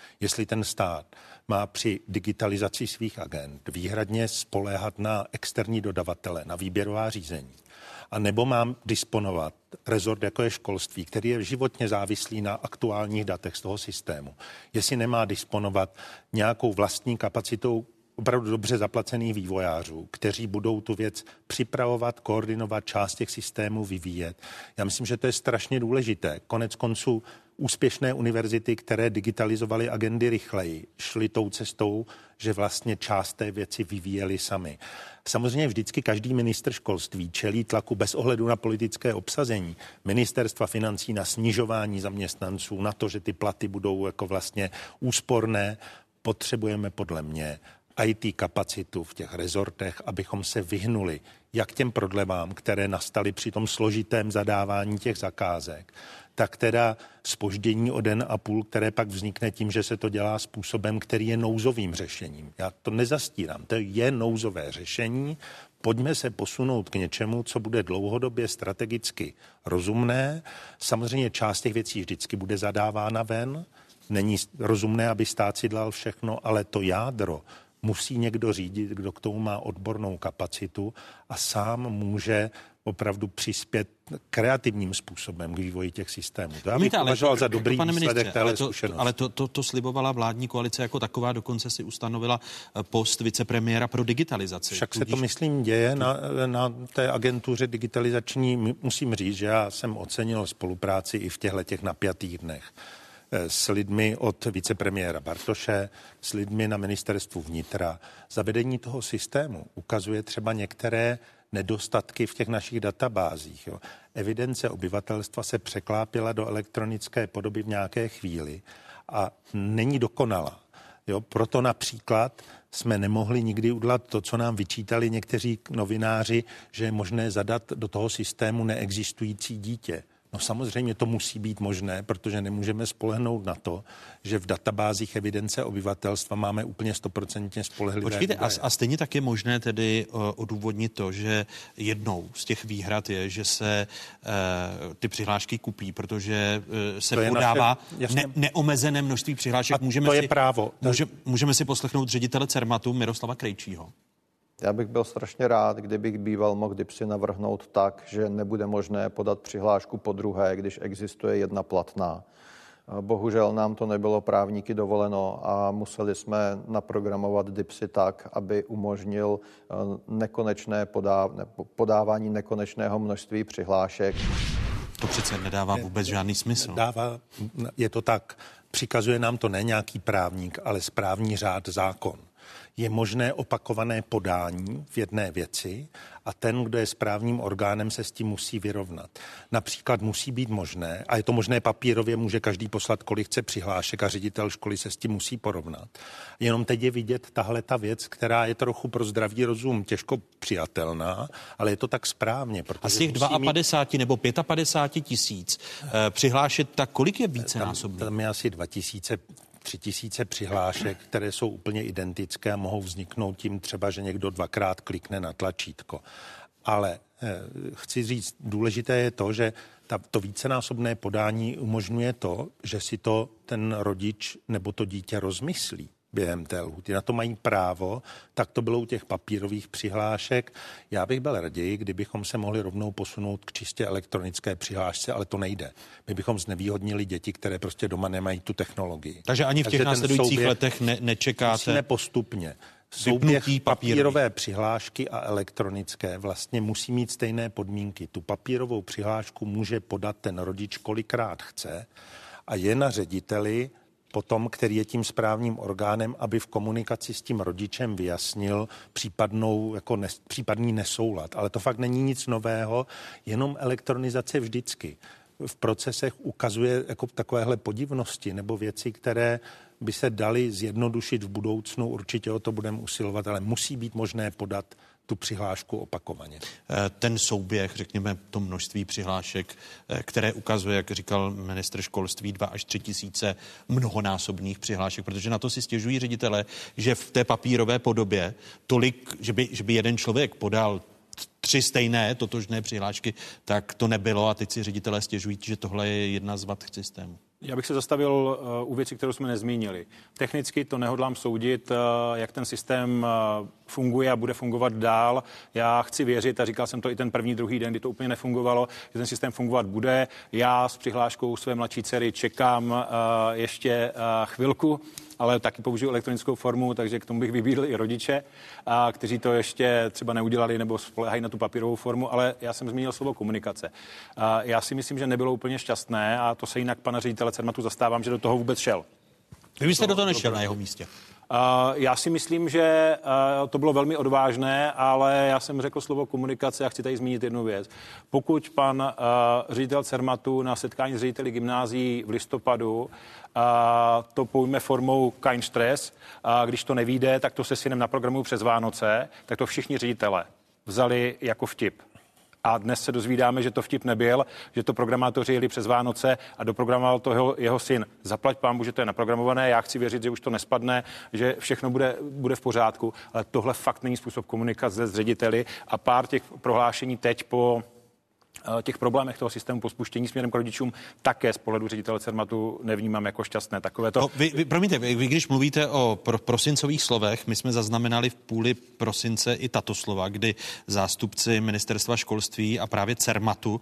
Jestli ten stát má při digitalizaci svých agend výhradně spoléhat na externí dodavatele, na výběrová řízení, a nebo mám disponovat rezort, jako je školství, který je životně závislý na aktuálních datech z toho systému. Jestli nemá disponovat nějakou vlastní kapacitou opravdu dobře zaplacených vývojářů, kteří budou tu věc připravovat, koordinovat, část těch systémů vyvíjet. Já myslím, že to je strašně důležité. Konec konců úspěšné univerzity, které digitalizovaly agendy rychleji, šly tou cestou, že vlastně část té věci vyvíjeli sami. Samozřejmě vždycky každý ministr školství čelí tlaku bez ohledu na politické obsazení ministerstva financí na snižování zaměstnanců, na to, že ty platy budou jako vlastně úsporné. Potřebujeme podle mě IT kapacitu v těch rezortech, abychom se vyhnuli jak těm prodlevám, které nastaly při tom složitém zadávání těch zakázek, tak teda zpoždění o den a půl, které pak vznikne tím, že se to dělá způsobem, který je nouzovým řešením. Já to nezastírám, to je nouzové řešení. Pojďme se posunout k něčemu, co bude dlouhodobě strategicky rozumné. Samozřejmě část těch věcí vždycky bude zadávána ven. Není rozumné, aby stát si dělal všechno, ale to jádro musí někdo řídit, kdo k tomu má odbornou kapacitu a sám může opravdu přispět kreativním způsobem k vývoji těch systémů. To já bych považoval za dobrý výsledek téhle zkušenosti. Ale to slibovala vládní koalice jako taková, dokonce si ustanovila post vicepremiéra pro digitalizaci. Však se to, myslím, děje na té agentuře digitalizační. Musím říct, že já jsem ocenil spolupráci i v těch napjatých dnech s lidmi od vicepremiéra Bartoše, s lidmi na ministerstvu vnitra. Zavedení toho systému ukazuje třeba některé nedostatky v těch našich databázích. Jo. Evidence obyvatelstva se překlápila do elektronické podoby v nějaké chvíli a není dokonalá. Jo. Proto například jsme nemohli nikdy udělat to, co nám vyčítali někteří novináři, že je možné zadat do toho systému neexistující dítě. No samozřejmě to musí být možné, protože nemůžeme spolehnout na to, že v databázích evidence obyvatelstva máme úplně 100% spolehlivé. Počkejte, a stejně tak je možné tedy odůvodnit to, že jednou z těch výhrad je, že se ty přihlášky kupí, protože se podává neomezené množství přihlášek. Můžeme si poslechnout ředitele Cermatu Miroslava Krejčího. Já bych byl strašně rád, kdybych býval mohl DIPSy navrhnout tak, že nebude možné podat přihlášku po druhé, když existuje jedna platná. Bohužel nám to nebylo právníky dovoleno a museli jsme naprogramovat DIPSy tak, aby umožnil podávání nekonečného množství přihlášek. To přece nedává vůbec žádný smysl. Je to tak. Přikazuje nám to ne nějaký právník, ale správní řád, zákon. Je možné opakované podání v jedné věci a ten, kdo je správním orgánem, se s tím musí vyrovnat. Například musí být možné, a je to možné papírově, může každý poslat, kolik chce přihlášek a ředitel školy se s tím musí porovnat. Jenom teď je vidět tahle ta věc, která je trochu pro zdravý rozum těžko přijatelná, ale je to tak správně. A z těch 52 nebo 55 tisíc přihlášet, tak kolik je vícenásobný? Tam je asi 3 000 přihlášek, které jsou úplně identické a mohou vzniknout tím třeba, že někdo dvakrát klikne na tlačítko. Ale chci říct, důležité je to, že to vícenásobné podání umožňuje to, že si to ten rodič nebo to dítě rozmyslí během té lhůty. Na to mají právo, tak to bylo u těch papírových přihlášek. Já bych byl raději, kdybychom se mohli rovnou posunout k čistě elektronické přihlášce, ale to nejde. My bychom znevýhodnili děti, které prostě doma nemají tu technologii. Takže ani v těch následujících letech nečekáte? Musíme postupně. Souběh papírové přihlášky a elektronické vlastně musí mít stejné podmínky. Tu papírovou přihlášku může podat ten rodič kolikrát chce a je na řediteli potom, který je tím správním orgánem, aby v komunikaci s tím rodičem vyjasnil případný nesoulad. Ale to fakt není nic nového, jenom elektronizace vždycky v procesech ukazuje jako takovéhle podivnosti nebo věci, které by se daly zjednodušit v budoucnu. Určitě o to budeme usilovat, ale musí být možné podat tu přihlášku opakovaně. Ten souběh, řekněme, to množství přihlášek, které ukazuje, jak říkal ministr školství, 2 až 3 tisíce mnohonásobných přihlášek, protože na to si stěžují ředitele, že v té papírové podobě tolik, že by jeden člověk podal 3 stejné totožné přihlášky, tak to nebylo a teď si ředitelé stěžují, že tohle je jedna z vad systému. Já bych se zastavil u věci, kterou jsme nezmínili. Technicky to nehodlám soudit, jak ten systém funguje a bude fungovat dál. Já chci věřit, a říkal jsem to i ten první, druhý den, kdy to úplně nefungovalo, že ten systém fungovat bude. Já s přihláškou své mladší dcery čekám ještě chvilku, ale taky použiju elektronickou formu, takže k tomu bych vybídl i rodiče, kteří to ještě třeba neudělali nebo spoléhají na tu papírovou formu, ale já jsem zmínil slovo komunikace. Já si myslím, že nebylo úplně šťastné a to se jinak pana ředitele Cermatu zastávám, že do toho vůbec šel. Vy byste do toho nešel na jeho místě? Já si myslím, že to bylo velmi odvážné, ale já jsem řekl slovo komunikace a chci tady zmínit jednu věc. Pokud pan ředitel Cermatu na setkání s řediteli gymnázií v listopadu to pojme formou kein Stress, když to nevyjde, tak to se synem naprogramují přes Vánoce, tak to všichni ředitele vzali jako vtip. A dnes se dozvídáme, že to vtip nebyl, že to programátoři jeli přes Vánoce a doprogramoval to jeho syn. Zaplať pánbu, že to je naprogramované, já chci věřit, že už to nespadne, že všechno bude v pořádku, ale tohle fakt není způsob komunikace s řediteli a pár těch prohlášení teď po těch problémech toho systému po spuštění směrem k rodičům také z pohledu ředitele Cermatu nevnímám jako šťastné. Takové to... Promiňte, vy když mluvíte o prosincových slovech, my jsme zaznamenali v půli prosince i tato slova, kdy zástupci ministerstva školství a právě Cermatu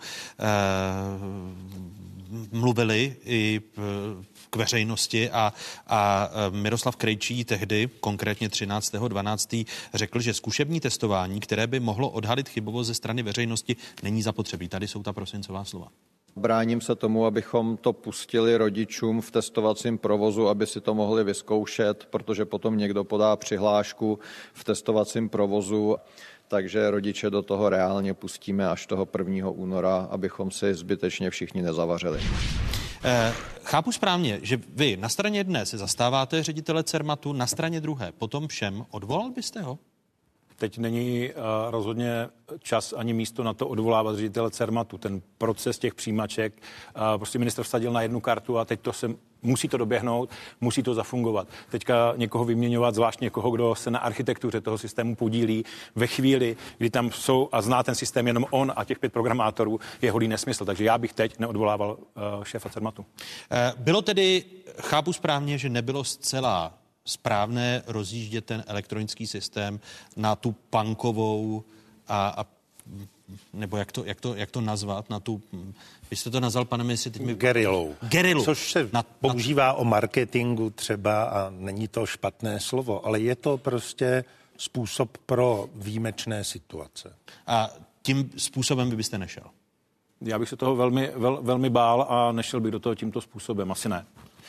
mluvili i k veřejnosti a Miroslav Krejčí tehdy, konkrétně 13.12. řekl, že zkušební testování, které by mohlo odhalit chybovost ze strany veřejnosti, není zapotřebí. Tady jsou ta prosincová slova. Bráním se tomu, abychom to pustili rodičům v testovacím provozu, aby si to mohli vyzkoušet, protože potom někdo podá přihlášku v testovacím provozu. Takže rodiče do toho reálně pustíme až toho 1. února, abychom si zbytečně všichni nezavařili. Chápu správně, že vy na straně jedné se zastáváte ředitele Cermatu, na straně druhé potom všem. Odvolal byste ho? Teď není rozhodně čas ani místo na to odvolávat ředitele Cermatu. Ten proces těch přijímaček, prostě ministr vsadil na jednu kartu a teď musí to doběhnout, musí to zafungovat. Teďka někoho vyměňovat, zvlášť někoho, kdo se na architektuře toho systému podílí ve chvíli, kdy tam jsou a zná ten systém jenom on a těch 5 programátorů, je holý nesmysl. Takže já bych teď neodvolával šéfa Cermatu. Bylo tedy, chápu správně, že nebylo zcela správné rozjíždět ten elektronický systém na tu punkovou nebo jak to nazvat, na tu, vy jste to nazval, pane ministře, teď mi... Gerilou. Gerilu. Což se používá o marketingu třeba a není to špatné slovo, ale je to prostě způsob pro výjimečné situace. A tím způsobem vy byste nešel? Já bych se toho velmi bál a nešel bych do toho tímto způsobem, asi ne.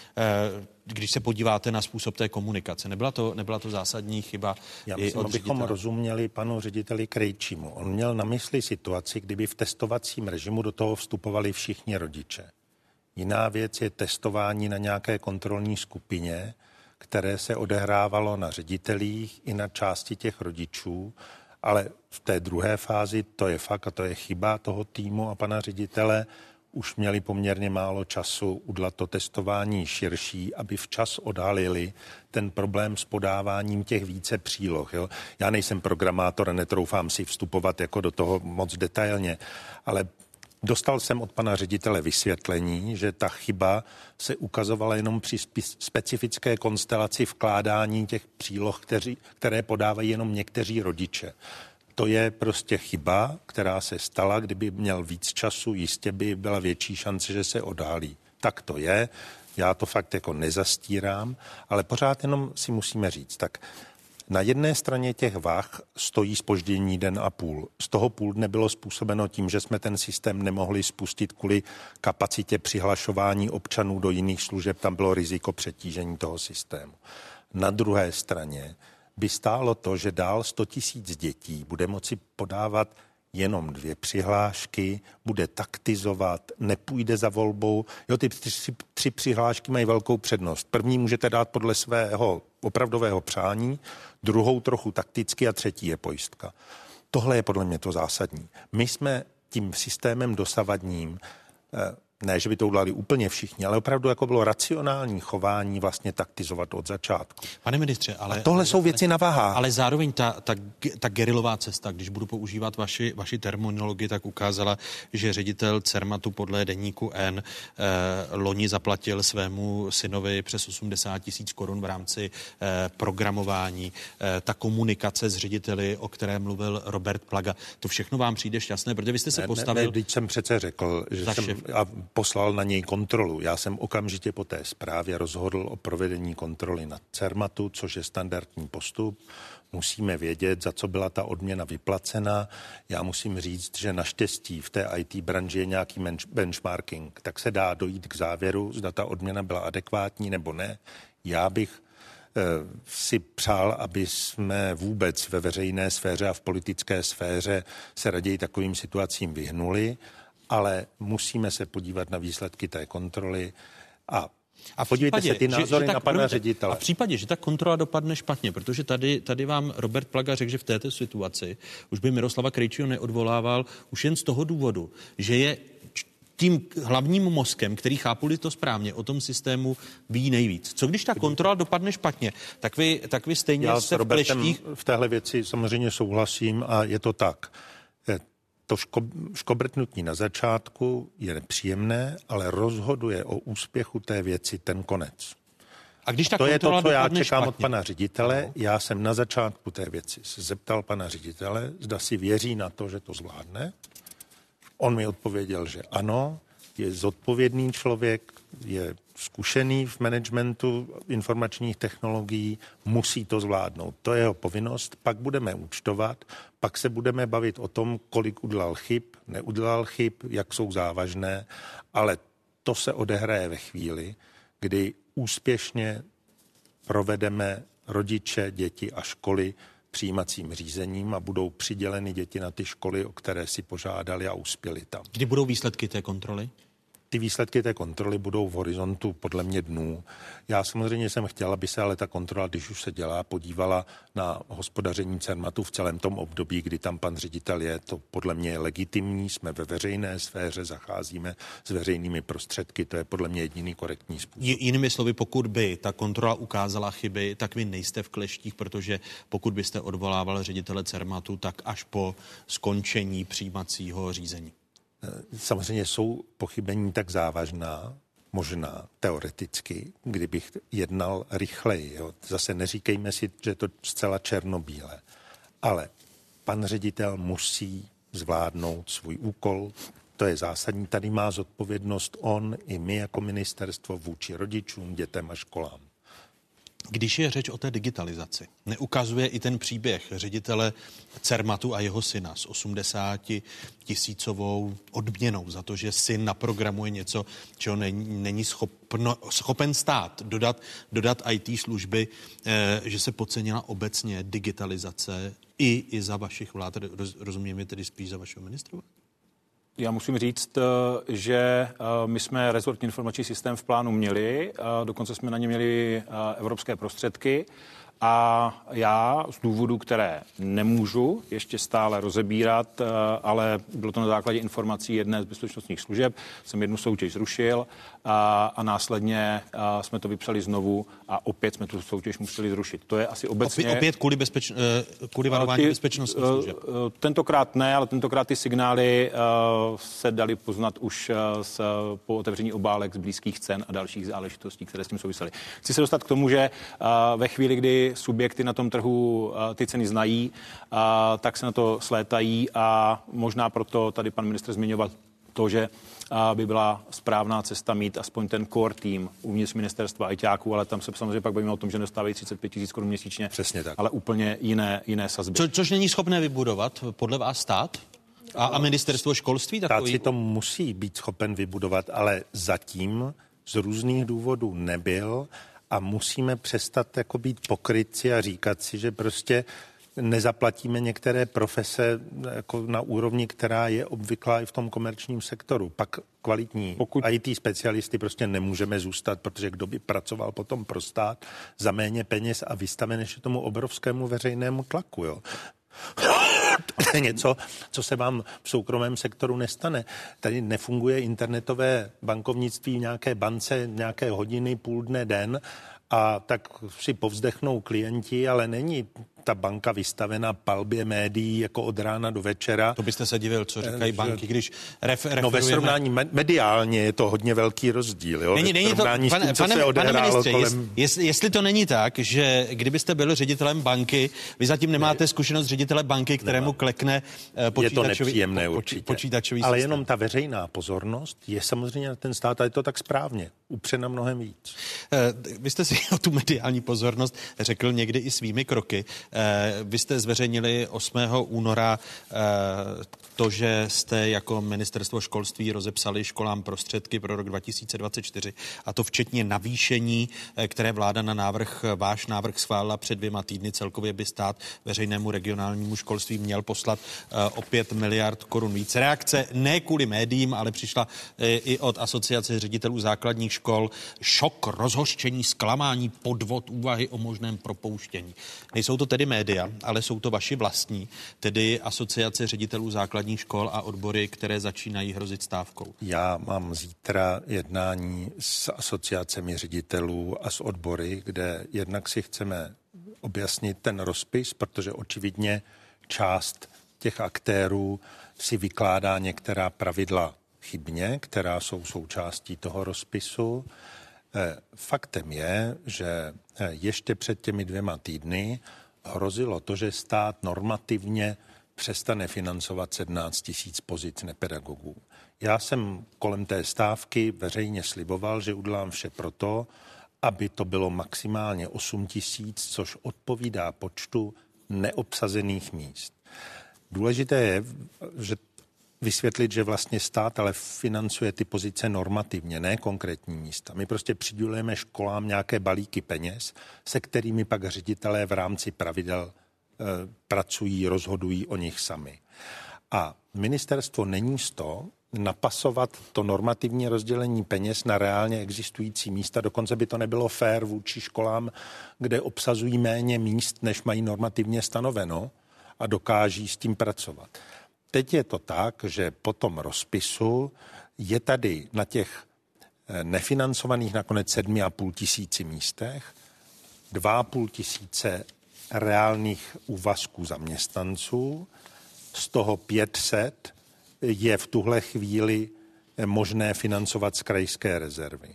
Když se podíváte na způsob té komunikace, nebyla to zásadní chyba? Já myslím, abychom rozuměli panu řediteli Krejčímu. On měl na mysli situaci, kdyby v testovacím režimu do toho vstupovali všichni rodiče. Jiná věc je testování na nějaké kontrolní skupině, které se odehrávalo na ředitelích i na části těch rodičů, ale v té druhé fázi to je fakt a to je chyba toho týmu a pana ředitele, už měli poměrně málo času udělat to testování širší, aby včas odhalili ten problém s podáváním těch více příloh. Jo? Já nejsem programátor a netroufám si vstupovat jako do toho moc detailně, ale dostal jsem od pana ředitele vysvětlení, že ta chyba se ukazovala jenom při specifické konstelaci vkládání těch příloh, které podávají jenom někteří rodiče. To je prostě chyba, která se stala, kdyby měl víc času, jistě by byla větší šance, že se odhalí. Tak to je, já to fakt jako nezastírám, ale pořád jenom si musíme říct, tak na jedné straně těch vah stojí zpoždění den a půl. Z toho půl dne bylo způsobeno tím, že jsme ten systém nemohli spustit kvůli kapacitě přihlašování občanů do jiných služeb, tam bylo riziko přetížení toho systému. Na druhé straně by stálo to, že dál 100 000 dětí bude moci podávat jenom 2 přihlášky, bude taktizovat, nepůjde za volbou. Jo, ty 3 přihlášky mají velkou přednost. První můžete dát podle svého opravdového přání, druhou trochu takticky a třetí je pojistka. Tohle je podle mě to zásadní. My jsme tím systémem dosavadním ne, že by to udělali úplně všichni, ale opravdu jako bylo racionální chování vlastně taktizovat od začátku. Pane ministře, ale... A tohle jsou věci na váhách. Ale zároveň ta gerilová cesta, když budu používat vaši terminologii, tak ukázala, že ředitel Cermatu podle deníku N loni zaplatil svému synovi přes 80 000 korun v rámci programování. Ta komunikace s řediteli, o které mluvil Robert Plaga, to všechno vám přijde šťastné, protože vy jste se postavil... Teď jsem přece řekl, že jsem poslal na něj kontrolu. Já jsem okamžitě po té zprávě rozhodl o provedení kontroly na Cermatu, což je standardní postup. Musíme vědět, za co byla ta odměna vyplacena. Já musím říct, že naštěstí v té IT branži je nějaký benchmarking, tak se dá dojít k závěru, zda ta odměna byla adekvátní nebo ne. Já bych si přál, aby jsme vůbec ve veřejné sféře a v politické sféře se raději takovým situacím vyhnuli, ale musíme se podívat na výsledky té kontroly a podívejte se ty názory na pana ředitele. A v případě, že ta kontrola dopadne špatně, protože tady vám Robert Plaga řekl, že v této situaci už by Miroslava Krejčího neodvolával už jen z toho důvodu, že je tím hlavním mozkem, který, chápu-li to správně, o tom systému ví nejvíc. Co když ta kontrola dopadne špatně? Tak vy stejně já jste v kleštích... v téhle věci samozřejmě souhlasím a je to tak. To škobrtnutí na začátku je nepříjemné, ale rozhoduje o úspěchu té věci ten konec. A když ta to je to, co já čekám špatně. od pana ředitele. Já jsem na začátku té věci se zeptal pana ředitele, zda si věří na to, že to zvládne. On mi odpověděl, že ano, je zodpovědný člověk, je zkušený v managementu informačních technologií, musí to zvládnout. To je jeho povinnost, pak budeme účtovat, pak se budeme bavit o tom, kolik udělal chyb, neudělal chyb, jak jsou závažné, ale to se odehraje ve chvíli, kdy úspěšně provedeme rodiče, děti a školy přijímacím řízením a budou přiděleny děti na ty školy, o které si požádali a uspěli tam. Kdy budou výsledky té kontroly? Ty výsledky té kontroly budou v horizontu podle mě dnů. Já samozřejmě jsem chtěl, aby se ale ta kontrola, když už se dělá, podívala na hospodaření Cermatu v celém tom období, kdy tam pan ředitel je. To podle mě je legitimní, jsme ve veřejné sféře, zacházíme s veřejnými prostředky, to je podle mě jediný korektní způsob. Jinými slovy, pokud by ta kontrola ukázala chyby, tak vy nejste v kleštích, protože pokud byste odvolával ředitele Cermatu, tak až po skončení přijímacího řízení. Samozřejmě jsou pochybení tak závažná, možná teoreticky, kdybych jednal rychleji. Jo. Zase neříkejme si, že je to zcela černobílé. Ale pan ředitel musí zvládnout svůj úkol. To je zásadní. Tady má zodpovědnost on i my jako ministerstvo vůči rodičům, dětem a školám. Když je řeč o té digitalizaci, neukazuje i ten příběh ředitele Cermatu a jeho syna s 80 000 odměnou za to, že syn naprogramuje něco, čeho není schopen stát, dodat IT služby, že se podcenila obecně digitalizace i za vašich vlád, rozumíme tedy spíš za vašeho ministra? Já musím říct, že my jsme rezortní informační systém v plánu měli, dokonce jsme na ně měli evropské prostředky a já z důvodu, které nemůžu ještě stále rozebírat, ale bylo to na základě informací jedné z bezpečnostních služeb, jsem jednu soutěž zrušil a následně jsme to vypsali znovu a opět jsme tu soutěž museli zrušit. To je asi obecně... Opět kvůli varování bezpečnostních služeb? Tentokrát ne, ale tentokrát ty signály se daly poznat už po otevření obálek z blízkých cen a dalších záležitostí, které s tím souvisely. Chci se dostat k tomu, že ve chvíli, kdy subjekty na tom trhu ty ceny znají, tak se na to slétají a možná proto tady pan ministr zmiňoval to, že by byla správná cesta mít aspoň ten core tým uvnitř ministerstva ITáků, ale tam se samozřejmě pak bavíme o tom, že dostávají 35 000 korun měsíčně. Přesně tak. Ale úplně jiné sazby. Což není schopné vybudovat podle vás stát? A ministerstvo školství takový? Stát si to musí být schopen vybudovat, ale zatím z různých důvodů nebyl a musíme přestat jako být pokrytci a říkat si, že prostě nezaplatíme některé profese jako na úrovni, která je obvyklá i v tom komerčním sektoru. Pak kvalitní IT specialisty prostě nemůžeme zůstat, protože kdo by pracoval potom pro stát za méně peněz a vystaven ještě tomu obrovskému veřejnému tlaku. Jo. To je něco, co se vám v soukromém sektoru nestane. Tady nefunguje internetové bankovnictví v nějaké bance, nějaké hodiny, půl dne, den a tak si povzdechnou klienti, ale není ta banka vystavena palbě médií jako od rána do večera. To byste se divil, co říkají banky, když No ve srovnání mediálně je to hodně velký rozdíl. Jo? Není to, pane ministře, jestli to není tak, že kdybyste byl ředitelem banky, vy zatím nemáte zkušenost ředitele banky, kterému klekne je to nepříjemné určitě. Počítačový ale systém. jenom ta veřejná pozornost je samozřejmě na ten stát a je to tak správně. Upřena mnohem víc. Vy jste si o tu mediální pozornost řekl někdy i svými kroky. Vy jste zveřejnili 8. února to, že jste jako ministerstvo školství rozepsali školám prostředky pro rok 2024 a to včetně navýšení, které vláda na váš návrh schválila před 2 týdny. Celkově by stát veřejnému regionálnímu školství měl poslat o 5 miliard korun víc. Reakce ne kvůli médiím, ale přišla i od Asociace ředitelů základních škol. Šok, rozhořčení, zklamání, podvod, úvahy o možném propouštění. Nejsou to tedy média, ale jsou to vaši vlastní, tedy Asociace ředitelů základních škol a odbory, které začínají hrozit stávkou. Já mám zítra jednání s asociacemi ředitelů a s odbory, kde jednak si chceme objasnit ten rozpis, protože očividně část těch aktérů si vykládá některá pravidla chybně, která jsou součástí toho rozpisu. Faktem je, že ještě před těmi 2 týdny hrozilo to, že stát normativně přestane financovat 17 000 pozic nepedagogů. Já jsem kolem té stávky veřejně sliboval, že udělám vše proto, aby to bylo maximálně 8 000, což odpovídá počtu neobsazených míst. Důležité je, že vysvětlit, že vlastně stát ale financuje ty pozice normativně, ne konkrétní místa. My prostě přidělujeme školám nějaké balíky peněz, se kterými pak ředitelé v rámci pravidel pracují, rozhodují o nich sami. A ministerstvo není z toho napasovat to normativní rozdělení peněz na reálně existující místa. Dokonce by to nebylo fér vůči školám, kde obsazují méně míst, než mají normativně stanoveno a dokáží s tím pracovat. Teď je to tak, že po tom rozpisu je tady na těch nefinancovaných nakonec 7 500 místech 2 500 reálných úvazků zaměstnanců, z toho 500 je v tuhle chvíli možné financovat z krajské rezervy.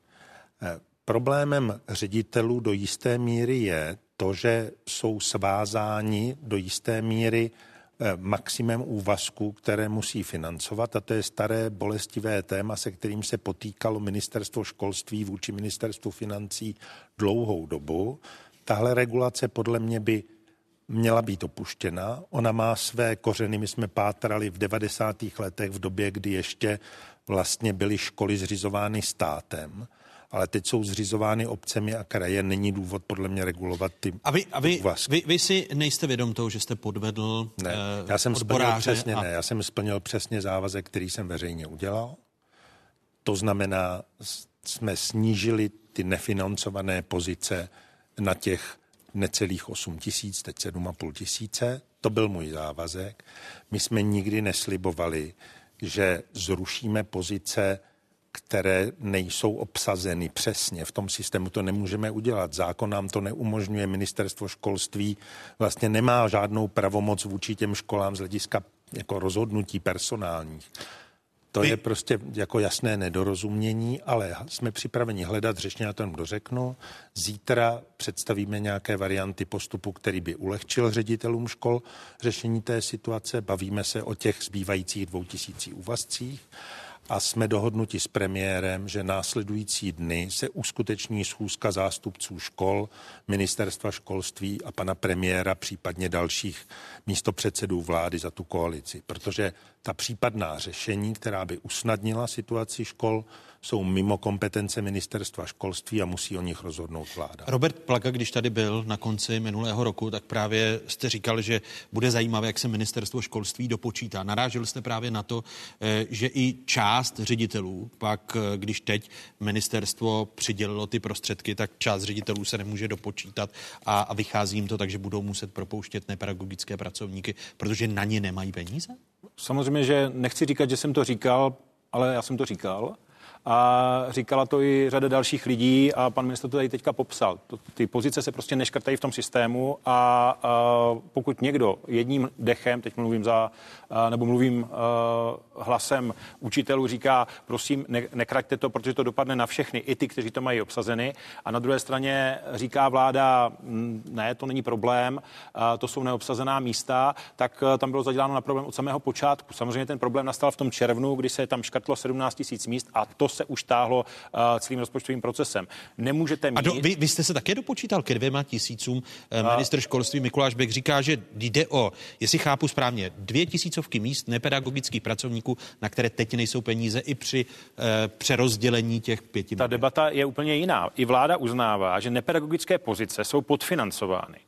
Problémem ředitelů do jisté míry je to, že jsou svázáni do jisté míry maximem úvazků, které musí financovat, a to je staré bolestivé téma, se kterým se potýkalo ministerstvo školství vůči ministerstvu financí dlouhou dobu. Tahle regulace podle mě by měla být opuštěna. Ona má své kořeny, my jsme pátrali v 90. letech, v době, kdy ještě vlastně byly školy zřizovány státem, ale teď jsou zřizovány obcemi a kraje, není důvod podle mě regulovat ty vy si nejste vědom toho, že jste podvedl ne, já jsem splnil přesně závazek, který jsem veřejně udělal. To znamená, jsme snížili ty nefinancované pozice na těch necelých 8 000, teď 7 500. To byl můj závazek. My jsme nikdy neslibovali, že zrušíme pozice, které nejsou obsazeny přesně. V tom systému to nemůžeme udělat. Zákon nám to neumožňuje. Ministerstvo školství vlastně nemá žádnou pravomoc vůči těm školám z hlediska jako rozhodnutí personálních. To je prostě jako jasné nedorozumění, ale jsme připraveni hledat řešení, na tom dořeknu. Zítra představíme nějaké varianty postupu, který by ulehčil ředitelům škol řešení té situace. Bavíme se o těch zbývajících 2000 úvazcích. A jsme dohodnuti s premiérem, že následující dny se uskuteční schůzka zástupců škol, ministerstva školství a pana premiéra, případně dalších místopředsedů vlády za tu koalici. Protože ta případná řešení, která by usnadnila situaci škol, jsou mimo kompetence ministerstva školství a musí o nich rozhodnout vláda. Robert Plaga, když tady byl na konci minulého roku, tak právě jste říkal, že bude zajímavé, jak se ministerstvo školství dopočítá. Narážel jste právě na to, že i část část ředitelů, pak když teď ministerstvo přidělilo ty prostředky, tak část ředitelů se nemůže dopočítat a vychází jim to tak, že budou muset propouštět nepedagogické pracovníky, protože na ně nemají peníze? Samozřejmě, že nechci říkat, že jsem to říkal, ale já jsem to říkal. A říkala to i řada dalších lidí a pan ministr to tady teďka popsal. Ty pozice se prostě neškrtají v tom systému a pokud někdo jedním dechem, teď mluvím hlasem učitelů, říká, prosím, nekraťte to, protože to dopadne na všechny, i ty, kteří to mají obsazeny. A na druhé straně říká vláda, ne, to není problém, to jsou neobsazená místa, tak tam bylo zaděláno na problém od samého počátku. Samozřejmě ten problém nastal v tom červnu, kdy se tam škrtlo 17 000 míst a to se už táhlo celým rozpočtovým procesem. Nemůžete mít... Vy jste se také dopočítal ke 2 000. Ministr školství Mikuláš Bek říká, že jde o, jestli chápu správně, 2 000 míst nepedagogických pracovníků, na které teď nejsou peníze i při přerozdělení těch 5 miliard. Ta debata je úplně jiná. I vláda uznává, že nepedagogické pozice jsou podfinancovány.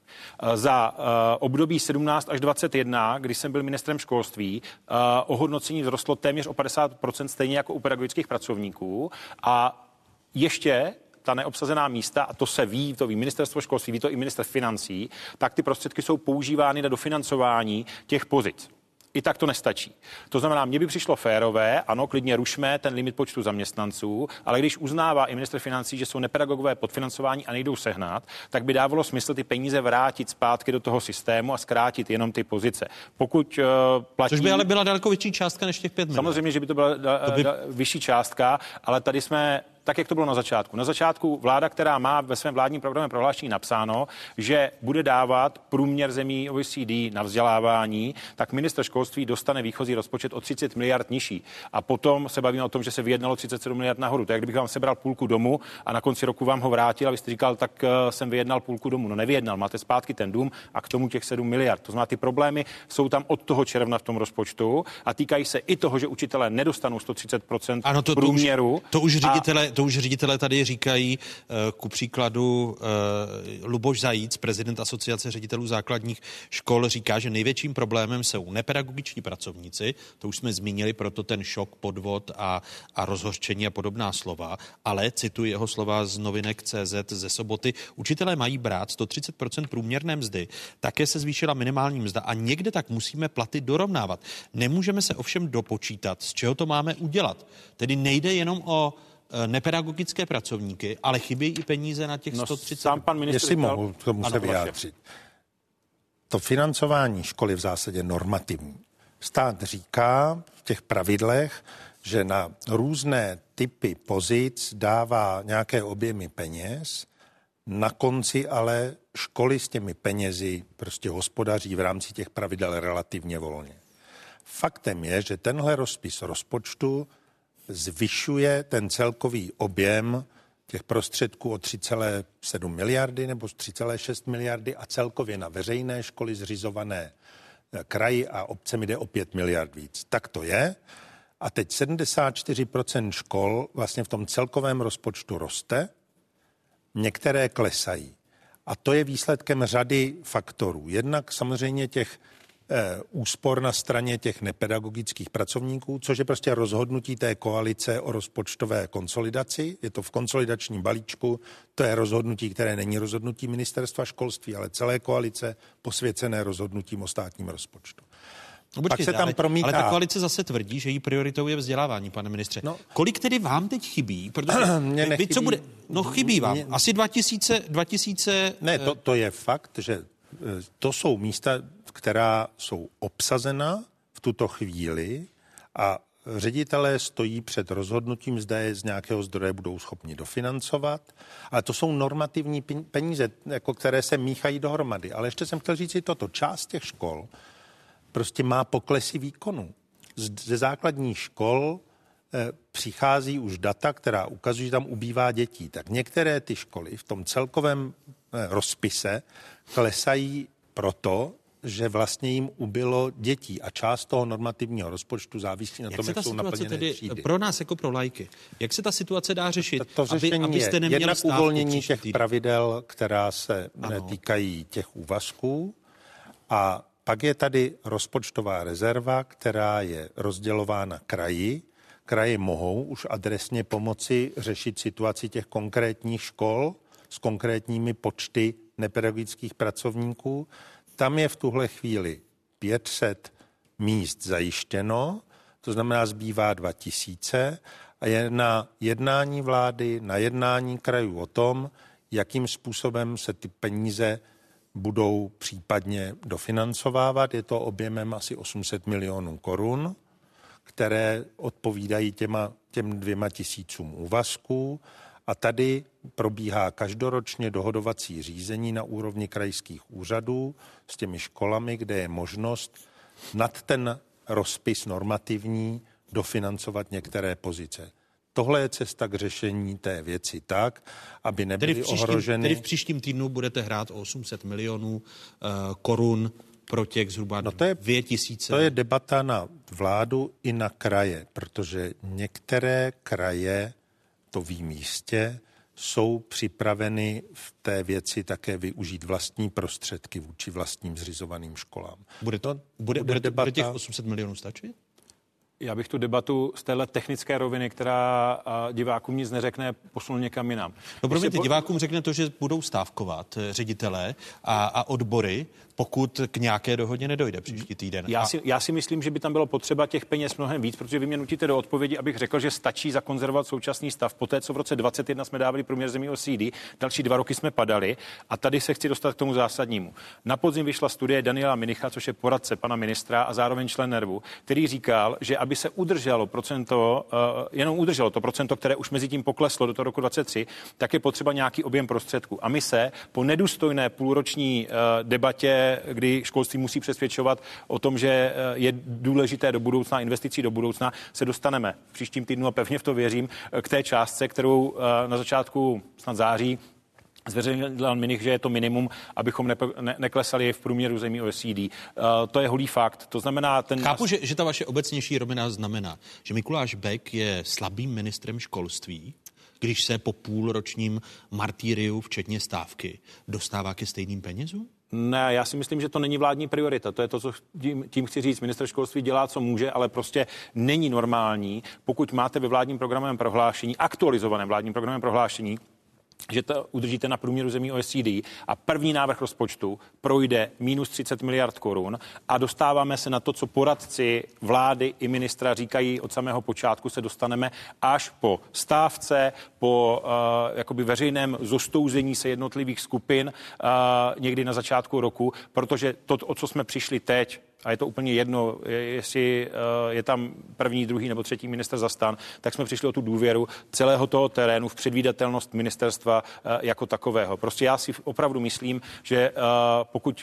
Za období 17 až 21, kdy jsem byl ministrem školství, ohodnocení vzrostlo téměř o 50%, stejně jako u pedagogických pracovníků. A ještě ta neobsazená místa, a to se ví, to ví ministerstvo školství, ví to i ministr financí, tak ty prostředky jsou používány na dofinancování těch pozic. I tak to nestačí. To znamená, mně by přišlo férové, ano, klidně rušme ten limit počtu zaměstnanců, ale když uznává i ministr financí, že jsou nepedagogové podfinancování a nejdou sehnat, tak by dávalo smysl ty peníze vrátit zpátky do toho systému a zkrátit jenom ty pozice. Pokud platí... Což by ale byla daleko větší částka než těch 5 miliard. Samozřejmě, že by to byla vyšší částka, ale tady jsme... Tak, jak to bylo na začátku. Na začátku vláda, která má ve svém vládním programovém prohlášení napsáno, že bude dávat průměr zemí OECD na vzdělávání, tak ministr školství dostane výchozí rozpočet o 30 miliard nižší. A potom se bavíme o tom, že se vyjednalo 37 miliard nahoru. To je, jak kdybych vám sebral půlku domu a na konci roku vám ho vrátil a vy jste říkal, tak jsem vyjednal půlku domu. No nevyjednal, máte zpátky ten dům a k tomu těch 7 miliard. To znamená, ty problémy jsou tam od toho června v tom rozpočtu a týkají se i toho, že učitelé nedostanou 130% ano, průměru. To už ředitelé tady říkají, ku příkladu Luboš Zajíc, prezident Asociace ředitelů základních škol, říká, že největším problémem jsou nepedagogičtí pracovníci, to už jsme zmínili, proto ten šok, podvod a rozhořčení a podobná slova, ale cituji jeho slova z novinek CZ ze soboty, učitelé mají brát 130% průměrné mzdy, také se zvýšila minimální mzda a někde tak musíme platy dorovnávat. Nemůžeme se ovšem dopočítat, z čeho to máme udělat. Tedy nejde jenom o nepedagogické pracovníky, ale chybí i peníze na těch 130. Sám pan ministr Jestli mohu k tomu se vyjádřit. To financování školy v zásadě normativní. Stát říká v těch pravidlech, že na různé typy pozic dává nějaké objemy peněz, na konci ale školy s těmi penězi prostě hospodaří v rámci těch pravidel relativně volně. Faktem je, že tenhle rozpis rozpočtu zvyšuje ten celkový objem těch prostředků o 3,7 miliardy nebo 3,6 miliardy a celkově na veřejné školy zřizované kraji a obcemi jde o 5 miliard víc. Tak to je. A teď 74% škol vlastně v tom celkovém rozpočtu roste, některé klesají. A to je výsledkem řady faktorů. Jednak samozřejmě těch úspor na straně těch nepedagogických pracovníků, což je prostě rozhodnutí té koalice o rozpočtové konsolidaci. Je to v konsolidačním balíčku, to je rozhodnutí, které není rozhodnutí ministerstva školství, ale celé koalice posvěcené rozhodnutím o státním rozpočtu. No, počkejte, se tam promítá... ale ta koalice zase tvrdí, že její prioritou je vzdělávání, pane ministře. No, kolik tedy vám teď chybí? Protože vy co bude? No chybí vám. Asi 2000... Ne, to je fakt, že to jsou místa, která jsou obsazena v tuto chvíli a ředitelé stojí před rozhodnutím, zda je z nějakého zdroje budou schopni dofinancovat, ale to jsou normativní peníze, jako které se míchají dohromady. Ale ještě jsem chtěl říct si toto. Část těch škol prostě má poklesy výkonu. Ze základních škol přichází už data, která ukazují, že tam ubývá dětí. Tak některé ty školy v tom celkovém rozpise klesají proto, že vlastně jim ubylo dětí a část toho normativního rozpočtu závisí na tom, jak jsou naplněné třídy. Pro nás jako pro laiky, jak se ta situace dá řešit? To řešení je jednak uvolnění těch pravidel, která se netýkají těch úvazků, a pak je tady rozpočtová rezerva, která je rozdělována kraji, kraje mohou už adresně pomoci řešit situaci těch konkrétních škol s konkrétními počty nepedagogických pracovníků. Tam je v tuhle chvíli 500 míst zajištěno, to znamená zbývá 2000 a je na jednání vlády, na jednání krajů o tom, jakým způsobem se ty peníze budou případně dofinancovávat. Je to objemem asi 800 milionů korun, které odpovídají těm 2000 úvazků. A tady probíhá každoročně dohodovací řízení na úrovni krajských úřadů s těmi školami, kde je možnost nad ten rozpis normativní dofinancovat některé pozice. Tohle je cesta k řešení té věci tak, aby nebyly ohroženy. Tedy v příštím týdnu budete hrát o 800 milionů korun pro těch zhruba 2000. To je debata na vládu i na kraje, protože některé kraje, to vím jistě, jsou připraveny v té věci také využít vlastní prostředky vůči vlastním zřizovaným školám. Bude těch 800 milionů stačit? Já bych tu debatu z téhle technické roviny, která divákům nic neřekne, posunul někam jinam. No promiňte, divákům řekne to, že budou stávkovat ředitelé a odbory, pokud k nějaké dohodě nedojde příští týden. Já si myslím, že by tam bylo potřeba těch peněz mnohem víc, protože vy mě nutíte do odpovědi, abych řekl, že stačí zakonzervovat současný stav. Poté, co v roce 2021 jsme dávali průměr zemí OECD, další 2 roky jsme padali a tady se chci dostat k tomu zásadnímu. Na podzim vyšla studie Daniela Minicha, což je poradce pana ministra a zároveň člen NERVu, který říkal, že aby se udrželo to procento, které už mezi tím pokleslo do toho roku 2023, tak je potřeba nějaký objem prostředků. A my se po nedůstojné půlroční debatě, kdy školství musí přesvědčovat o tom, že je důležité do budoucna, investicí do budoucna, se dostaneme v příštím týdnu a pevně v to věřím k té částce, kterou na začátku snad září zveřejnil Minich, že je to minimum, abychom neklesali v průměru zemí OECD. To je holý fakt. To znamená, Chápu, že ta vaše obecnější rovina znamená, že Mikuláš Bek je slabým ministrem školství, když se po půlročním martýriu, včetně stávky, dostává ke stejným penězům? Ne, já si myslím, že to není vládní priorita. To je to, co tím chci říct. Ministr školství dělá, co může, ale prostě není normální, pokud máte ve vládním programovém prohlášení, aktualizovaném vládním programovém prohlášení, že to udržíte na průměru zemí OECD a první návrh rozpočtu projde minus 30 miliard korun a dostáváme se na to, co poradci vlády i ministra říkají od samého počátku, se dostaneme až po stávce, po jakoby veřejném zostouzení se jednotlivých skupin někdy na začátku roku, protože to, o co jsme přišli teď, a je to úplně jedno, jestli je tam první, druhý nebo třetí minister za STAN, tak jsme přišli o tu důvěru celého toho terénu v předvídatelnost ministerstva jako takového. Prostě já si opravdu myslím, že pokud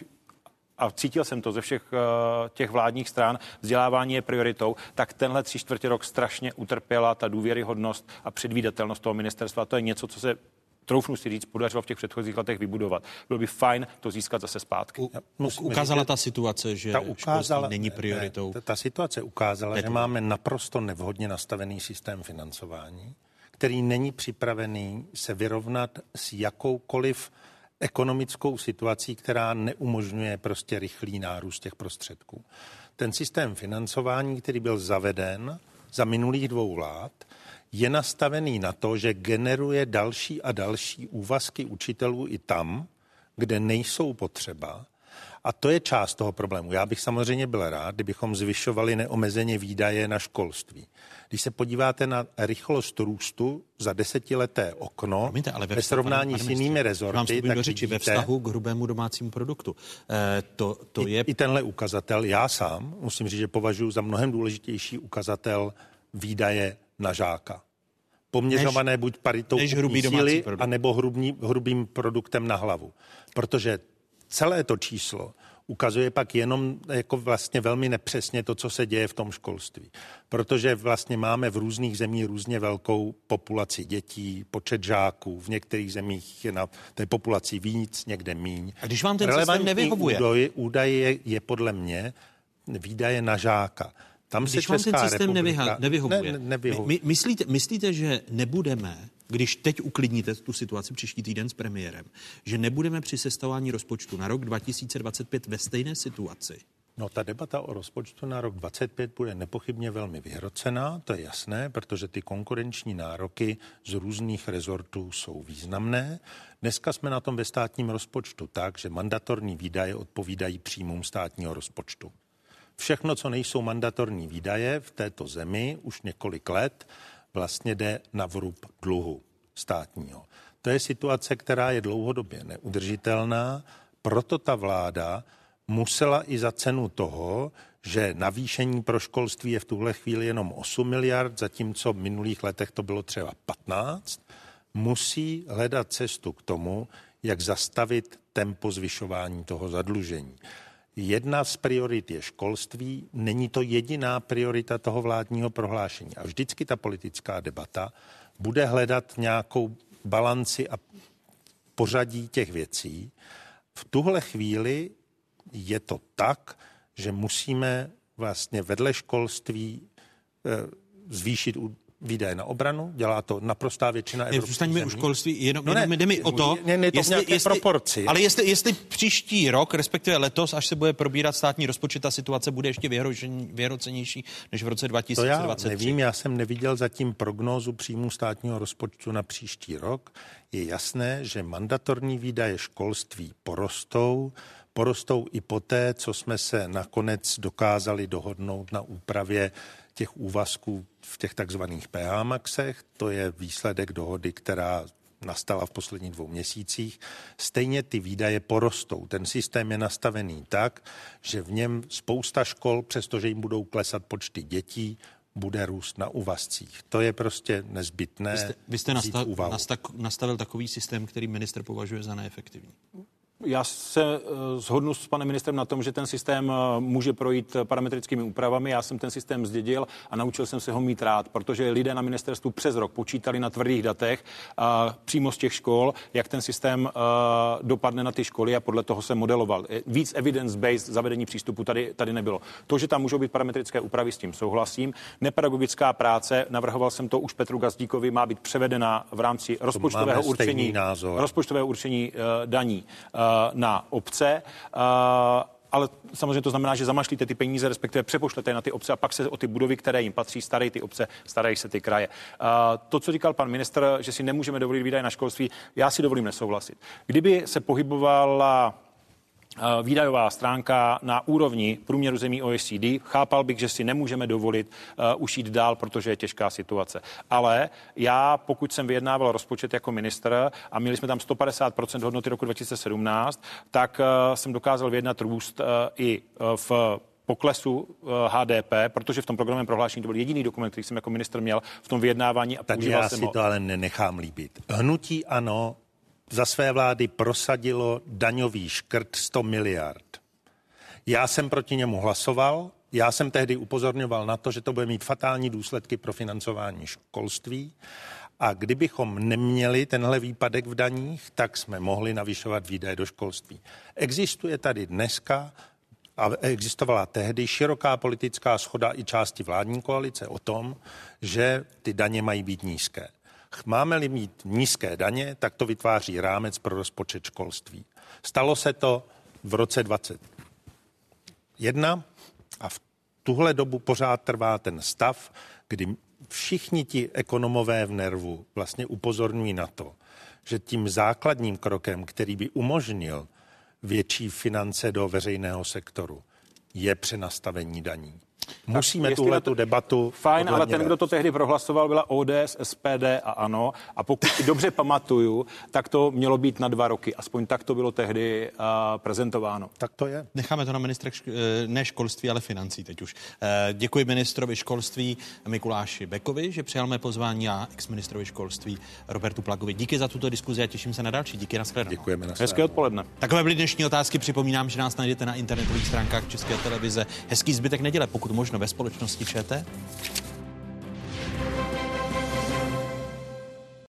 a cítil jsem to ze všech těch vládních stran, vzdělávání je prioritou, tak tenhle 3/4 rok strašně utrpěla ta důvěryhodnost a předvídatelnost toho ministerstva. To je něco, co se troufnu si říct, podařilo v těch předchozích letech vybudovat. Bylo by fajn to získat zase zpátky. Ukázala ta situace, že školství není prioritou? Ta situace ukázala, že máme naprosto nevhodně nastavený systém financování, který není připravený se vyrovnat s jakoukoliv ekonomickou situací, která neumožňuje prostě rychlý nárůst těch prostředků. Ten systém financování, který byl zaveden za minulých 2 vlád, je nastavený na to, že generuje další a další úvazky učitelů i tam, kde nejsou potřeba. A to je část toho problému. Já bych samozřejmě byl rád, kdybychom zvyšovali neomezeně výdaje na školství. Když se podíváte na rychlost růstu za 10leté okno, ve srovnání s jinými rezorty, tak vidíte, ve vztahu k hrubému domácímu produktu. I tenhle ukazatel, já sám musím říct, že považuji za mnohem důležitější ukazatel výdaje na žáka. Poměřované buď paritou kupní síly, anebo hrubým produktem na hlavu. Protože celé to číslo ukazuje pak jenom jako vlastně velmi nepřesně to, co se děje v tom školství. Protože vlastně máme v různých zemích různě velkou populaci dětí, počet žáků, v některých zemích je na té populaci víc, někde míň. A když vám ten systém nevyhovuje? Údaj je podle mě výdaje na žáka. Tam když vám ten systém nevyhovuje. Myslíte, že nebudeme, když teď uklidníte tu situaci příští týden s premiérem, že nebudeme při sestavování rozpočtu na rok 2025 ve stejné situaci, No, ta debata o rozpočtu na rok 2025 bude nepochybně velmi vyhrocená, to je jasné, protože ty konkurenční nároky z různých rezortů jsou významné. Dneska jsme na tom ve státním rozpočtu tak, že mandatorní výdaje odpovídají příjmům státního rozpočtu. Všechno, co nejsou mandatorní výdaje v této zemi už několik let, vlastně jde na vrub dluhu státního. To je situace, která je dlouhodobě neudržitelná, proto ta vláda musela i za cenu toho, že navýšení pro školství je v tuhle chvíli jenom 8 miliard, zatímco v minulých letech to bylo třeba 15, musí hledat cestu k tomu, jak zastavit tempo zvyšování toho zadlužení. Jedna z priorit je školství, není to jediná priorita toho vládního prohlášení. A vždycky ta politická debata bude hledat nějakou balanci a pořadí těch věcí. V tuhle chvíli je to tak, že musíme vlastně vedle školství zvýšit výdaje na obranu, dělá to naprostá většina evropských zemí. Zůstaňme u školství, jenom jde mi o to, proporci. Ale jestli příští rok, respektive letos, až se bude probírat státní rozpočet, ta situace bude ještě vyhrocenější než v roce 2023. To já nevím, já jsem neviděl zatím prognózu příjmů státního rozpočtu na příští rok. Je jasné, že mandatorní výdaje školství porostou i poté, co jsme se nakonec dokázali dohodnout na úpravě těch úvazků v těch takzvaných PH maxech. To je výsledek dohody, která nastala v posledních 2 měsících. Stejně ty výdaje porostou. Ten systém je nastavený tak, že v něm spousta škol, přestože jim budou klesat počty dětí, bude růst na úvazcích. To je prostě nezbytné. Vy jste nastavil takový systém, který ministr považuje za neefektivní. Já se shodnu s panem ministrem na tom, že ten systém může projít parametrickými úpravami. Já jsem ten systém zdědil a naučil jsem se ho mít rád, protože lidé na ministerstvu přes rok počítali na tvrdých datech přímo z těch škol, jak ten systém dopadne na ty školy a podle toho se modeloval. Víc evidence-based zavedení přístupu tady nebylo. To, že tam můžou být parametrické úpravy, s tím souhlasím. Nepedagogická práce, navrhoval jsem to už Petru Gazdíkovi, má být převedena v rámci rozpočtového určení daní na obce, ale samozřejmě to znamená, že zamašlíte ty peníze, respektive přepošlete na ty obce a pak se o ty budovy, které jim patří, starají ty obce, starají se ty kraje. To, co říkal pan ministr, že si nemůžeme dovolit výdaje na školství, já si dovolím nesouhlasit. Kdyby se pohybovala výdajová stránka na úrovni průměru zemí OECD, chápal bych, že si nemůžeme dovolit už jít dál, protože je těžká situace. Ale já, pokud jsem vyjednával rozpočet jako ministr a měli jsme tam 150% hodnoty roku 2017, tak jsem dokázal vyjednat růst i v poklesu HDP, protože v tom programovém prohlášení to byl jediný dokument, který jsem jako ministr měl v tom vyjednávání a používal jsem ho. Já si to ale nenechám líbit. Hnutí ANO za své vlády prosadilo daňový škrt 100 miliard. Já jsem proti němu hlasoval, já jsem tehdy upozorňoval na to, že to bude mít fatální důsledky pro financování školství a kdybychom neměli tenhle výpadek v daních, tak jsme mohli navyšovat výdaje do školství. Existuje tady dneska a existovala tehdy široká politická shoda i části vládní koalice o tom, že ty daně mají být nízké. Máme-li mít nízké daně, tak to vytváří rámec pro rozpočet školství. Stalo se to v roce 2021 a v tuhle dobu pořád trvá ten stav, kdy všichni ti ekonomové v nervu vlastně upozorňují na to, že tím základním krokem, který by umožnil větší finance do veřejného sektoru, je přenastavení daní. Musíme tuhletu debatu... Fajn, ale ten, kdo to tehdy prohlasoval, byla ODS, SPD a ANO. A pokud si dobře pamatuju, tak to mělo být na 2 roky. Aspoň tak to bylo tehdy prezentováno. Tak to je. Necháme to na ministrech ne školství, ale financí teď už. Děkuji ministrovi školství Mikuláši Bekovi, že přijal mé pozvání a ex-ministrovi školství Robertu Plagovi. Díky za tuto diskuzi a těším se na další. Díky, nashledanou. Děkujeme. Hezké odpoledne. Takové byly dnešní otázky. Připomínám, že nás najdete na internetových stránkách České televize. Hezký zbytek neděle, pokud možno ve společnosti ČT.